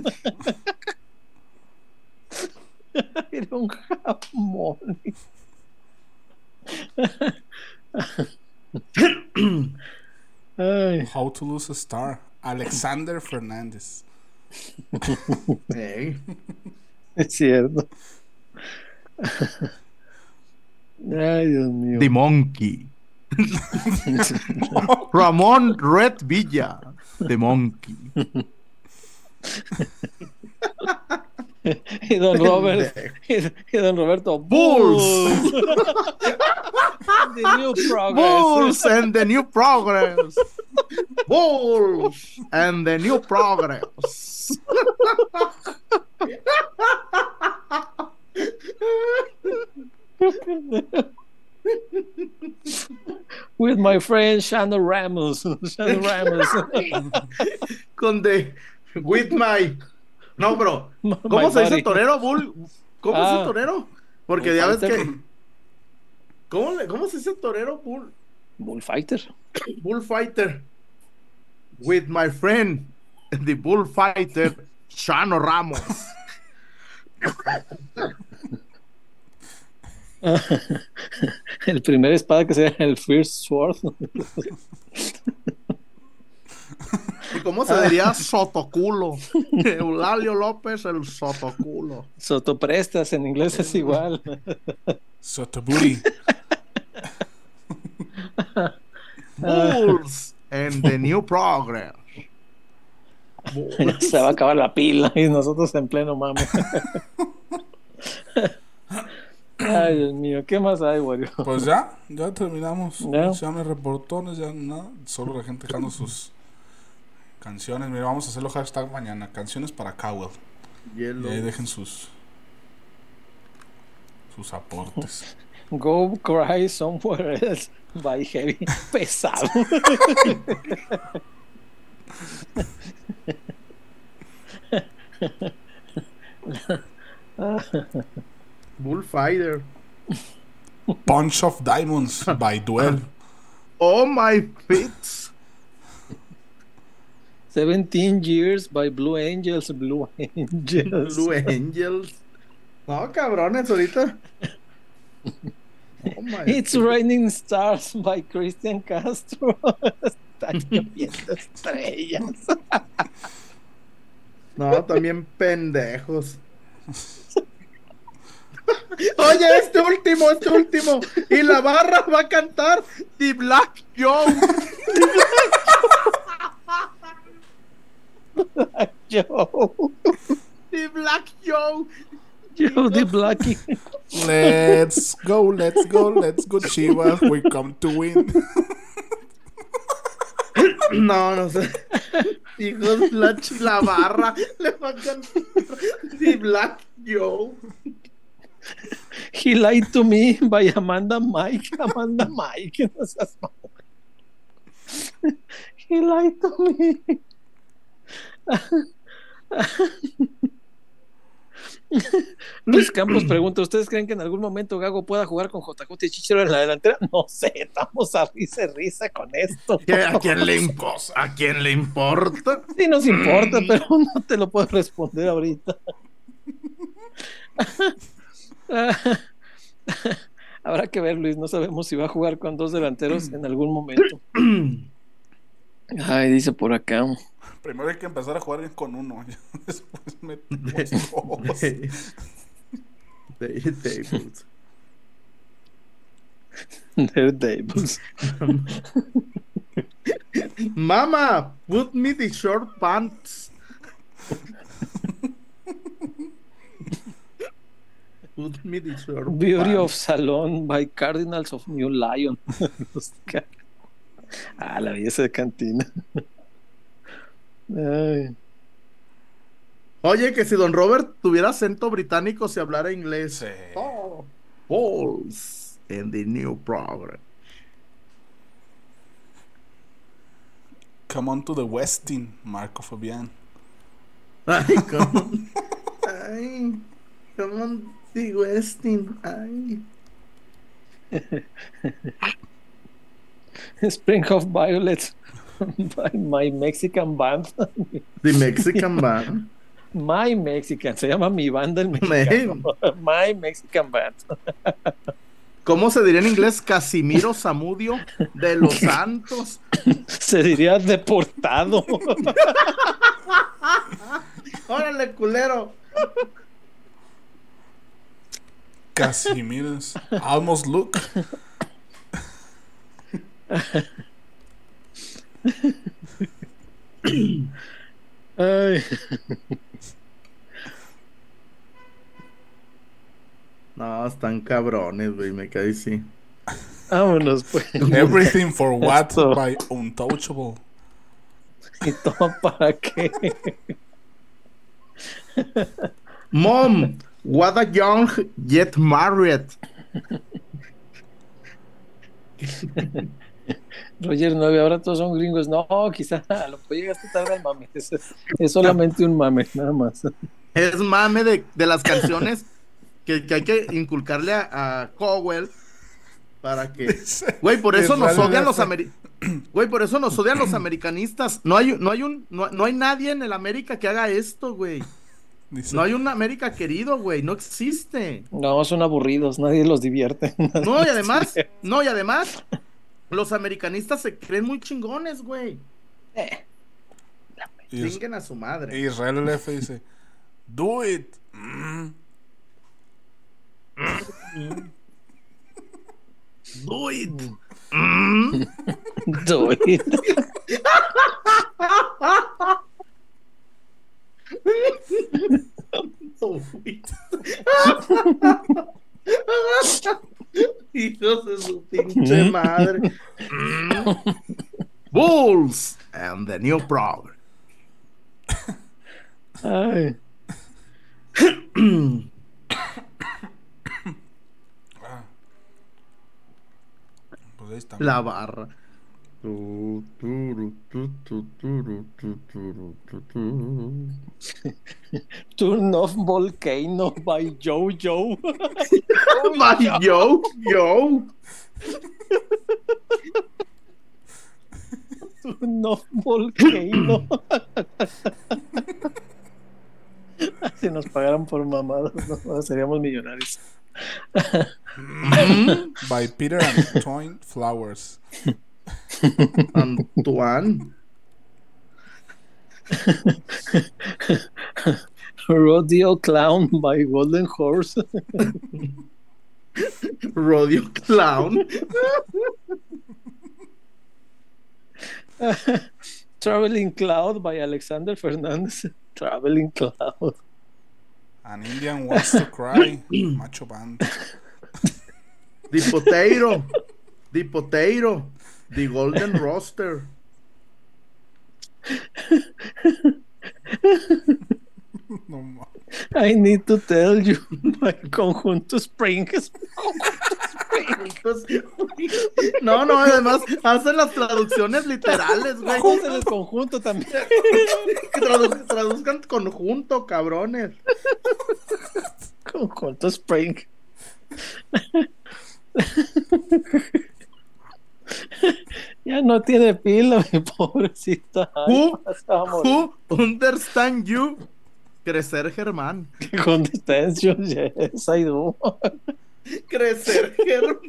I don't have money. Ay, How to lose a star. Alexander Fernandez. Hey. es cierto. Ay, Dios mío. The Monkey. Ramón Red Villa. The Monkey. Y don Robert y, y don Roberto Bulls. The new progress. Bulls and the new progress. Bulls and the new progress. With my friend Shannon Ramos. Shannon Ramos. Con de with my no, bro. ¿Cómo My se dice buddy. torero? Bull. ¿Cómo se Ah. dice torero? Porque ya ves que ¿Cómo, le- ¿Cómo se dice torero? Bull Bullfighter. Bullfighter. With my friend the bullfighter Shano Ramos. El primer espada que sea el First Sword. ¿Y cómo se diría sotoculo? Eulalio López el sotoculo. Sotoprestas en inglés es igual. Sotobury. Bulls and the new progress. Bulls. Se va a acabar la pila y nosotros en pleno mame. Ay, Dios mío, ¿qué más hay, Wario? Pues ya, ya terminamos. Ya. Ya no hay reportones, ya nada. Solo la gente dejando sus canciones. Mira, vamos a hacerlo hashtag mañana. Canciones para Cowell. Y Hielo. ahí dejen sus sus aportes. Go Cry Somewhere Else by Heavy. Pesado. Bullfighter. Punch of Diamonds by Duel. Oh my feet. seventeen Years by Blue Angels. Blue Angels. Blue Angels. No, cabrones, ahorita. Oh my It's feet. Raining Stars by Christian Castro. Está lloviendo estrellas. No, también pendejos. Oye, este último, este último. Y la barra va a cantar The Black Joe. Joe. The The Black Joe. Joe the Blackie. Let's go, let's go, let's go, Chivas. We come to win. No, no sé. Hijos, la, la barra. Le mandan The Black Joe. He lied to me by Amanda Mike. Amanda Mike. No seas mamón. He lied to me. Luis Campos pregunta: ¿ustedes creen que en algún momento Gago pueda jugar con J J y Chichero en la delantera? No sé, estamos a risa y risa con esto. ¿A quién le importa? ¿A quién le importa? Sí nos importa, pero no te lo puedo responder ahorita. Habrá que ver, Luis, no sabemos si va a jugar con dos delanteros en algún momento. Ay, dice por acá. Primero hay que empezar a jugar con uno. Después metemos dos. Daredevils. Daredevils. Mama, put me the short pants. Put me the short Beauty pants. of Salon by Cardinals of New Lion. Ah, la belleza de cantina. Ay. Oye, que si Don Robert tuviera acento británico se hablara inglés. Sí. Oh, balls in the new program. Come on to the Westin, Marco Fabián. Ay, come on. Ay, come on the Westin. Ay. Spring of Violets by My Mexican Band. The Mexican band. My Mexican, se llama Mi Banda el Mexicano. My Mexican Band. ¿Cómo se diría en inglés? Casimiro Zamudio de los Santos. Se diría deportado. Órale, culero. Casimiros. Almost look. Ay. No, están cabrones, güey, me caí sí. Vámonos, pues. Everything for what Esto. by Untouchable. ¿Y todo para qué? Mom, what a young yet married. Roger nueve, ahora todos son gringos. No, quizá a lo que llegaste tarde al mame. Es, es solamente un mame, nada más. Es mame de, de las canciones que, que hay que inculcarle a, a Cowell para que... Güey, por eso nos odian los ameri... Güey, por eso nos odian los americanistas. No hay, no hay un, no, no hay nadie en el América que haga esto, güey. Dice, No hay un América querido, güey. No existe. No, son aburridos, nadie los divierte. No, y además, no, y además, los americanistas se creen muy chingones, güey. Is- Chinguen a su madre. Israel L F dice, do it. Mm. Do it. Do it. Do it. Hijos de su pinche madre. Bulls and the new program. Ay. Pues ahí está. La barra. Tu, turu, tu, tu, turu, tu, turu, tu, tu. Turn off Volcano by Joe Joe. My yo, yo. Turn off Volcano. Si nos pagaran por mamadas, ¿no? Seríamos millonarios. By Peter Antoine Flowers. Antoine. Rodeo Clown by Golden Horse. Rodeo Clown. Traveling Cloud by Alexander Fernandez. Traveling Cloud. An Indian Wants to Cry, Macho Band. The Potato, The Potato, The Golden Roster. No mames. I need to tell you, my Conjunto Springs. No, no, además hacen las traducciones literales, güey. Hacen el conjunto también. Que tradu- traduzcan conjunto, cabrones. Conjunto Spring. Ya no tiene pila, mi pobrecita. Ay, Who, se va a morir. who understand you? Crecer Germán. Condescension, yes, I do. Crecer Germán.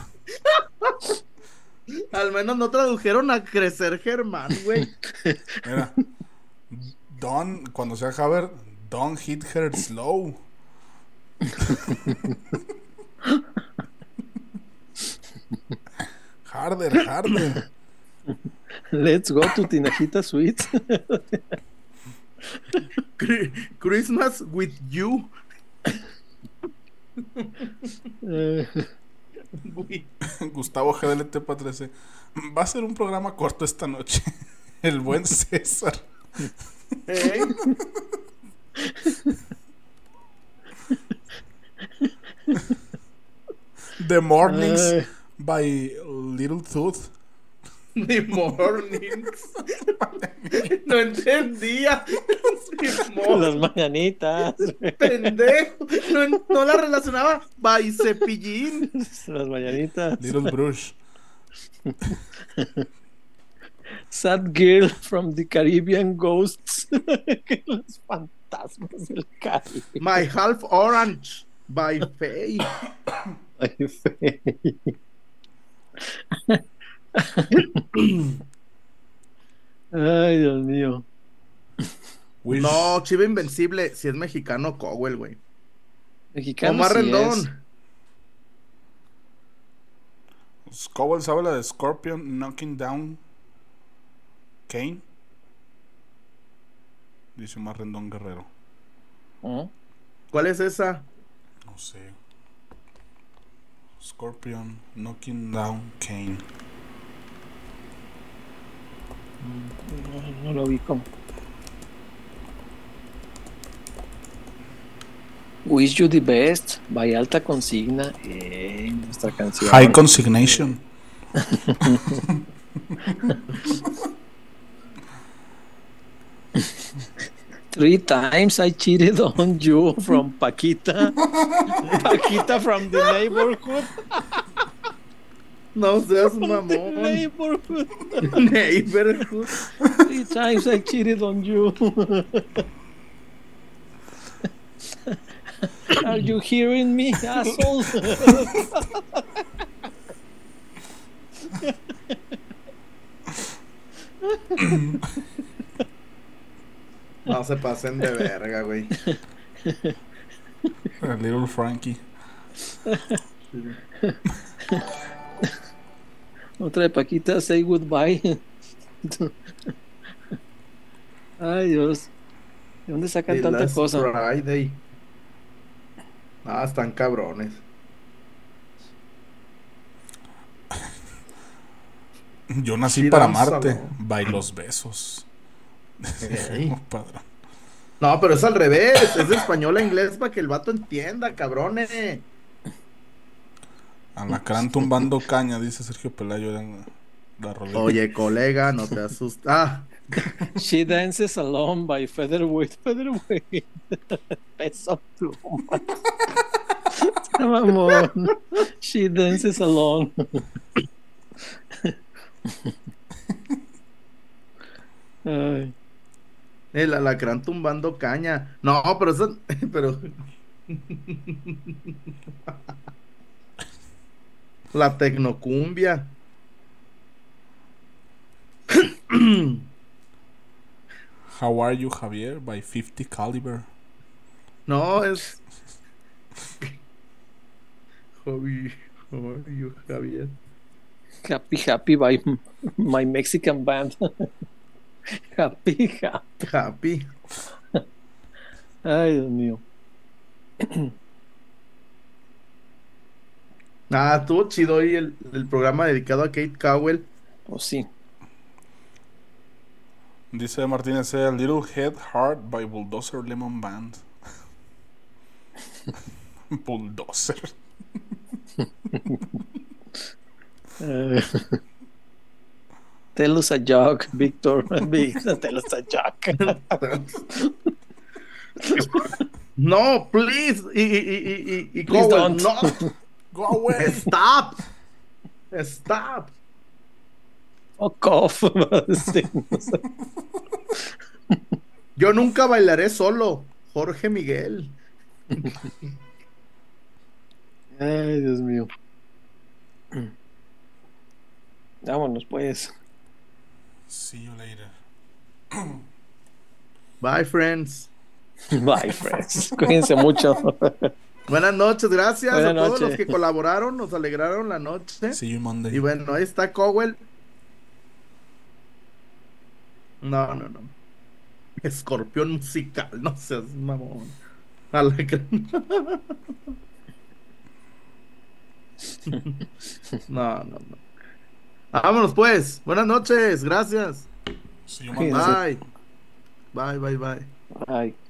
Al menos no tradujeron a Crecer Germán, güey. Mira, don't, cuando sea Haber, don't hit her slow. Harder, harder. Let's go to Tinajita Sweets. Cri- Christmas with you. Eh, Güey. Gustavo G D L T trece. Va a ser un programa corto esta noche. El buen César. ¿Eh? The Mornings Ay. by Little Tooth. The mornings. No entendía. The mornings. Las mañanitas. Pendejo. No, no la relacionaba. By Cepillín. Las mañanitas. Little Brush. Sad Girl from the Caribbean Ghosts. Los fantasmas del Caribe. My half orange. By Faye. Ay, fe. Ay, Dios mío. Wish. No, Chiva Invencible. Si es mexicano, Cowell, güey. Mexicano Omar sí Rendón. es. Scowell sabe la de Scorpion Knocking Down Kane. Dice Omar Rendón Guerrero. ¿Oh? ¿Cuál es esa? No sé. Scorpion Knocking Down Kane. No, no lo vi como. Wish You the Best by Alta Consigna. Eh, nuestra canción. High Consignation. Three times I cheated on you from Paquita. Paquita from the neighborhood. No seas The mamón. neighborhood. Neighborhood. Three times I cheated on you. Are you hearing me, asshole? No se pasen de verga, güey. Little Frankie. Otra de Paquita, Say Goodbye. Ay, Dios. ¿De dónde sacan The tanta Last cosa? Friday. Ah, están cabrones. Yo nací Sí, para damos amarte. algo. By los besos. Ey. Oh, padrón. No, pero es al revés. Es de español a inglés para que el vato entienda, cabrones. Alacrán tumbando caña, dice Sergio Pelayo. En la roleta. Oye, colega, no te asustes. Ah, She Dances Alone by Featherweight. Featherweight. Peso pluma. Mamón. She Dances Alone. Ay. el alacrán tumbando caña. No, pero eso. Pero. La tecnocumbia. How Are You Javier by fifty Caliber. No, es. Javi, how are you, Javier? Happy Happy by my Mexican band. Happy Happy. Happy. Ay, Dios mío. Ah, estuvo chido hoy el, el programa dedicado a Kate Cowell. Oh, sí. Dice Martínez, A Little Head Heart by Bulldozer Lemon Band. Bulldozer. Uh, tell us a joke, Víctor. Tell us a joke. No, please. Y, y, y, y, y Please Cowell, don't. no. Go away. Stop. Stop. Fuck off. Sí, no sé. Yo nunca bailaré solo. Jorge Miguel. Ay, Dios mío. Vámonos, pues. See you later. Bye, friends. Bye, friends. Cuídense mucho. Buenas noches, gracias Buenas a todos noches. los que colaboraron, nos alegraron la noche. See you Monday. Y bueno, ahí está Cowell. No, no, no. Escorpión musical, no seas mamón. A la que- No, no, no. Vámonos pues. Buenas noches, gracias. See you Cuídense. Monday. Bye. Bye, bye, bye. Bye.